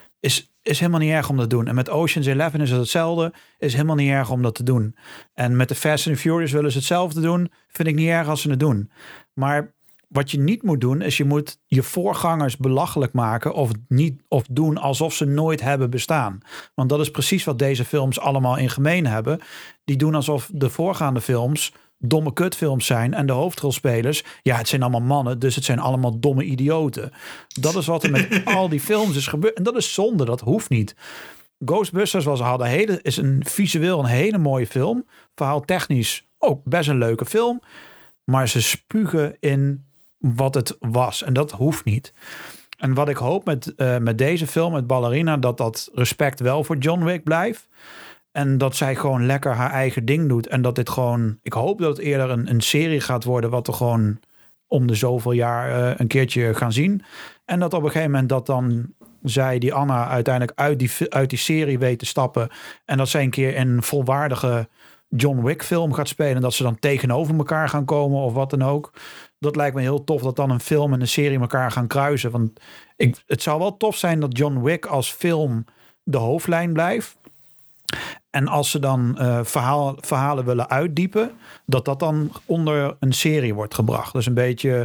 Is helemaal niet erg om dat te doen. En met Ocean's 11 is het hetzelfde. Is helemaal niet erg om dat te doen. En met de Fast and Furious willen ze hetzelfde doen. Vind ik niet erg als ze het doen. Maar wat je niet moet doen, is je moet je voorgangers belachelijk maken of doen alsof ze nooit hebben bestaan. Want dat is precies wat deze films allemaal in gemeen hebben. Die doen alsof de voorgaande films domme kutfilms zijn en de hoofdrolspelers, ja, het zijn allemaal mannen, dus het zijn allemaal domme idioten. Dat is wat er met al die films is gebeurd. En dat is zonde, dat hoeft niet. Ghostbusters is visueel een hele mooie film. Verhaal technisch ook best een leuke film. Maar ze spugen in wat het was. En dat hoeft niet. En wat ik hoop met deze film, met Ballerina, dat respect wel voor John Wick blijft. En dat zij gewoon lekker haar eigen ding doet. En dat dit gewoon... Ik hoop dat het eerder een serie gaat worden, wat we gewoon om de zoveel jaar een keertje gaan zien. En dat op een gegeven moment dat dan zij, die Anna, uiteindelijk uit die serie weet te stappen. En dat zij een keer in een volwaardige John Wick film gaat spelen. En dat ze dan tegenover elkaar gaan komen of wat dan ook. Dat lijkt me heel tof dat dan een film en een serie elkaar gaan kruisen. Want het zou wel tof zijn dat John Wick als film de hoofdlijn blijft. En als ze dan verhalen willen uitdiepen, dat dan onder een serie wordt gebracht. Dus een beetje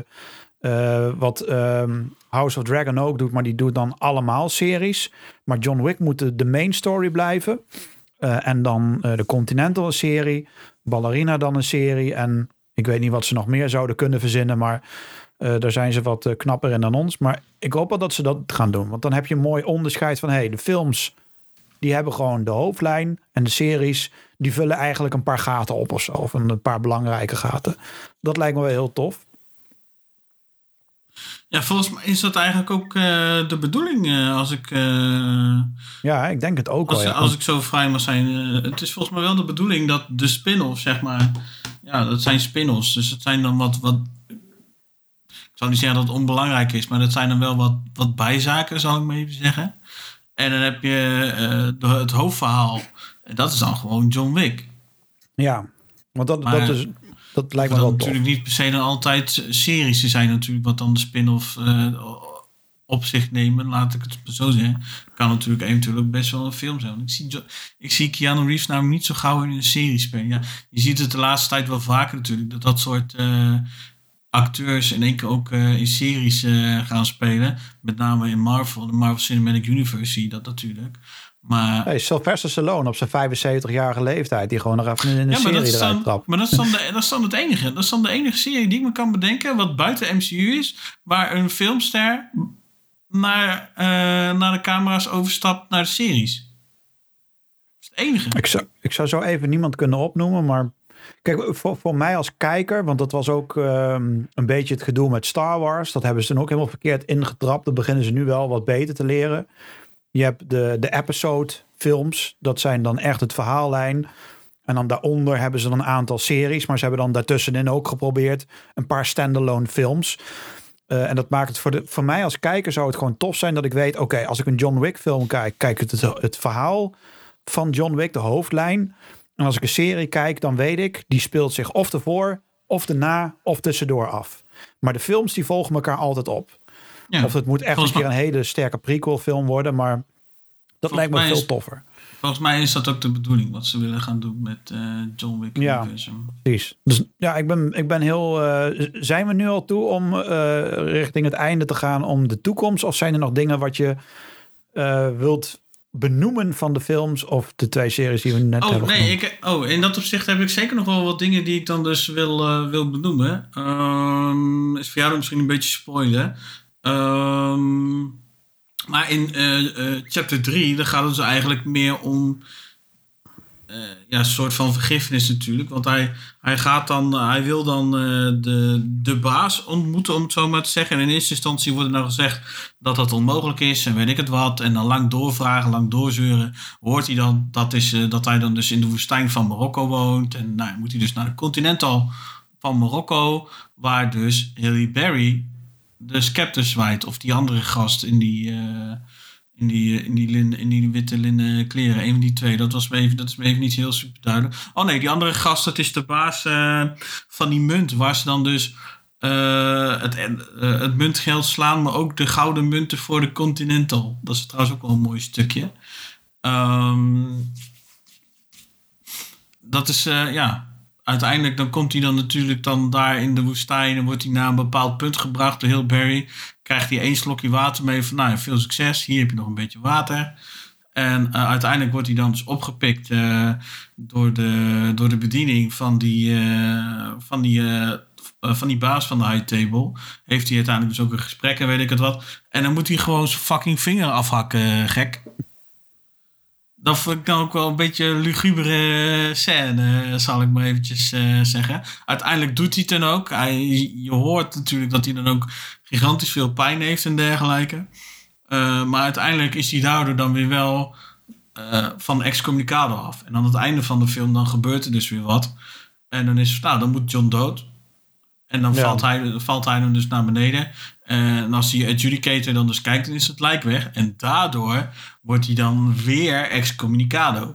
wat House of Dragon ook doet, maar die doet dan allemaal series. Maar John Wick moet de main story blijven. En dan de Continental serie, Ballerina dan een serie. En ik weet niet wat ze nog meer zouden kunnen verzinnen, maar daar zijn ze wat knapper in dan ons. Maar ik hoop wel dat ze dat gaan doen. Want dan heb je een mooi onderscheid van, de films, die hebben gewoon de hoofdlijn. En de series, die vullen eigenlijk een paar gaten op of zo. Of een paar belangrijke gaten. Dat lijkt me wel heel tof. Ja, volgens mij is dat eigenlijk ook de bedoeling. Als ik... ja, ik denk het ook wel. Als ik zo vrij mag zijn. Het is volgens mij wel de bedoeling dat de spin-offs, zeg maar... Ja, dat zijn spin-offs. Dus het zijn dan wat... Ik zal niet zeggen dat het onbelangrijk is. Maar dat zijn dan wel wat bijzaken, zal ik maar even zeggen. En dan heb je het hoofdverhaal. En dat is dan gewoon John Wick. Ja, want dat is... Dat lijkt me wel tof. Natuurlijk niet per se dan altijd series te zijn natuurlijk, wat dan de spin-off op zich nemen, laat ik het zo zeggen. Kan natuurlijk eventueel ook best wel een film zijn. Ik zie Keanu Reeves namelijk niet zo gauw in een serie spelen. Ja, je ziet het de laatste tijd wel vaker natuurlijk, dat soort acteurs in één keer ook in series gaan spelen. Met name in Marvel, de Marvel Cinematic Universe zie je dat natuurlijk. Maar hey, Sylvester Stallone op zijn 75-jarige leeftijd, die gewoon nog even in een serie eruit trapt. Maar dat is dan het enige. Dat is dan de enige serie die ik me kan bedenken, wat buiten MCU is, waar een filmster naar de camera's overstapt naar de series. Dat is het enige. Ik zou zo even niemand kunnen opnoemen, maar kijk, voor mij als kijker, want dat was ook een beetje het gedoe met Star Wars. Dat hebben ze dan ook helemaal verkeerd ingetrapt. Dat beginnen ze nu wel wat beter te leren. Je hebt de episode films. Dat zijn dan echt het verhaallijn. En dan daaronder hebben ze dan een aantal series. Maar ze hebben dan daartussenin ook geprobeerd een paar standalone films. En dat maakt het voor mij als kijker zou het gewoon tof zijn dat ik weet, oké, als ik een John Wick film kijk ik het verhaal van John Wick, de hoofdlijn. En als ik een serie kijk, dan weet ik, die speelt zich of ervoor, of erna, of tussendoor af. Maar de films die volgen elkaar altijd op. Ja, of het moet echt een keer een hele sterke prequel film worden, maar dat lijkt me veel toffer. Volgens mij is dat ook de bedoeling, wat ze willen gaan doen met John Wick. Ja, precies. Dus ja, ik ben heel... zijn we nu al toe om richting het einde te gaan om de toekomst? Of zijn er nog dingen wat je wilt benoemen van de films of de 2 series die we net hebben genoemd? In dat opzicht heb ik zeker nog wel wat dingen die ik dan dus wil benoemen. Is voor jou dan misschien een beetje spoilen. Maar in chapter 3, dan gaat het dus eigenlijk meer om een soort van vergiffenis natuurlijk. Want hij wil dan de baas ontmoeten, om het zo maar te zeggen. En in eerste instantie wordt er dan gezegd dat dat onmogelijk is en weet ik het wat. En dan lang doorvragen, lang doorzeuren. Hoort hij dan dat hij dan dus in de woestijn van Marokko woont. En nou moet hij dus naar de Continental van Marokko, waar dus Halle Berry de scepter zwaait, of die andere gast in die witte linnen kleren. Een van die 2. Dat is me even niet heel super duidelijk. Oh nee, die andere gast, dat is de baas van die munt, waar ze dan dus het muntgeld slaan, maar ook de gouden munten voor de Continental. Dat is trouwens ook wel een mooi stukje. Dat is, uiteindelijk dan komt hij dan natuurlijk dan daar in de woestijn en wordt hij naar een bepaald punt gebracht door Halle Berry. Krijgt hij 1 slokje water mee van veel succes, hier heb je nog een beetje water. En uiteindelijk wordt hij dan dus opgepikt door de bediening van die baas van de high table. Heeft hij uiteindelijk dus ook een gesprek en weet ik het wat. En dan moet hij gewoon zijn fucking vinger afhakken, gek. Dat vind ik dan ook wel een beetje een lugubere scène, zal ik maar eventjes zeggen. Uiteindelijk doet hij het dan ook. Je hoort natuurlijk dat hij dan ook gigantisch veel pijn heeft en dergelijke. Maar uiteindelijk is hij daardoor dan weer wel van excommunicado af. En aan het einde van de film dan gebeurt er dus weer wat. En dan is het, dan moet John dood. En dan valt hij dan dus naar beneden. En als die adjudicator dan dus kijkt, dan is het lijk weg. En daardoor wordt hij dan weer excommunicado.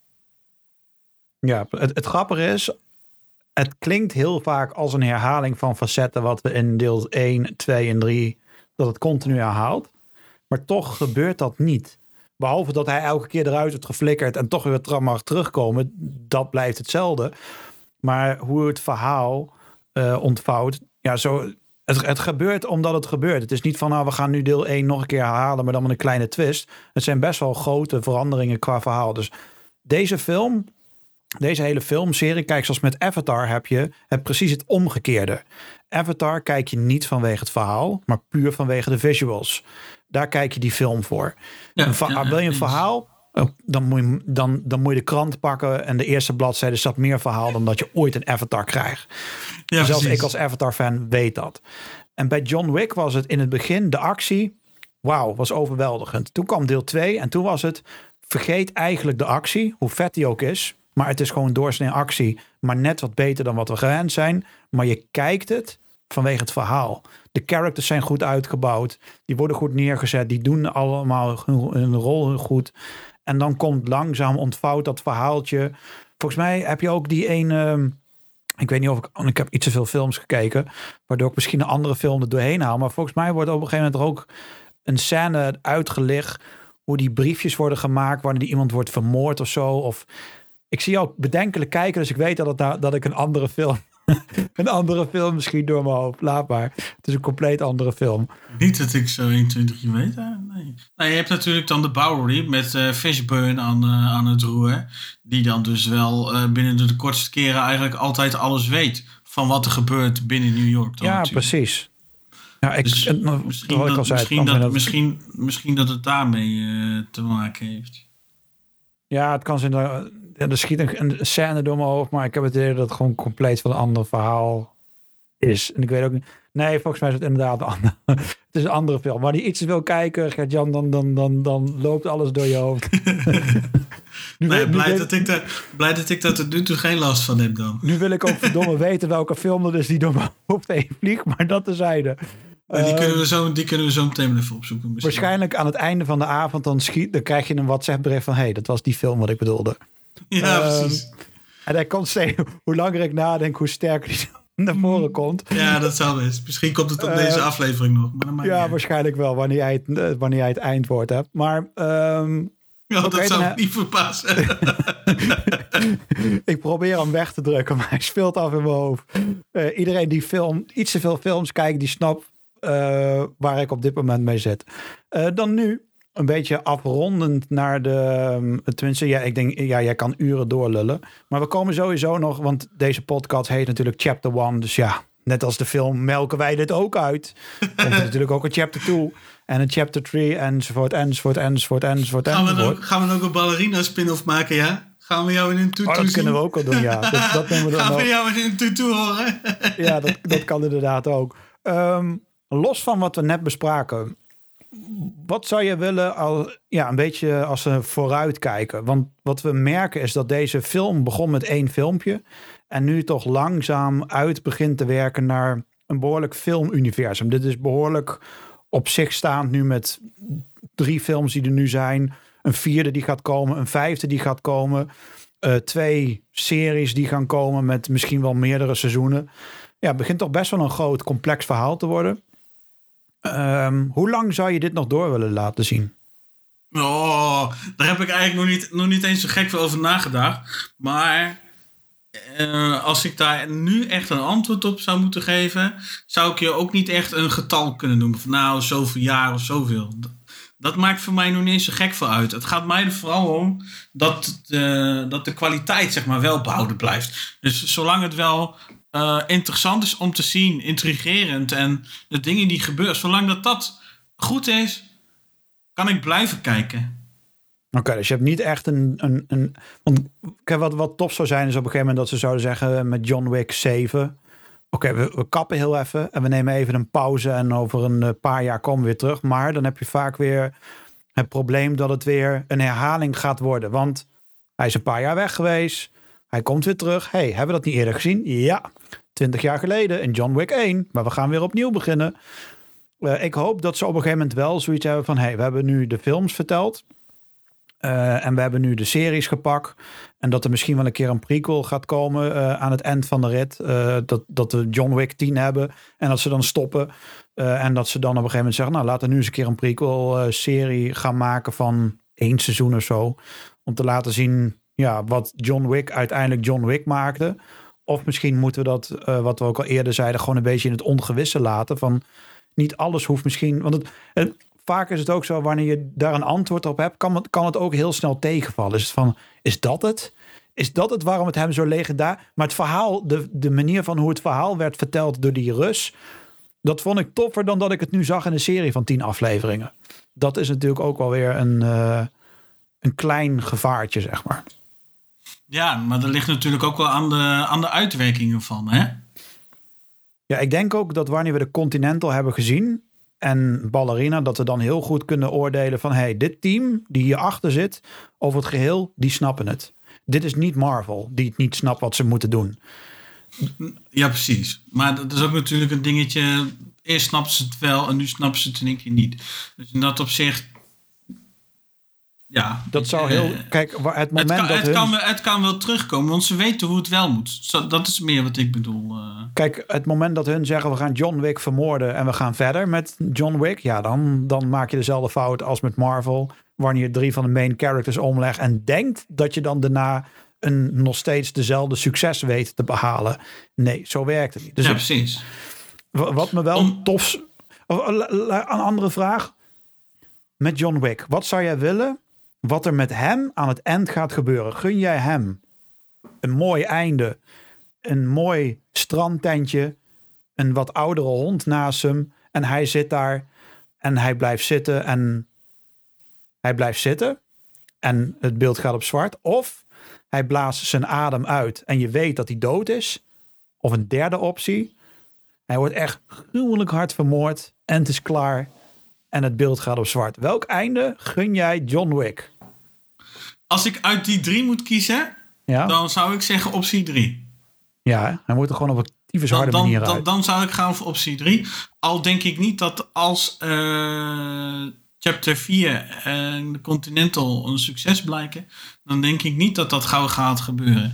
Ja, het grappige is, het klinkt heel vaak als een herhaling van facetten wat we in deel 1, 2 en 3, dat het continu herhaalt. Maar toch gebeurt dat niet. Behalve dat hij elke keer eruit wordt geflikkerd en toch weer mag terugkomen. Dat blijft hetzelfde. Maar hoe het verhaal ontvouwt, het gebeurt omdat het gebeurt. Het is niet van, we gaan nu deel 1 nog een keer herhalen, maar dan met een kleine twist. Het zijn best wel grote veranderingen qua verhaal. Dus deze hele filmserie, kijk, zoals met Avatar heb je precies het omgekeerde. Avatar kijk je niet vanwege het verhaal, maar puur vanwege de visuals. Daar kijk je die film voor. Wil je een verhaal? Dan moet je de krant pakken en de eerste bladzijde staat meer verhaal dan dat je ooit een Avatar krijgt. Ja, zelfs ik als Avatar-fan weet dat. En bij John Wick was het in het begin de actie, was overweldigend. Toen kwam deel 2 en toen was het, vergeet eigenlijk de actie, hoe vet die ook is, maar het is gewoon doorsnee actie, maar net wat beter dan wat we gewend zijn. Maar je kijkt het vanwege het verhaal. De characters zijn goed uitgebouwd, die worden goed neergezet, die doen allemaal hun rol goed. En dan komt langzaam ontvouwt dat verhaaltje. Volgens mij heb je ook die ene Ik weet niet of ik heb iets te veel films gekeken, waardoor ik misschien een andere film er doorheen haal. Maar volgens mij wordt op een gegeven moment er ook een scène uitgelicht hoe die briefjes worden gemaakt wanneer iemand wordt vermoord of zo. Of ik zie jou bedenkelijk kijken, dus ik weet dat ik een andere film een andere film misschien door mijn hoofd. Laat maar. Het is een compleet andere film. Niet dat ik zo 21 weet. Nee. Nou, je hebt natuurlijk dan de Bowery met Fishburne aan het roer. Die dan dus wel binnen de kortste keren eigenlijk altijd alles weet van wat er gebeurt binnen New York. Dan ja, natuurlijk. Precies. Ja, misschien dat het daarmee te maken heeft. Ja, het kan zijn dat er schiet een scène door mijn hoofd, maar ik heb het idee dat het gewoon compleet van een ander verhaal is. En ik weet ook niet. Nee, volgens mij is het inderdaad een ander. Het is een andere film. Wanneer je iets wil kijken, Gert-Jan, dan loopt alles door je hoofd. Blij dat ik daar tot nu toe geen last van heb dan. Nu wil ik ook verdomme weten welke film dat is die door mijn hoofd heen vliegt, maar dat tezijde. Die kunnen we zo meteen even opzoeken. Misschien. Waarschijnlijk aan het einde van de avond dan krijg je een WhatsApp-bericht van hey, dat was die film wat ik bedoelde. Ja, precies. En hij komt steeds, hoe langer ik nadenk, hoe sterker die naar voren komt. Ja, dat zal best. Misschien komt het op deze aflevering nog. Maar ja, waarschijnlijk wel, wanneer jij het eindwoord hebt. Maar dat zou ik niet verpassen. Ik probeer hem weg te drukken, maar hij speelt af in mijn hoofd. Iedereen die iets te veel films kijkt, die snapt waar ik op dit moment mee zit. Dan nu een beetje afrondend naar tenminste, ja, ik denk, ja, jij kan uren doorlullen. Maar we komen sowieso nog, want deze podcast heet natuurlijk Chapter 1. Dus ja, net als de film melken wij dit ook uit. Komt er natuurlijk ook een Chapter 2 en een Chapter 3 enzovoort. Gaan we ook een ballerina spin-off maken, ja? Gaan we jou in een tutu dat kunnen we ook al doen, ja. Dat nemen we dan gaan we jou in een tutu horen? Ja, dat kan inderdaad ook. Los van wat we net bespraken, wat zou je willen een beetje als we vooruit kijken? Want wat we merken is dat deze film begon met 1 filmpje en nu toch langzaam uit begint te werken naar een behoorlijk filmuniversum. Dit is behoorlijk op zich staand nu met 3 films die er nu zijn. Een 4e die gaat komen, een 5e die gaat komen. 2 series die gaan komen met misschien wel meerdere seizoenen. Ja, het begint toch best wel een groot complex verhaal te worden. Hoe lang zou je dit nog door willen laten zien? Oh, daar heb ik eigenlijk nog niet eens zo gek veel over nagedacht. Maar als ik daar nu echt een antwoord op zou moeten geven, zou ik je ook niet echt een getal kunnen noemen. Van nou, zoveel jaar of zoveel. Dat maakt voor mij nog niet eens zo gek veel uit. Het gaat mij er vooral om dat de kwaliteit zeg maar wel behouden blijft. Dus zolang het wel interessant is om te zien, intrigerend en de dingen die gebeuren, zolang dat goed is, kan ik blijven kijken. Oké, dus je hebt niet echt een want wat tof zou zijn is op een gegeven moment dat ze zouden zeggen met John Wick 7. Oké, we kappen heel even en we nemen even een pauze en over een paar jaar komen we weer terug. Maar dan heb je vaak weer het probleem dat het weer een herhaling gaat worden. Want hij is een paar jaar weg geweest. Hij komt weer terug. Hey, hebben we dat niet eerder gezien? Ja, 20 jaar geleden in John Wick 1. Maar we gaan weer opnieuw beginnen. Ik hoop dat ze op een gegeven moment wel zoiets hebben van hey, we hebben nu de films verteld. En we hebben nu de series gepakt. En dat er misschien wel een keer een prequel gaat komen aan het eind van de rit. Dat we John Wick 10 hebben. En dat ze dan stoppen. En dat ze dan op een gegeven moment zeggen, nou laten we nu eens een keer een prequel serie gaan maken van 1 seizoen of zo. Om te laten zien wat John Wick uiteindelijk John Wick maakte. Of misschien moeten we dat, wat we ook al eerder zeiden, gewoon een beetje in het ongewisse laten. Van niet alles hoeft misschien. Want vaak is het ook zo, wanneer je daar een antwoord op hebt, kan het ook heel snel tegenvallen. Is het van, is dat het? Is dat het waarom het hem zo legendarisch? Maar het verhaal, de manier van hoe het verhaal werd verteld door die Rus, dat vond ik toffer dan dat ik het nu zag in een serie van 10 afleveringen. Dat is natuurlijk ook wel weer een klein gevaartje, zeg maar. Ja, maar dat ligt natuurlijk ook wel aan de uitwerkingen van, hè? Ja, ik denk ook dat wanneer we de Continental hebben gezien en Ballerina, dat we dan heel goed kunnen oordelen van hey, dit team die hierachter zit, over het geheel, die snappen het. Dit is niet Marvel, die het niet snapt wat ze moeten doen. Ja, precies. Maar dat is ook natuurlijk een dingetje. Eerst snappen ze het wel en nu snappen ze het in één keer niet. Dus in dat opzicht Ja. Dat zou heel... Kijk, het moment het kan wel terugkomen, want ze weten hoe het wel moet. Dat is meer wat ik bedoel. Kijk, het moment dat hun zeggen... we gaan John Wick vermoorden en we gaan verder met John Wick... ja, dan maak je dezelfde fout als met Marvel... wanneer je 3 van de main characters omlegt... en denkt dat je dan daarna nog steeds dezelfde succes weet te behalen. Nee, zo werkt het niet. Dus ja, precies. Wat me wel tof... Een andere vraag. Met John Wick, wat zou jij willen... wat er met hem aan het eind gaat gebeuren? Gun jij hem een mooi einde... een mooi strandtentje... een wat oudere hond naast hem... en hij zit daar... en hij blijft zitten... en hij blijft zitten... en het beeld gaat op zwart... of hij blaast zijn adem uit... en je weet dat hij dood is... of een derde optie... hij wordt echt gruwelijk hard vermoord... en het is klaar... en het beeld gaat op zwart. Welk einde gun jij John Wick? Als ik uit die 3 moet kiezen... Ja? Dan zou ik zeggen optie 3. Ja, hij moet er gewoon op een tyfus harde manier uit. Dan zou ik gaan voor optie 3. Al denk ik niet dat als chapter 4 en de Continental een succes blijken... dan denk ik niet dat dat gauw gaat gebeuren.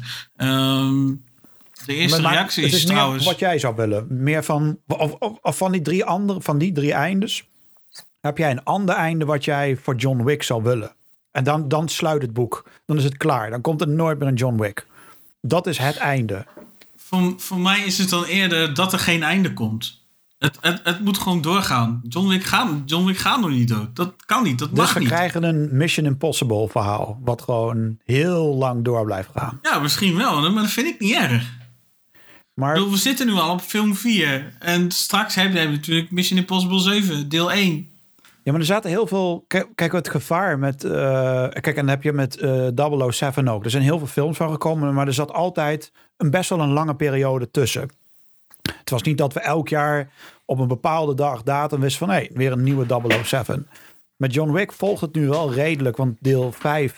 De eerste reactie is trouwens... wat jij zou willen. Meer van... Of van die 3 andere... van die 3 eindes... heb jij een ander einde wat jij voor John Wick zou willen. En dan sluit het boek. Dan is het klaar. Dan komt er nooit meer een John Wick. Dat is het einde. Voor mij is het dan eerder dat er geen einde komt. Het moet gewoon doorgaan. John Wick gaat nog niet dood. Dat kan niet, dat mag niet. Dus we krijgen een Mission Impossible verhaal. Wat gewoon heel lang door blijft gaan. Ja, misschien wel. Maar dat vind ik niet erg. Maar we zitten nu al op film 4. En straks hebben we natuurlijk Mission Impossible 7, deel 1. Ja, maar er zaten heel veel... Kijk, het gevaar met... kijk, en dan heb je met 007 ook. Er zijn heel veel films van gekomen... maar er zat altijd best wel een lange periode tussen. Het was niet dat we elk jaar op een bepaalde datum wisten van... weer een nieuwe 007. Met John Wick volgt het nu wel redelijk... want deel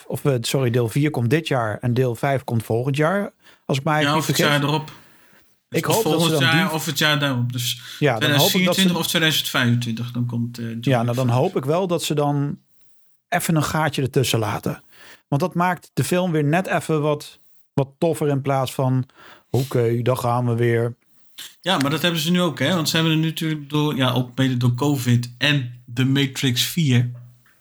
4 komt dit jaar... en deel 5 komt volgend jaar. Als ik mij niet vergis. Ja, het jaar erop. Dus ik hoop volgend dat ze dan jaar of het jaar daarop. Dus ja, 2024 of 2025, dan komt John Wick dan hoop ik wel dat ze dan even een gaatje ertussen laten. Want dat maakt de film weer net even wat toffer in plaats van... Oké, dan gaan we weer. Ja, maar dat hebben ze nu ook, hè? Want ze hebben er natuurlijk ook mede door COVID en de Matrix 4...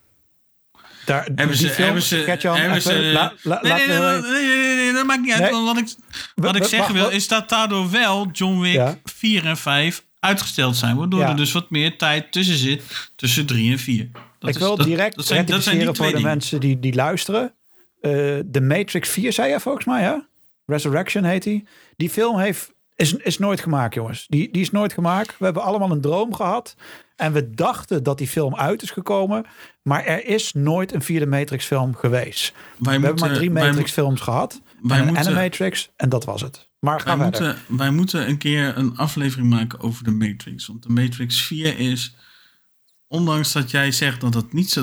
Nee, dat maakt niet uit. Want wat ik zeggen wil, is dat daardoor wel John Wick 4 en 5 uitgesteld zijn. Waardoor er dus wat meer tijd tussen zit, tussen 3 en 4. Ik wil direct rectificeren voor de mensen die luisteren. De Matrix 4 zei je volgens mij, ja? Resurrection heet die. Die film is nooit gemaakt, jongens. Die is nooit gemaakt. We hebben allemaal een droom gehad. En we dachten dat die film uit is gekomen. Maar er is nooit een 4e Matrix film geweest. We hebben maar 3 Matrix films gehad. En een Matrix. En dat was het. Maar wij moeten een keer een aflevering maken over de Matrix. Want de Matrix 4 is... Ondanks dat jij zegt dat het niet zo...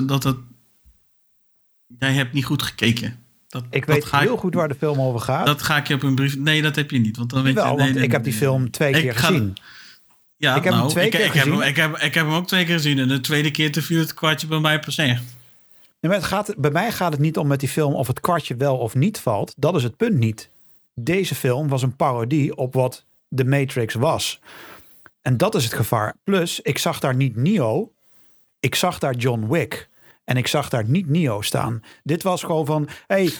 Jij hebt niet goed gekeken. Ik weet heel goed waar de film over gaat. Dat ga ik je op een brief... Nee, dat heb je niet. Want dan weet je... want ik heb die film 2 keer gezien. Ja, ik heb hem 2 keer gezien. Ik heb hem ook 2 keer gezien. En de tweede keer viel het kwartje bij mij pas echt. Ja, maar bij mij gaat het niet om met die film of het kwartje wel of niet valt. Dat is het punt niet. Deze film was een parodie op wat de Matrix was. En dat is het gevaar. Plus, ik zag daar niet Neo. Ik zag daar John Wick. En ik zag daar niet Neo staan. Dit was gewoon van...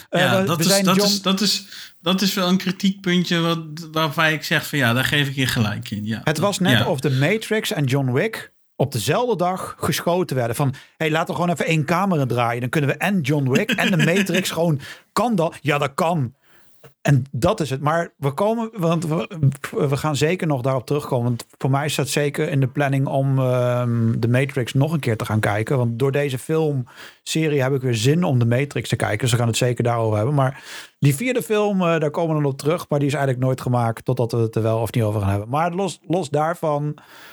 Dat is wel een kritiekpuntje waarvan ik zeg van daar geef ik je gelijk in. Ja, het was net of de Matrix en John Wick op dezelfde dag geschoten werden. Van, laten we gewoon even 1 camera draaien. Dan kunnen we en John Wick en de Matrix gewoon... Kan dat? Ja, dat kan. En dat is het. Maar we gaan zeker nog daarop terugkomen. Want voor mij staat zeker in de planning om de Matrix nog een keer te gaan kijken. Want door deze filmserie heb ik weer zin om de Matrix te kijken. Dus we gaan het zeker daarover hebben. Maar die 4e film, daar komen we nog op terug. Maar die is eigenlijk nooit gemaakt totdat we het er wel of niet over gaan hebben. Maar los daarvan...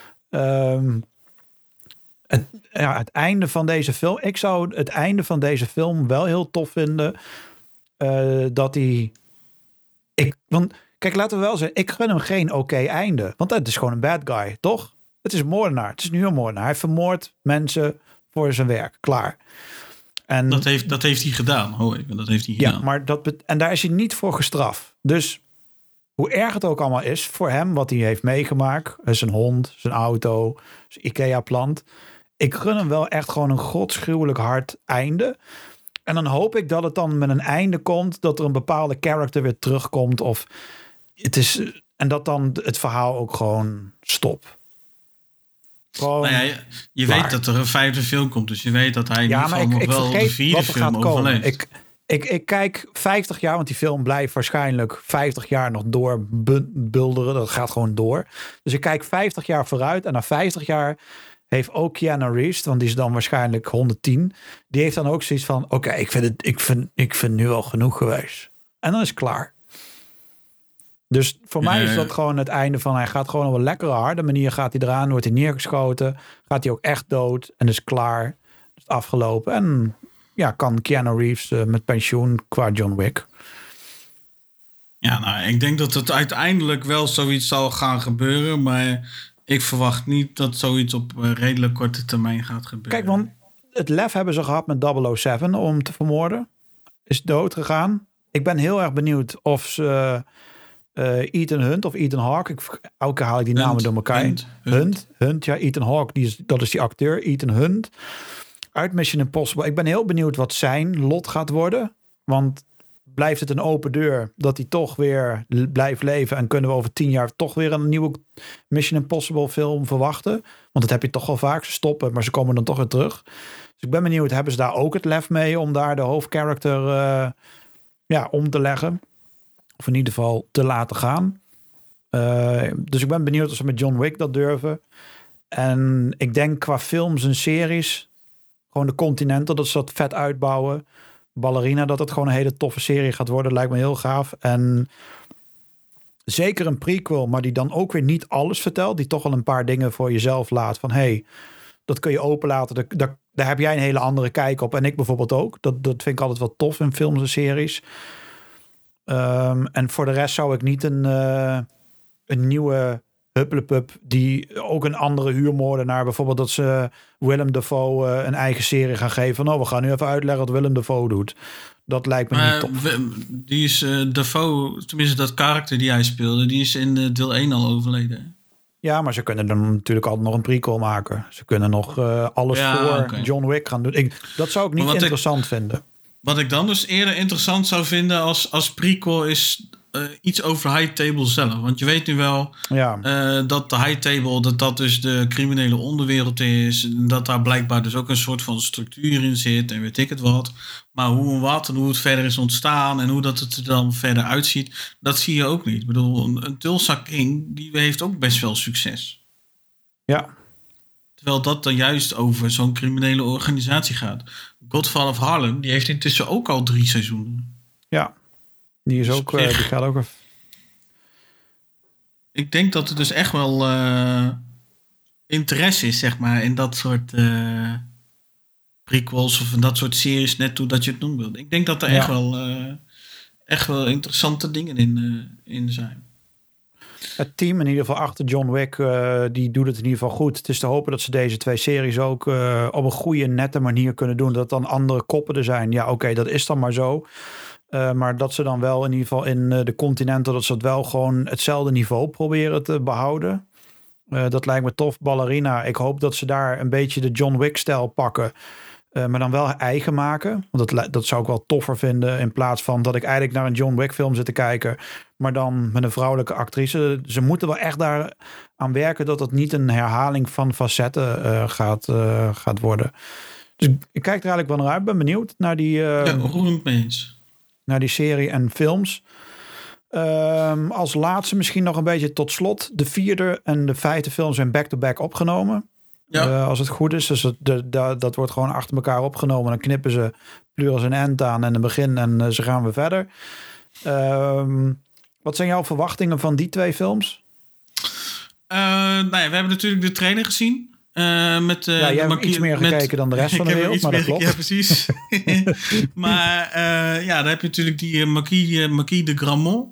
het einde van deze film... Ik zou het einde van deze film wel heel tof vinden... dat hij... Want kijk, laten we wel zeggen, ik gun hem geen oké einde. Want het is gewoon een bad guy, toch? Het is een moordenaar. Het is nu een moordenaar. Hij vermoordt mensen voor zijn werk. Klaar. En dat heeft hij gedaan, hoor ik. Dat heeft hij gedaan. Ja, maar en daar is hij niet voor gestraft. Dus hoe erg het ook allemaal is voor hem, wat hij heeft meegemaakt. Zijn hond, zijn auto, zijn IKEA-plant. Ik gun hem wel echt gewoon een godschuwelijk hard einde. En dan hoop ik dat het dan met een einde komt. Dat er een bepaalde character weer terugkomt. En dat dan het verhaal ook gewoon stopt. Nou ja, je weet dat er een 5e film komt. Dus je weet dat hij in ieder geval nog wel de 4e film overleeft. Ik kijk 50 jaar, want die film blijft waarschijnlijk 50 jaar nog doorbulderen. Dat gaat gewoon door. Dus ik kijk 50 jaar vooruit. En na 50 jaar heeft ook Keanu Reeves, want die is dan waarschijnlijk 110. Die heeft dan ook zoiets van, oké, ik vind nu al genoeg geweest. En dan is het klaar. Dus voor mij is dat gewoon het einde van, hij gaat gewoon op een lekkere harde manier gaat hij eraan, wordt hij neergeschoten, gaat hij ook echt dood en is klaar. Is het afgelopen. En ja, kan Keanu Reeves met pensioen qua John Wick. Ja, nou, ik denk dat het uiteindelijk wel zoiets zal gaan gebeuren, maar ik verwacht niet dat zoiets op redelijk korte termijn gaat gebeuren. Kijk, want het lef hebben ze gehad met 007 om te vermoorden. Is dood gegaan. Ik ben heel erg benieuwd of ze Ethan Hunt of Ethan Hawke. Elke keer haal ik die namen door elkaar. Hunt. Ja, Ethan Hawke, dat is die acteur. Ethan Hunt. Uit Mission Impossible. Ik ben heel benieuwd wat zijn lot gaat worden. Want blijft het een open deur dat hij toch weer blijft leven en kunnen we over 10 jaar toch weer een nieuwe Mission Impossible film verwachten? Want dat heb je toch al vaak. Ze stoppen, maar ze komen dan toch weer terug. Dus ik ben benieuwd, hebben ze daar ook het lef mee om daar de hoofdcharacter om te leggen? Of in ieder geval te laten gaan. Dus ik ben benieuwd of ze met John Wick dat durven. En ik denk qua films en series, gewoon de Continental, dat ze dat vet uitbouwen. Ballerina, dat het gewoon een hele toffe serie gaat worden. Lijkt me heel gaaf. En zeker een prequel, maar die dan ook weer niet alles vertelt. Die toch wel een paar dingen voor jezelf laat. Van hey, dat kun je openlaten. Daar heb jij een hele andere kijk op. En ik bijvoorbeeld ook. Dat vind ik altijd wel tof in films en series. En voor de rest zou ik niet een nieuwe huppelepup die ook een andere huurmoordenaar, bijvoorbeeld dat ze Willem Dafoe een eigen serie gaan geven. Nou, we gaan nu even uitleggen wat Willem Dafoe doet. Dat lijkt me niet tof. Die is Dafoe, tenminste dat karakter die hij speelde, die is in deel 1 al overleden. Ja, maar ze kunnen dan natuurlijk altijd nog een prequel maken. Ze kunnen nog alles voor John Wick gaan doen. Dat zou ik niet interessant vinden. Wat ik dan dus eerder interessant zou vinden als prequel is iets over High Table zelf. Want je weet nu wel dat de High Table, dat dus de criminele onderwereld is. En dat daar blijkbaar dus ook een soort van structuur in zit. En weet ik het wat. Maar hoe en wat en hoe het verder is ontstaan. En hoe dat het er dan verder uitziet. Dat zie je ook niet. Ik bedoel, een Tulsa King, die heeft ook best wel succes. Ja. Terwijl dat dan juist over zo'n criminele organisatie gaat. Godfather of Harlem, die heeft intussen ook al 3 seizoenen. Ja. Die is ook, die gaat ook. Ik denk dat er dus echt wel interesse is, zeg maar, in dat soort prequels of in dat soort series, net toe dat je het noemt wilde. Ik denk dat er echt wel interessante dingen in zijn. Het team in ieder geval achter John Wick, die doet het in ieder geval goed. Het is te hopen dat ze deze 2 series ook op een goede, nette manier kunnen doen. Dat dan andere koppen er zijn. Ja, oké, dat is dan maar zo. Maar dat ze dan wel in ieder geval in de Continental, dat ze het wel gewoon hetzelfde niveau proberen te behouden. Dat lijkt me tof. Ballerina, ik hoop dat ze daar een beetje de John Wick-stijl pakken. Maar dan wel eigen maken. Want dat zou ik wel toffer vinden. In plaats van dat ik eigenlijk naar een John Wick film zit te kijken. Maar dan met een vrouwelijke actrice. Ze moeten wel echt daar aan werken dat het niet een herhaling van facetten gaat worden. Dus ik kijk er eigenlijk wel naar uit. Ben benieuwd naar die... roerend mee eens. Naar die serie en films. Als laatste misschien nog een beetje tot slot. De 4e en de 5e film zijn back-to-back opgenomen. Ja. Als het goed is. Dus dat wordt gewoon achter elkaar opgenomen. Dan knippen ze pleuris en end aan en een begin. En ze gaan weer verder. Wat zijn jouw verwachtingen van die 2 films? We hebben natuurlijk de trailer gezien. Jij hebt iets meer gekeken dan de rest van de wereld, maar dat klopt. Ja, precies. Maar daar heb je natuurlijk die Marquis de Gramont,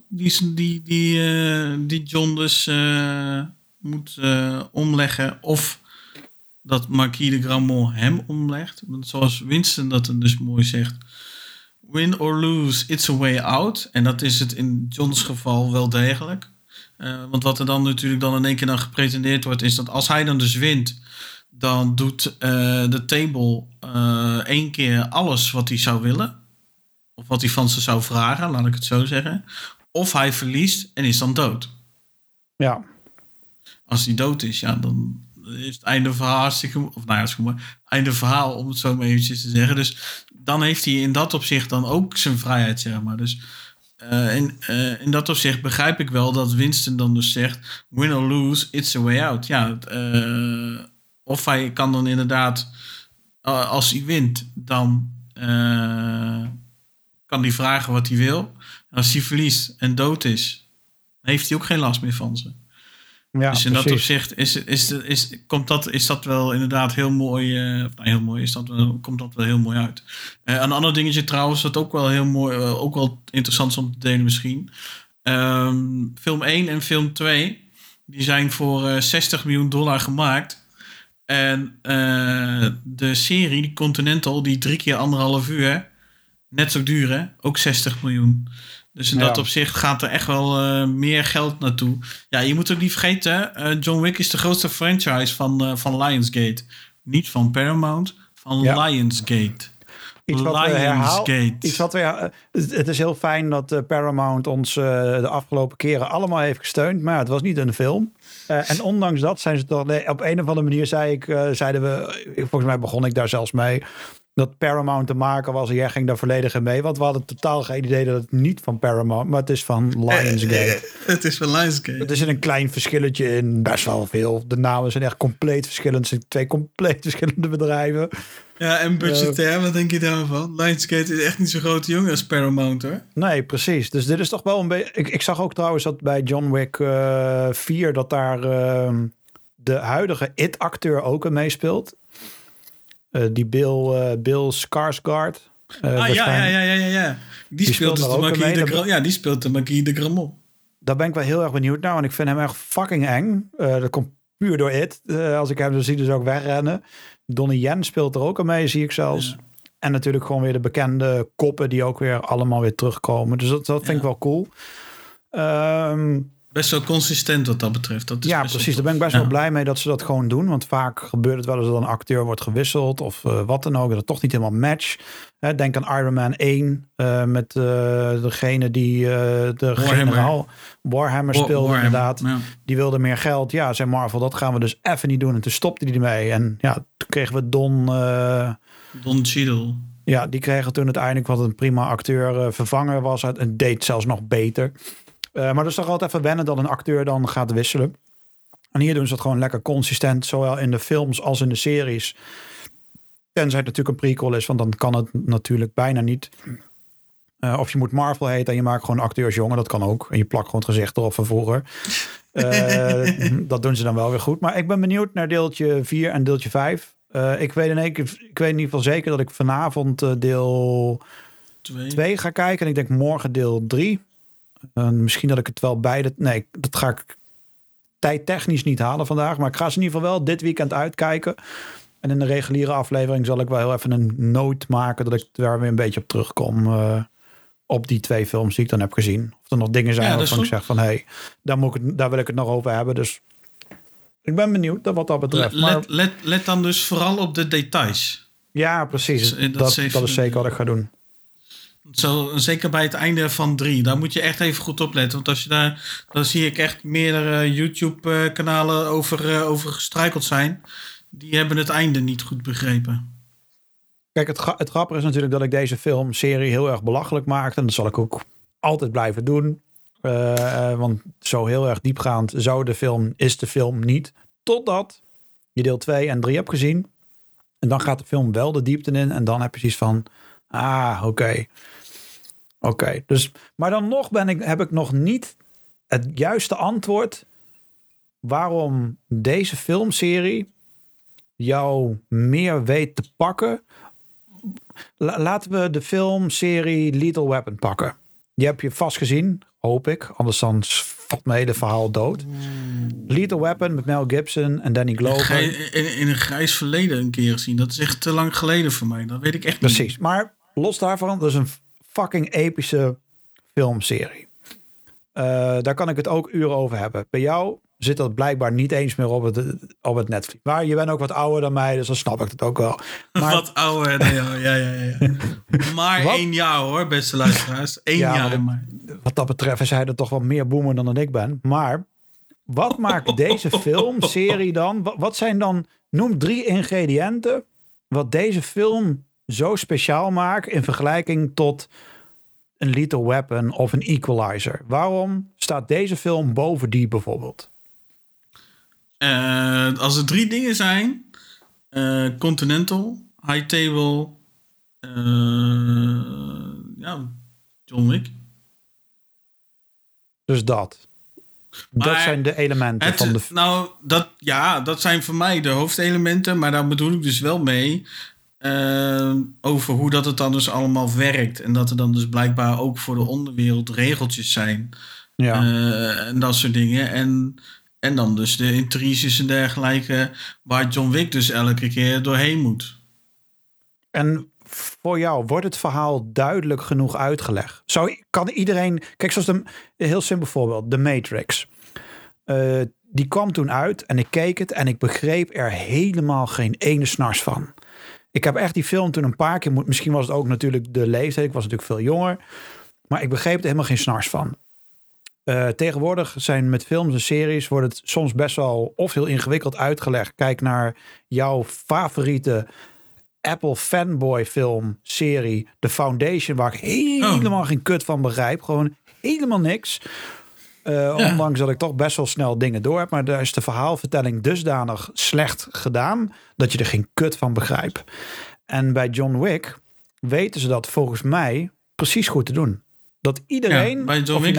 die John dus moet omleggen. Of dat Marquis de Gramont hem omlegt. Want zoals Winston dat dus mooi zegt. Win or lose, it's a way out. En dat is het in John's geval wel degelijk. Want wat er dan natuurlijk dan in één keer dan gepresenteerd wordt... is dat als hij dan dus wint... dan doet de table 1 keer alles wat hij zou willen. Of wat hij van ze zou vragen, laat ik het zo zeggen. Of hij verliest en is dan dood. Ja. Als hij dood is, ja, dan is het einde verhaal hartstikke... Of nou ja, is maar einde verhaal, om het zo maar eventjes te zeggen. Dus dan heeft hij in dat opzicht dan ook zijn vrijheid, zeg maar. Dus in dat opzicht begrijp ik wel dat Winston dan dus zegt... Win or lose, it's a way out. Ja, of hij kan dan inderdaad... als hij wint, dan kan hij vragen wat hij wil. En als hij verliest en dood is... heeft hij ook geen last meer van ze. Ja, dus in precies. dat opzicht is dat wel inderdaad heel mooi. Heel mooi komt dat wel heel mooi uit. Een ander dingetje trouwens, dat ook wel heel mooi, ook wel interessant is om te delen misschien. Film 1 en film 2, die zijn voor $60 miljoen gemaakt. En de serie, die Continental, die 3 keer 1,5 uur, net zo duur hè, ook 60 miljoen. Dus in dat opzicht gaat er echt wel meer geld naartoe. Ja, je moet ook niet vergeten... John Wick is de grootste franchise van Lionsgate. Niet van Paramount, van Lionsgate. Het is heel fijn dat Paramount ons de afgelopen keren allemaal heeft gesteund. Maar het was niet een film. En ondanks dat zijn ze toch... op een of andere manier zeiden we... Volgens mij begon ik daar zelfs mee... dat Paramount te maken was en jij ging daar volledig in mee. Want we hadden totaal geen idee dat het niet van Paramount... maar het is van Lionsgate. Het is van Lionsgate. Het is een klein verschilletje in best wel veel. De namen zijn echt compleet verschillend. Het zijn 2 compleet verschillende bedrijven. Ja, en budgetair, wat denk je daarvan? Lionsgate is echt niet zo'n grote jongen als Paramount, hoor. Nee, precies. Dus dit is toch wel een beetje... Ik zag ook trouwens dat bij John Wick 4... dat daar de huidige It-acteur ook in meespeelt. Die Bill Skarsgård. Ja. Die speelt de Marquis de Gramont. Daar ben ik wel heel erg benieuwd naar. Want ik vind hem echt fucking eng. Dat komt puur door It. Als ik hem dan zie, dus ook wegrennen. Donnie Yen speelt er ook aan mee, zie ik zelfs. Ja. En natuurlijk gewoon weer de bekende koppen... die ook weer allemaal weer terugkomen. Dus dat vind ik wel cool. Best wel consistent wat dat betreft. Dat is precies. Daar ben ik best wel blij mee dat ze dat gewoon doen. Want vaak gebeurt het wel eens dat een acteur wordt gewisseld... of wat dan ook. Dat het toch niet helemaal match. Denk aan Iron Man 1... met degene die de generaal Warhammer speelde inderdaad. Ja. Die wilde meer geld. Ja, zei Marvel, dat gaan we dus even niet doen. En toen stopte hij ermee. En ja, toen kregen we Don Cheadle. Ja, die kregen toen uiteindelijk... wat een prima acteur vervanger was. En deed zelfs nog beter... maar dat is toch altijd even wennen dat een acteur dan gaat wisselen. En hier doen ze dat gewoon lekker consistent. Zowel in de films als in de series. Tenzij het natuurlijk een prequel is. Want dan kan het natuurlijk bijna niet. Of je moet Marvel heten en je maakt gewoon acteurs jonger. Dat kan ook. En je plakt gewoon het gezicht erop van vroeger. Dat doen ze dan wel weer goed. Maar ik ben benieuwd naar deeltje 4 en deeltje 5. Ik weet in ieder geval zeker dat ik vanavond deel 2 ga kijken. En ik denk morgen deel 3. Misschien dat ik het wel beide... Nee, dat ga ik tijdtechnisch niet halen vandaag. Maar ik ga ze in ieder geval wel dit weekend uitkijken. En in de reguliere aflevering zal ik wel heel even een note maken... dat ik daar weer een beetje op terugkom... op die 2 films die ik dan heb gezien. Of er nog dingen zijn waarvan ik zeg van... hey, daar wil ik het nog over hebben. Dus ik ben benieuwd wat dat betreft. Let dan dus vooral op de details. Ja, precies. Dat is zeker wat ik ga doen. Zo, zeker bij het einde van 3. Daar moet je echt even goed op letten. Want als je daar zie ik echt meerdere YouTube-kanalen over gestruikeld zijn. Die hebben het einde niet goed begrepen. Kijk, het grappige is natuurlijk dat ik deze filmserie heel erg belachelijk maakte. En dat zal ik ook altijd blijven doen. Want zo heel erg diepgaand is de film niet. Totdat je deel 2 en 3 hebt gezien. En dan gaat de film wel de diepte in. En dan heb je zoiets van... Oké. Dus, maar dan nog heb ik nog niet het juiste antwoord waarom deze filmserie jou meer weet te pakken. Laten we de filmserie Lethal Weapon pakken. Die heb je vast gezien, hoop ik. Anders dan valt mijn hele verhaal dood. Lethal Weapon met Mel Gibson en Danny Glover. In een grijs verleden een keer gezien. Dat is echt te lang geleden voor mij. Dat weet ik echt niet. Precies. Maar los daarvan, dat is een fucking epische filmserie. Daar kan ik het ook uren over hebben. Bij jou zit dat blijkbaar niet eens meer op het Netflix. Maar je bent ook wat ouder dan mij, dus dan snap ik het ook wel. Maar, wat ouder, nee, ja. Maar 1 jaar hoor, beste luisteraars. 1 jaar maar. Wat dat betreft is hij er toch wel meer boomer dan ik ben. Maar wat maakt deze filmserie dan? Wat zijn dan, noem 3 ingrediënten wat deze film zo speciaal maakt in vergelijking tot een Lethal Weapon of een Equalizer. Waarom staat deze film boven die bijvoorbeeld? Als er 3 dingen zijn, Continental, High Table, John Wick. Dus dat zijn de elementen van de film. Nou, dat zijn voor mij de hoofdelementen, maar daar bedoel ik dus wel mee over hoe dat het dan dus allemaal werkt. En dat er dan dus blijkbaar ook voor de onderwereld regeltjes zijn. Ja. En dat soort dingen. En dan dus de intriges en dergelijke, waar John Wick dus elke keer doorheen moet. En voor jou, wordt het verhaal duidelijk genoeg uitgelegd? Kan iedereen... Kijk, zoals een heel simpel voorbeeld. The Matrix. Die kwam toen uit en ik keek het en ik begreep er helemaal geen ene snars van. Ik heb echt die film toen een paar keer... Misschien was het ook natuurlijk de leeftijd. Ik was natuurlijk veel jonger. Maar ik begreep er helemaal geen snars van. Tegenwoordig zijn met films en series... wordt het soms best wel of heel ingewikkeld uitgelegd. Kijk naar jouw favoriete Apple fanboy film serie The Foundation, waar ik helemaal geen kut van begrijp. Gewoon helemaal niks. Ondanks dat ik toch best wel snel dingen door heb. Maar daar is de verhaalvertelling dusdanig slecht gedaan dat je er geen kut van begrijpt. En bij John Wick weten ze dat volgens mij precies goed te doen. Dat iedereen... Ja, bij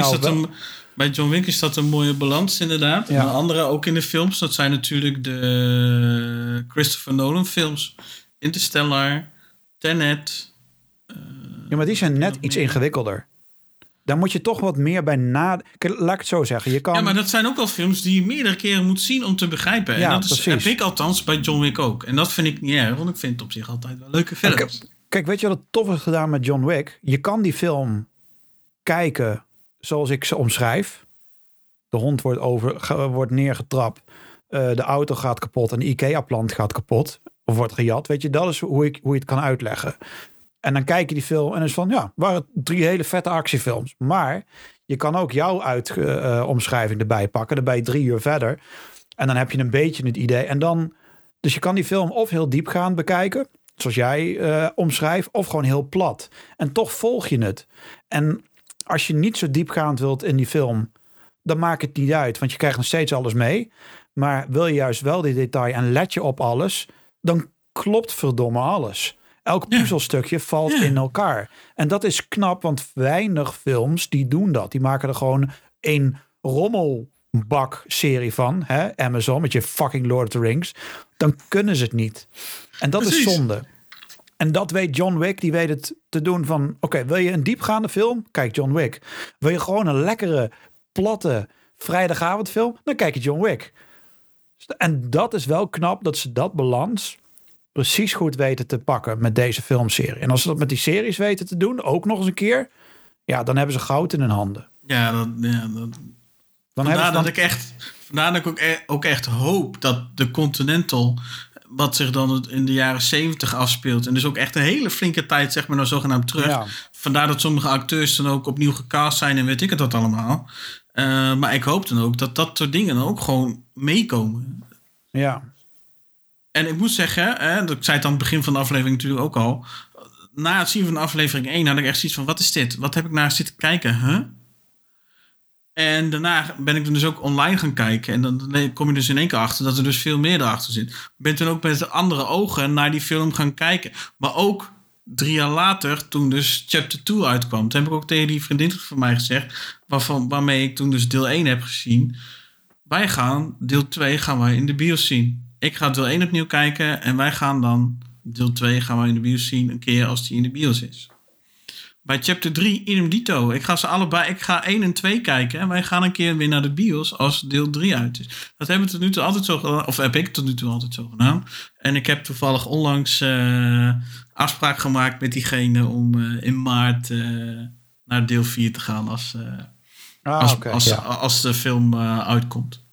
John Wick is dat een mooie balans inderdaad. Ja. En de andere ook in de films, dat zijn natuurlijk de Christopher Nolan films. Interstellar, Tenet. Ja, maar die zijn net iets ingewikkelder. Daar moet je toch wat meer bij nadenken. Laat ik het zo zeggen. Je kan... Ja, maar dat zijn ook al films die je meerdere keren moet zien om te begrijpen. Ja, en dat heb ik althans bij John Wick ook. En dat vind ik niet erg, want ik vind het op zich altijd wel leuke films. Kijk, weet je wat het tof is gedaan met John Wick? Je kan die film kijken zoals ik ze omschrijf. De hond wordt neergetrapt. De auto gaat kapot en de IKEA-plant gaat kapot. Of wordt gejat. Weet je, dat is hoe je het kan uitleggen. En dan kijk je die film en is van, ja, waren 3 hele vette actiefilms. Maar je kan ook jouw omschrijving erbij pakken. Dan ben je 3 uur verder. En dan heb je een beetje het idee. En dan, dus je kan die film of heel diepgaand bekijken, zoals jij omschrijft, of gewoon heel plat. En toch volg je het. En als je niet zo diepgaand wilt in die film, dan maakt het niet uit. Want je krijgt nog steeds alles mee. Maar wil je juist wel die detail en let je op alles, dan klopt verdomme alles. Elk puzzelstukje valt in elkaar. En dat is knap, want weinig films die doen dat. Die maken er gewoon een rommelbak-serie van. Hè? Amazon met je fucking Lord of the Rings. Dan kunnen ze het niet. En dat is zonde. En dat weet John Wick. Die weet het te doen van... Oké, wil je een diepgaande film? Kijk John Wick. Wil je gewoon een lekkere, platte vrijdagavondfilm? Dan kijk je John Wick. En dat is wel knap dat ze dat balans precies goed weten te pakken met deze filmserie. En als ze dat met die series weten te doen, ook nog eens een keer, ja, dan hebben ze goud in hun handen. Vandaar dat ik ook echt hoop dat de Continental, wat zich dan in de jaren 70 afspeelt, en dus ook echt een hele flinke tijd, zeg maar, nou zogenaamd terug. Ja. Vandaar dat sommige acteurs dan ook opnieuw gecast zijn en weet ik het dat allemaal. Maar ik hoop dan ook dat soort dingen dan ook gewoon meekomen. Ja. En ik moet zeggen, ik zei het aan het begin van de aflevering natuurlijk ook al. Na het zien van aflevering 1 had ik echt zoiets van, wat is dit? Wat heb ik naar zitten kijken? Huh? En daarna ben ik dan dus ook online gaan kijken. En dan kom je dus in één keer achter dat er dus veel meer erachter zit. Ik ben toen ook met andere ogen naar die film gaan kijken. Maar ook 3 jaar later, toen dus chapter 2 uitkwam. Toen heb ik ook tegen die vriendin van mij gezegd, waarmee ik toen dus deel 1 heb gezien. Wij gaan deel 2 gaan wij in de bios zien. Ik ga deel 1 opnieuw kijken en wij gaan dan deel 2 gaan wij in de bios zien een keer als die in de bios is. Bij chapter 3, idem dito. Ik ga 1 en 2 kijken. En wij gaan een keer weer naar de bios als deel 3 uit is. Dat hebben we tot nu toe altijd zo gedaan. Of heb ik tot nu toe altijd zo gedaan. En ik heb toevallig onlangs afspraak gemaakt met diegene om in maart naar deel 4 te gaan als de film uitkomt.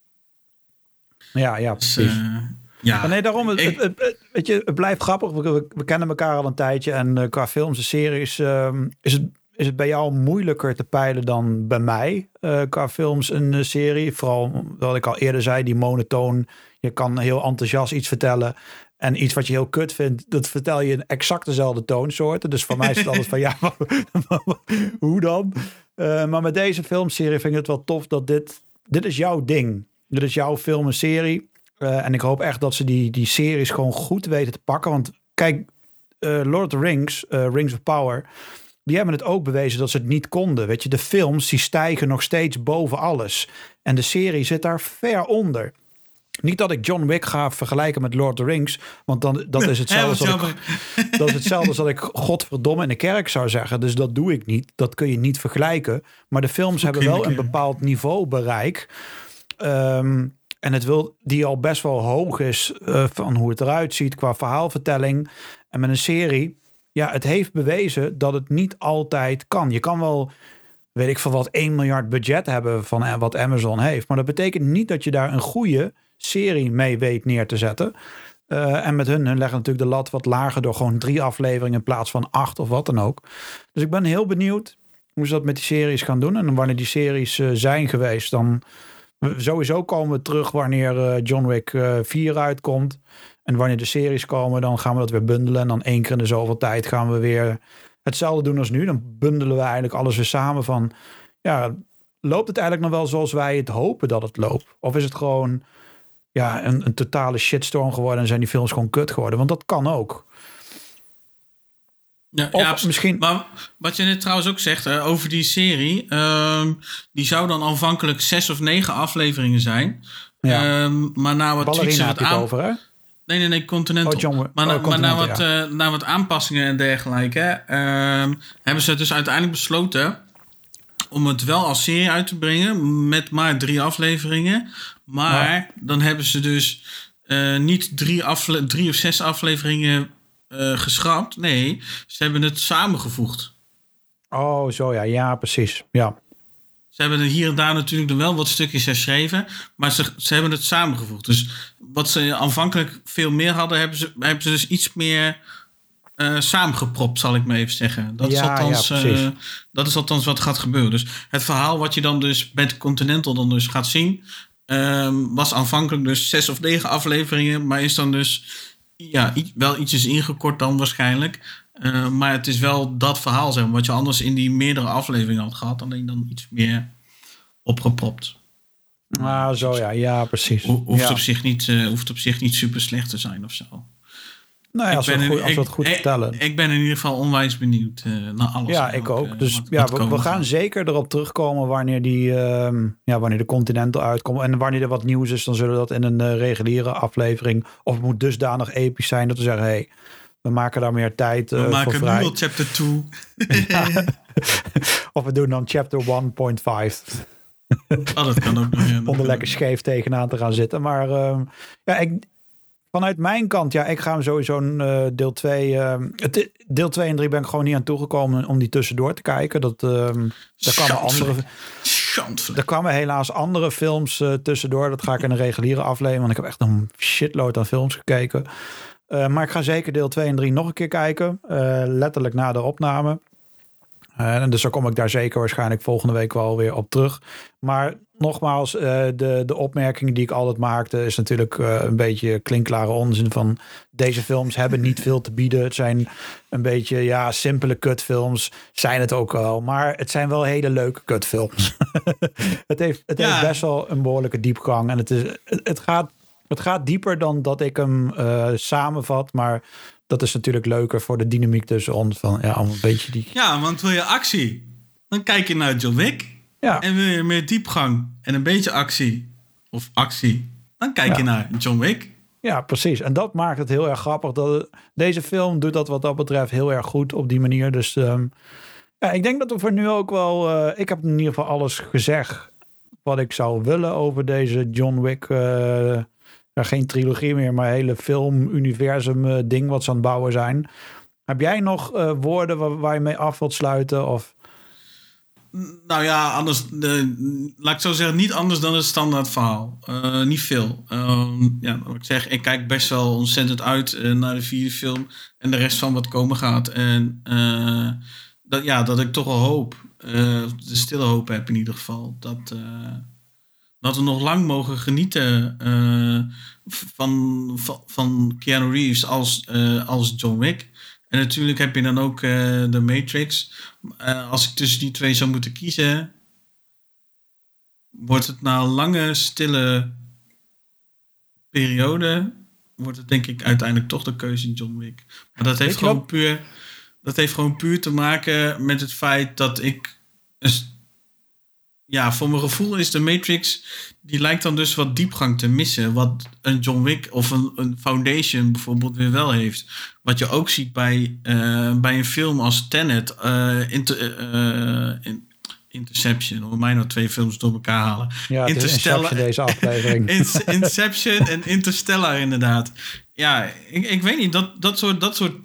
Ja, dus, precies. Ja, nee, daarom, het blijft grappig. We kennen elkaar al een tijdje. En qua films en series is het bij jou moeilijker te peilen dan bij mij. Qua films en serie. Vooral wat ik al eerder zei, die monotoon. Je kan heel enthousiast iets vertellen. En iets wat je heel kut vindt, dat vertel je in exact dezelfde toonsoorten. Dus voor mij is het altijd van, ja, hoe dan? Maar met deze filmserie vind ik het wel tof dat dit is jouw ding. Dit is jouw film en serie. En ik hoop echt dat ze die series gewoon goed weten te pakken. Want kijk, Lord of the Rings, Rings of Power, die hebben het ook bewezen dat ze het niet konden. Weet je, de films die stijgen nog steeds boven alles. En de serie zit daar ver onder. Niet dat ik John Wick ga vergelijken met Lord of the Rings. Want dat is hetzelfde als dat ik godverdomme in de kerk zou zeggen. Dus dat doe ik niet. Dat kun je niet vergelijken. Maar de films hebben wel een bepaald niveau bereik. En die al best wel hoog is van hoe het eruit ziet qua verhaalvertelling. En met een serie, ja, het heeft bewezen dat het niet altijd kan. Je kan wel, weet ik veel wat, 1 miljard budget hebben van wat Amazon heeft. Maar dat betekent niet dat je daar een goede serie mee weet neer te zetten. En met hun leggen natuurlijk de lat wat lager door gewoon 3 afleveringen in plaats van 8 of wat dan ook. Dus ik ben heel benieuwd hoe ze dat met die series gaan doen. En wanneer die series zijn geweest, dan sowieso komen we terug wanneer John Wick 4 uitkomt. En wanneer de series komen, dan gaan we dat weer bundelen. En dan 1 keer in de zoveel tijd gaan we weer hetzelfde doen als nu. Dan bundelen we eigenlijk alles weer samen van, ja, loopt het eigenlijk nog wel zoals wij het hopen dat het loopt? Of is het gewoon een totale shitstorm geworden en zijn die films gewoon kut geworden? Want dat kan ook. Ja, misschien. Maar wat je net trouwens ook zegt over die serie, die zou dan aanvankelijk 6 of 9 afleveringen zijn. Ja. Maar na wat tweets het over, hè? Nee, Continental. Maar na wat aanpassingen en dergelijke, hebben ze dus uiteindelijk besloten om het wel als serie uit te brengen met maar 3 afleveringen. Maar dan hebben ze dus niet 3 of 6 afleveringen geschrapt. Nee, ze hebben het samengevoegd. Oh, zo ja. Ja, precies. Ja. Ze hebben er hier en daar natuurlijk nog wel wat stukjes herschreven. Maar ze hebben het samengevoegd. Dus wat ze aanvankelijk veel meer hadden, hebben ze dus iets meer samengepropt, zal ik maar even zeggen. Dat is althans wat gaat gebeuren. Dus het verhaal wat je dan dus met Continental dan dus gaat zien, was aanvankelijk dus 6 of 9 afleveringen, maar is dan dus wel ietsjes ingekort dan waarschijnlijk. Maar het is wel dat verhaal, zeg maar, wat je anders in die meerdere afleveringen had gehad, alleen dan iets meer opgepropt. Zo ja. Ja, precies. Hoeft op zich niet super slecht te zijn of zo. Nou ja, als we het goed vertellen. Ik ben in ieder geval onwijs benieuwd naar alles. Ja, ik ook. Dus we gaan zeker erop terugkomen wanneer wanneer de Continental uitkomt. En wanneer er wat nieuws is, dan zullen we dat in een reguliere aflevering, of het moet dusdanig episch zijn dat we zeggen, hey, we maken daar meer tijd voor vrij. We maken nu al chapter 2. Of we doen dan chapter 1.5. Dat kan ook nog. Om er lekker scheef tegenaan te gaan zitten. Maar vanuit mijn kant, ik ga hem sowieso deel 2... deel 2 en 3 ben ik gewoon niet aan toegekomen om die tussendoor te kijken. Er kwamen helaas andere films tussendoor. Dat ga ik in een reguliere aflevering, want ik heb echt een shitload aan films gekeken. Maar ik ga zeker deel 2 en 3 nog een keer kijken. Letterlijk na de opname. En dus dan kom ik daar zeker waarschijnlijk volgende week wel weer op terug. Maar nogmaals, de opmerking die ik altijd maakte is natuurlijk een beetje klinkklare onzin van deze films hebben niet veel te bieden. Het zijn een beetje simpele kutfilms. Zijn het ook wel. Maar het zijn wel hele leuke kutfilms. Het heeft best wel een behoorlijke diepgang. En het gaat dieper dan dat ik hem samenvat. Maar dat is natuurlijk leuker voor de dynamiek tussen ons. Om een beetje die... Ja, want wil je actie? Dan kijk je naar John Wick. Ja. En wil je meer diepgang en een beetje actie? Dan kijk je naar John Wick. Ja, precies. En dat maakt het heel erg grappig. Deze film doet dat wat dat betreft heel erg goed op die manier. Dus ja, ik denk dat we voor nu ook wel... ik heb in ieder geval alles gezegd wat ik zou willen over deze John Wick. Geen trilogie meer, maar hele film-universum ding wat ze aan het bouwen zijn. Heb jij nog woorden waar je mee af wilt sluiten? Of... Nou ja, anders, laat ik zo zeggen, niet anders dan het standaard verhaal. Niet veel. Ja, wat ik zeg, ik kijk best wel ontzettend uit naar de 4e film en de rest van wat komen gaat. En dat ik toch wel hoop, de stille hoop heb in ieder geval, dat we nog lang mogen genieten van Keanu Reeves als John Wick. En natuurlijk heb je dan ook de Matrix. Als ik tussen die twee zou moeten kiezen, wordt het na een lange, stille periode, wordt het denk ik uiteindelijk toch de keuze in John Wick. Maar dat heeft gewoon puur te maken met het feit dat ik... Ja, voor mijn gevoel is de Matrix, die lijkt dan dus wat diepgang te missen. Wat een John Wick of een Foundation bijvoorbeeld weer wel heeft. Wat je ook ziet bij een film als Tenet, Interception. Om mij nou 2 films door elkaar halen. Ja, Interstellar, deze aflevering. Inception en Interstellar inderdaad. Ja, ik weet niet, dat soort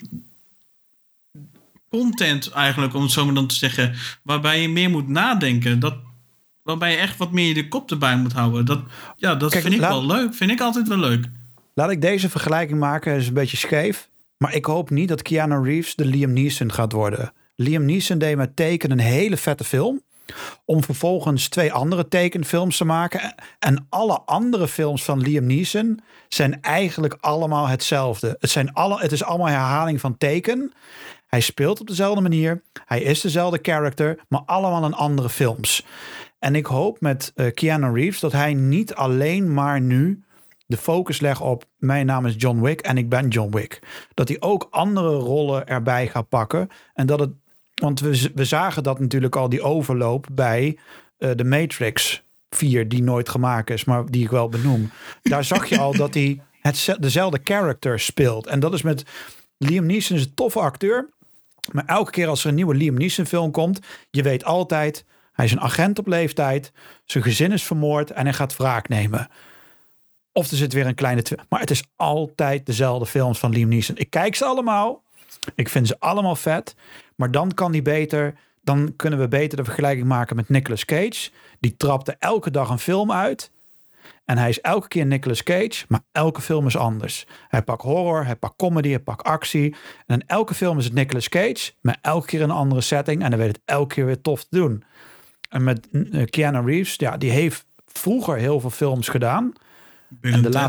content eigenlijk, om het zo maar dan te zeggen, waarbij je meer moet nadenken, waarbij je echt wat meer de kop erbij moet houden. Dat Kijk, vind ik wel leuk. Vind ik altijd wel leuk. Laat ik deze vergelijking maken. Het is een beetje scheef. Maar ik hoop niet dat Keanu Reeves de Liam Neeson gaat worden. Liam Neeson deed met Taken een hele vette film. Om vervolgens 2 andere tekenfilms te maken. En alle andere films van Liam Neeson zijn eigenlijk allemaal hetzelfde. Het is allemaal herhaling van Taken. Hij speelt op dezelfde manier. Hij is dezelfde character. Maar allemaal in andere films. En ik hoop met Keanu Reeves dat hij niet alleen maar nu de focus legt op mijn naam is John Wick en ik ben John Wick. Dat hij ook andere rollen erbij gaat pakken. En dat het, want we zagen dat natuurlijk al, die overloop bij de Matrix 4 die nooit gemaakt is, maar die ik wel benoem. Daar zag je al dat hij dezelfde character speelt. En dat is met Liam Neeson, is een toffe acteur. Maar elke keer als er een nieuwe Liam Neeson film komt, je weet altijd, hij is een agent op leeftijd, zijn gezin is vermoord en hij gaat wraak nemen. Of er zit weer een kleine... Maar het is altijd dezelfde films van Liam Neeson. Ik kijk ze allemaal. Ik vind ze allemaal vet. Maar dan kunnen we beter de vergelijking maken met Nicolas Cage. Die trapte elke dag een film uit. En hij is elke keer Nicolas Cage, maar elke film is anders. Hij pakt horror, hij pakt comedy, hij pakt actie. En in elke film is het Nicolas Cage, maar elke keer in een andere setting. En hij weet het elke keer weer tof te doen. En met Keanu Reeves, ja, die heeft vroeger heel veel films gedaan. En de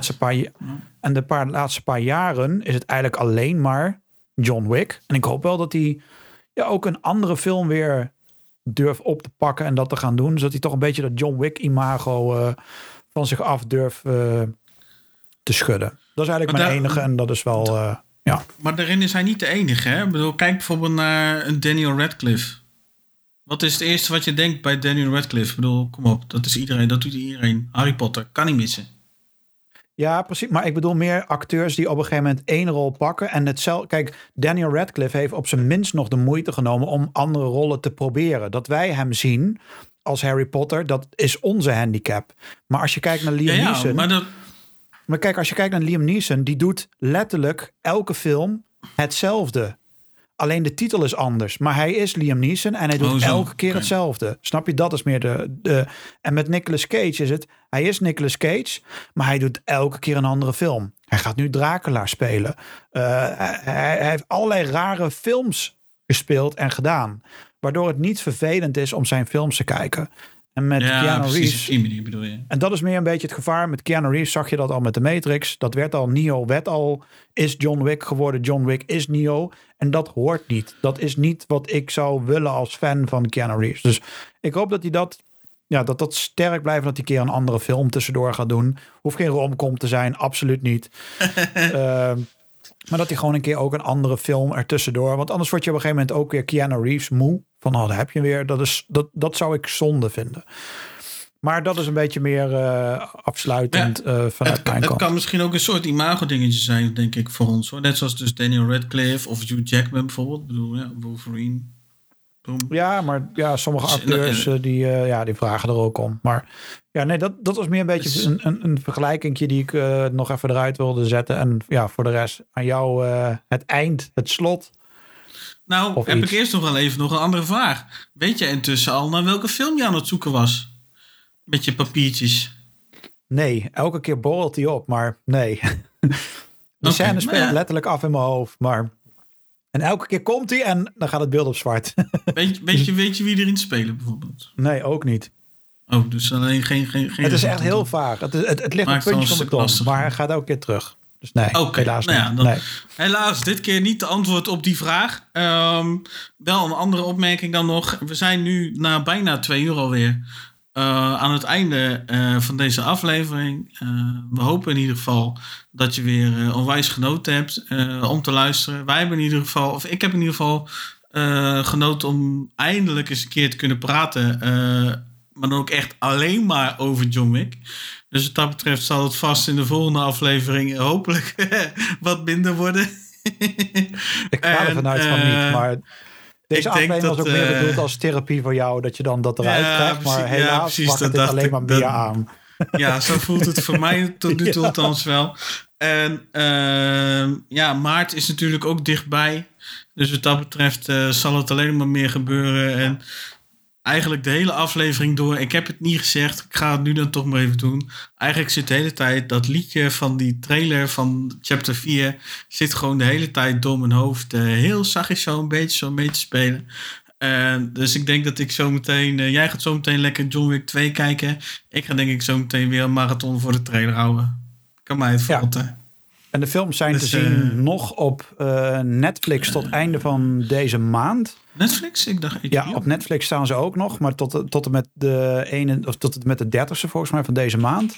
laatste paar jaren is het eigenlijk alleen maar John Wick. En ik hoop wel dat hij ook een andere film weer durft op te pakken en dat te gaan doen. Zodat hij toch een beetje dat John Wick imago van zich af durft te schudden. Dat is eigenlijk mijn enige en dat is wel... ja. Maar daarin is hij niet de enige, hè? Ik bedoel, kijk bijvoorbeeld naar een Daniel Radcliffe. Wat is het eerste wat je denkt bij Daniel Radcliffe? Ik bedoel, kom op, dat is iedereen, dat doet iedereen. Harry Potter, kan niet missen. Ja, precies. Maar ik bedoel meer acteurs die op een gegeven moment 1 rol pakken. En kijk, Daniel Radcliffe heeft op zijn minst nog de moeite genomen om andere rollen te proberen. Dat wij hem zien als Harry Potter, dat is onze handicap. Maar als je kijkt naar Liam Neeson... Maar kijk, als je kijkt naar Liam Neeson, die doet letterlijk elke film hetzelfde. Alleen de titel is anders. Maar hij is Liam Neeson en hij doet elke keer hetzelfde. Snap je? Dat is meer de... En met Nicolas Cage is het... Hij is Nicolas Cage, maar hij doet elke keer een andere film. Hij gaat nu Dracula spelen. Hij heeft allerlei rare films gespeeld en gedaan. Waardoor het niet vervelend is om zijn films te kijken. En met Keanu Reeves... Die bedoel je. En dat is meer een beetje het gevaar. Met Keanu Reeves zag je dat al met de Matrix. Dat werd al Neo. Is John Wick geworden. John Wick is Neo. En dat hoort niet. Dat is niet wat ik zou willen als fan van Keanu Reeves. Dus ik hoop dat hij dat sterk blijft. Dat hij een keer een andere film tussendoor gaat doen. Hoeft geen romcom te zijn. Absoluut niet. Maar dat hij gewoon een keer ook een andere film ertussendoor. Want anders word je op een gegeven moment ook weer Keanu Reeves moe. Van daar heb je weer. Dat zou ik zonde vinden. Maar dat is een beetje meer afsluitend vanuit mijn Het kant. kan misschien ook een soort imago-dingetje zijn, denk ik, voor ons. Hoor. Net zoals dus Daniel Radcliffe of Hugh Jackman bijvoorbeeld. Ik bedoel, Wolverine. Boom. Ja, maar sommige acteurs die vragen er ook om. Maar ja, nee, dat was meer een beetje een vergelijkingje die ik nog even eruit wilde zetten. En ja, voor de rest aan jou het eind, het slot. Nou, heb ik eerst nog een andere vraag. Weet je intussen al naar welke film je aan het zoeken was? Met je papiertjes. Nee, elke keer borrelt hij op, maar nee. De scène speelt letterlijk af in mijn hoofd, maar... En elke keer komt hij en dan gaat het beeld op zwart. Weet je wie erin spelen bijvoorbeeld? Nee, ook niet. Oh, dus alleen geen het is echt heel vaag. Het ligt een puntje van de tong, maar hij gaat elke keer terug. Dus nee, helaas niet. Helaas, dit keer niet de antwoord op die vraag. Wel een andere opmerking dan nog. We zijn nu na bijna 2 uur alweer aan het einde van deze aflevering. We hopen in ieder geval dat je weer onwijs genoten hebt om te luisteren. Wij hebben in ieder geval, of ik heb in ieder geval genoten om eindelijk eens een keer te kunnen praten. Maar dan ook echt alleen maar over John Wick. Dus wat dat betreft zal het vast in de volgende aflevering hopelijk wat minder worden. Ik ga er vanuit van niet, maar deze aflevering was ook meer bedoeld als therapie voor jou, dat je dan dat eruit krijgt. Maar helaas wacht het alleen maar meer aan. Ja, zo voelt het voor mij tot nu toe althans wel. En maart is natuurlijk ook dichtbij. Dus wat dat betreft zal het alleen maar meer gebeuren. En eigenlijk de hele aflevering door. Ik heb het niet gezegd. Ik ga het nu dan toch maar even doen. Eigenlijk zit de hele tijd dat liedje van die trailer van chapter 4... zit gewoon de hele tijd door mijn hoofd. Heel zachtjes zo een beetje te spelen. Dus ik denk dat ik zo meteen... jij gaat zo meteen lekker John Wick 2 kijken. Ik ga denk ik zo meteen weer een marathon voor de trailer houden. Kan mij het verrotten. Ja. En de films zijn te zien nog op Netflix tot einde van deze maand. Netflix? Ik dacht HBO. Ja, op Netflix staan ze ook nog, maar tot en met de 30ste volgens mij van deze maand.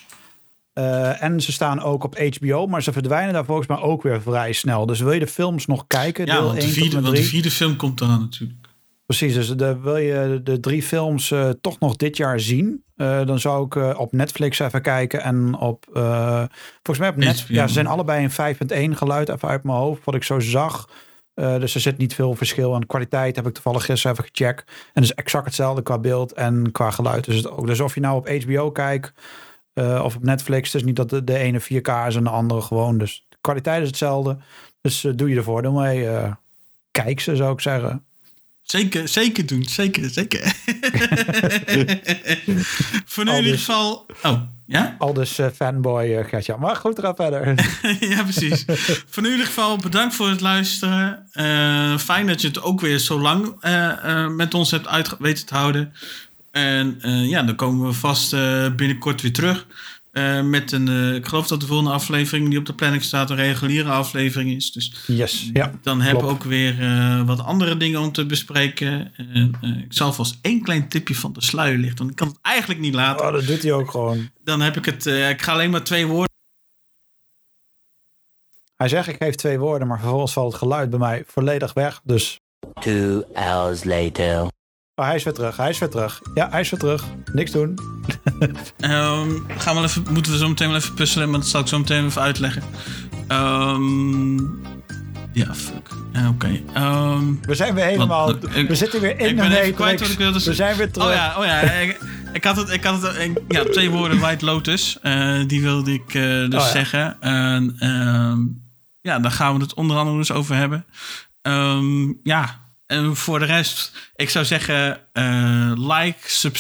En ze staan ook op HBO, maar ze verdwijnen daar volgens mij ook weer vrij snel. Dus wil je de films nog kijken? Ja, want de vierde film komt eraan natuurlijk. Precies, dus wil je de 3 films toch nog dit jaar zien? Dan zou ik op Netflix even kijken. En op volgens mij op Netflix. Ja, ze zijn allebei in 5.1 geluid, even uit mijn hoofd, wat ik zo zag. Dus er zit niet veel verschil aan kwaliteit. Heb ik toevallig gisteren even gecheckt. En het is exact hetzelfde qua beeld en qua geluid. Dus of je nou op HBO kijkt of op Netflix. Het is niet dat de ene 4K is en de andere gewoon. Dus de kwaliteit is hetzelfde. Dus doe je ervoor. Dan mee. Kijk ze, zou ik zeggen. Zeker doen. Zeker. Voor nu in ieder geval... Oh, ja? Al dus fanboy Gertjan. Maar goed, ga verder. Ja, precies. Voor nu in ieder geval bedankt voor het luisteren. Fijn dat je het ook weer zo lang met ons hebt weten te houden. En dan komen we vast binnenkort weer terug. Met ik geloof dat de volgende aflevering die op de planning staat een reguliere aflevering is. Dus yes, ja, dan hebben we ook weer wat andere dingen om te bespreken. Ik zal vast 1 klein tipje van de sluier lichten. Want ik kan het eigenlijk niet laten. Oh, dat doet hij ook gewoon. Dan heb ik het. Ik ga alleen maar 2 woorden. Hij zegt ik geef 2 woorden, maar vervolgens valt het geluid bij mij volledig weg. Dus 2 hours later. Oh, hij is weer terug. Ja, hij is weer terug. Niks doen. Moeten we zo meteen wel even puzzelen, maar dat zal ik zo meteen even uitleggen. Ja, fuck. Oké. We zijn weer helemaal... we zitten weer in de Matrix. We zijn weer terug. Oh ja. Ik had het 2 woorden White Lotus. Die wilde ik zeggen. En daar gaan we het onder andere dus over hebben. En voor de rest, ik zou zeggen, like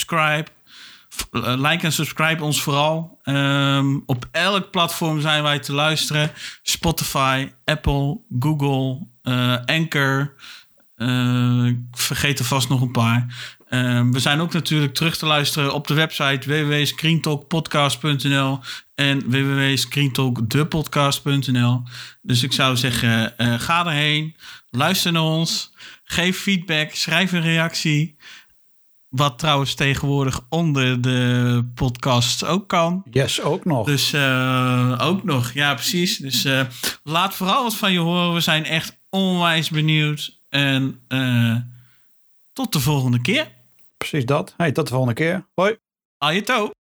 en subscribe ons vooral. Op elk platform zijn wij te luisteren. Spotify, Apple, Google, Anchor. Ik vergeet er vast nog een paar. We zijn ook natuurlijk terug te luisteren op de website www.screentalkpodcast.nl en www.screentalkdepodcast.nl. Dus ik zou zeggen, ga erheen, luister naar ons. Geef feedback, schrijf een reactie. Wat trouwens tegenwoordig onder de podcast ook kan. Yes, ook nog. Dus ook nog, ja precies. Dus laat vooral wat van je horen. We zijn echt onwijs benieuwd. En tot de volgende keer. Precies dat. Hey, tot de volgende keer. Hoi. Ajeto.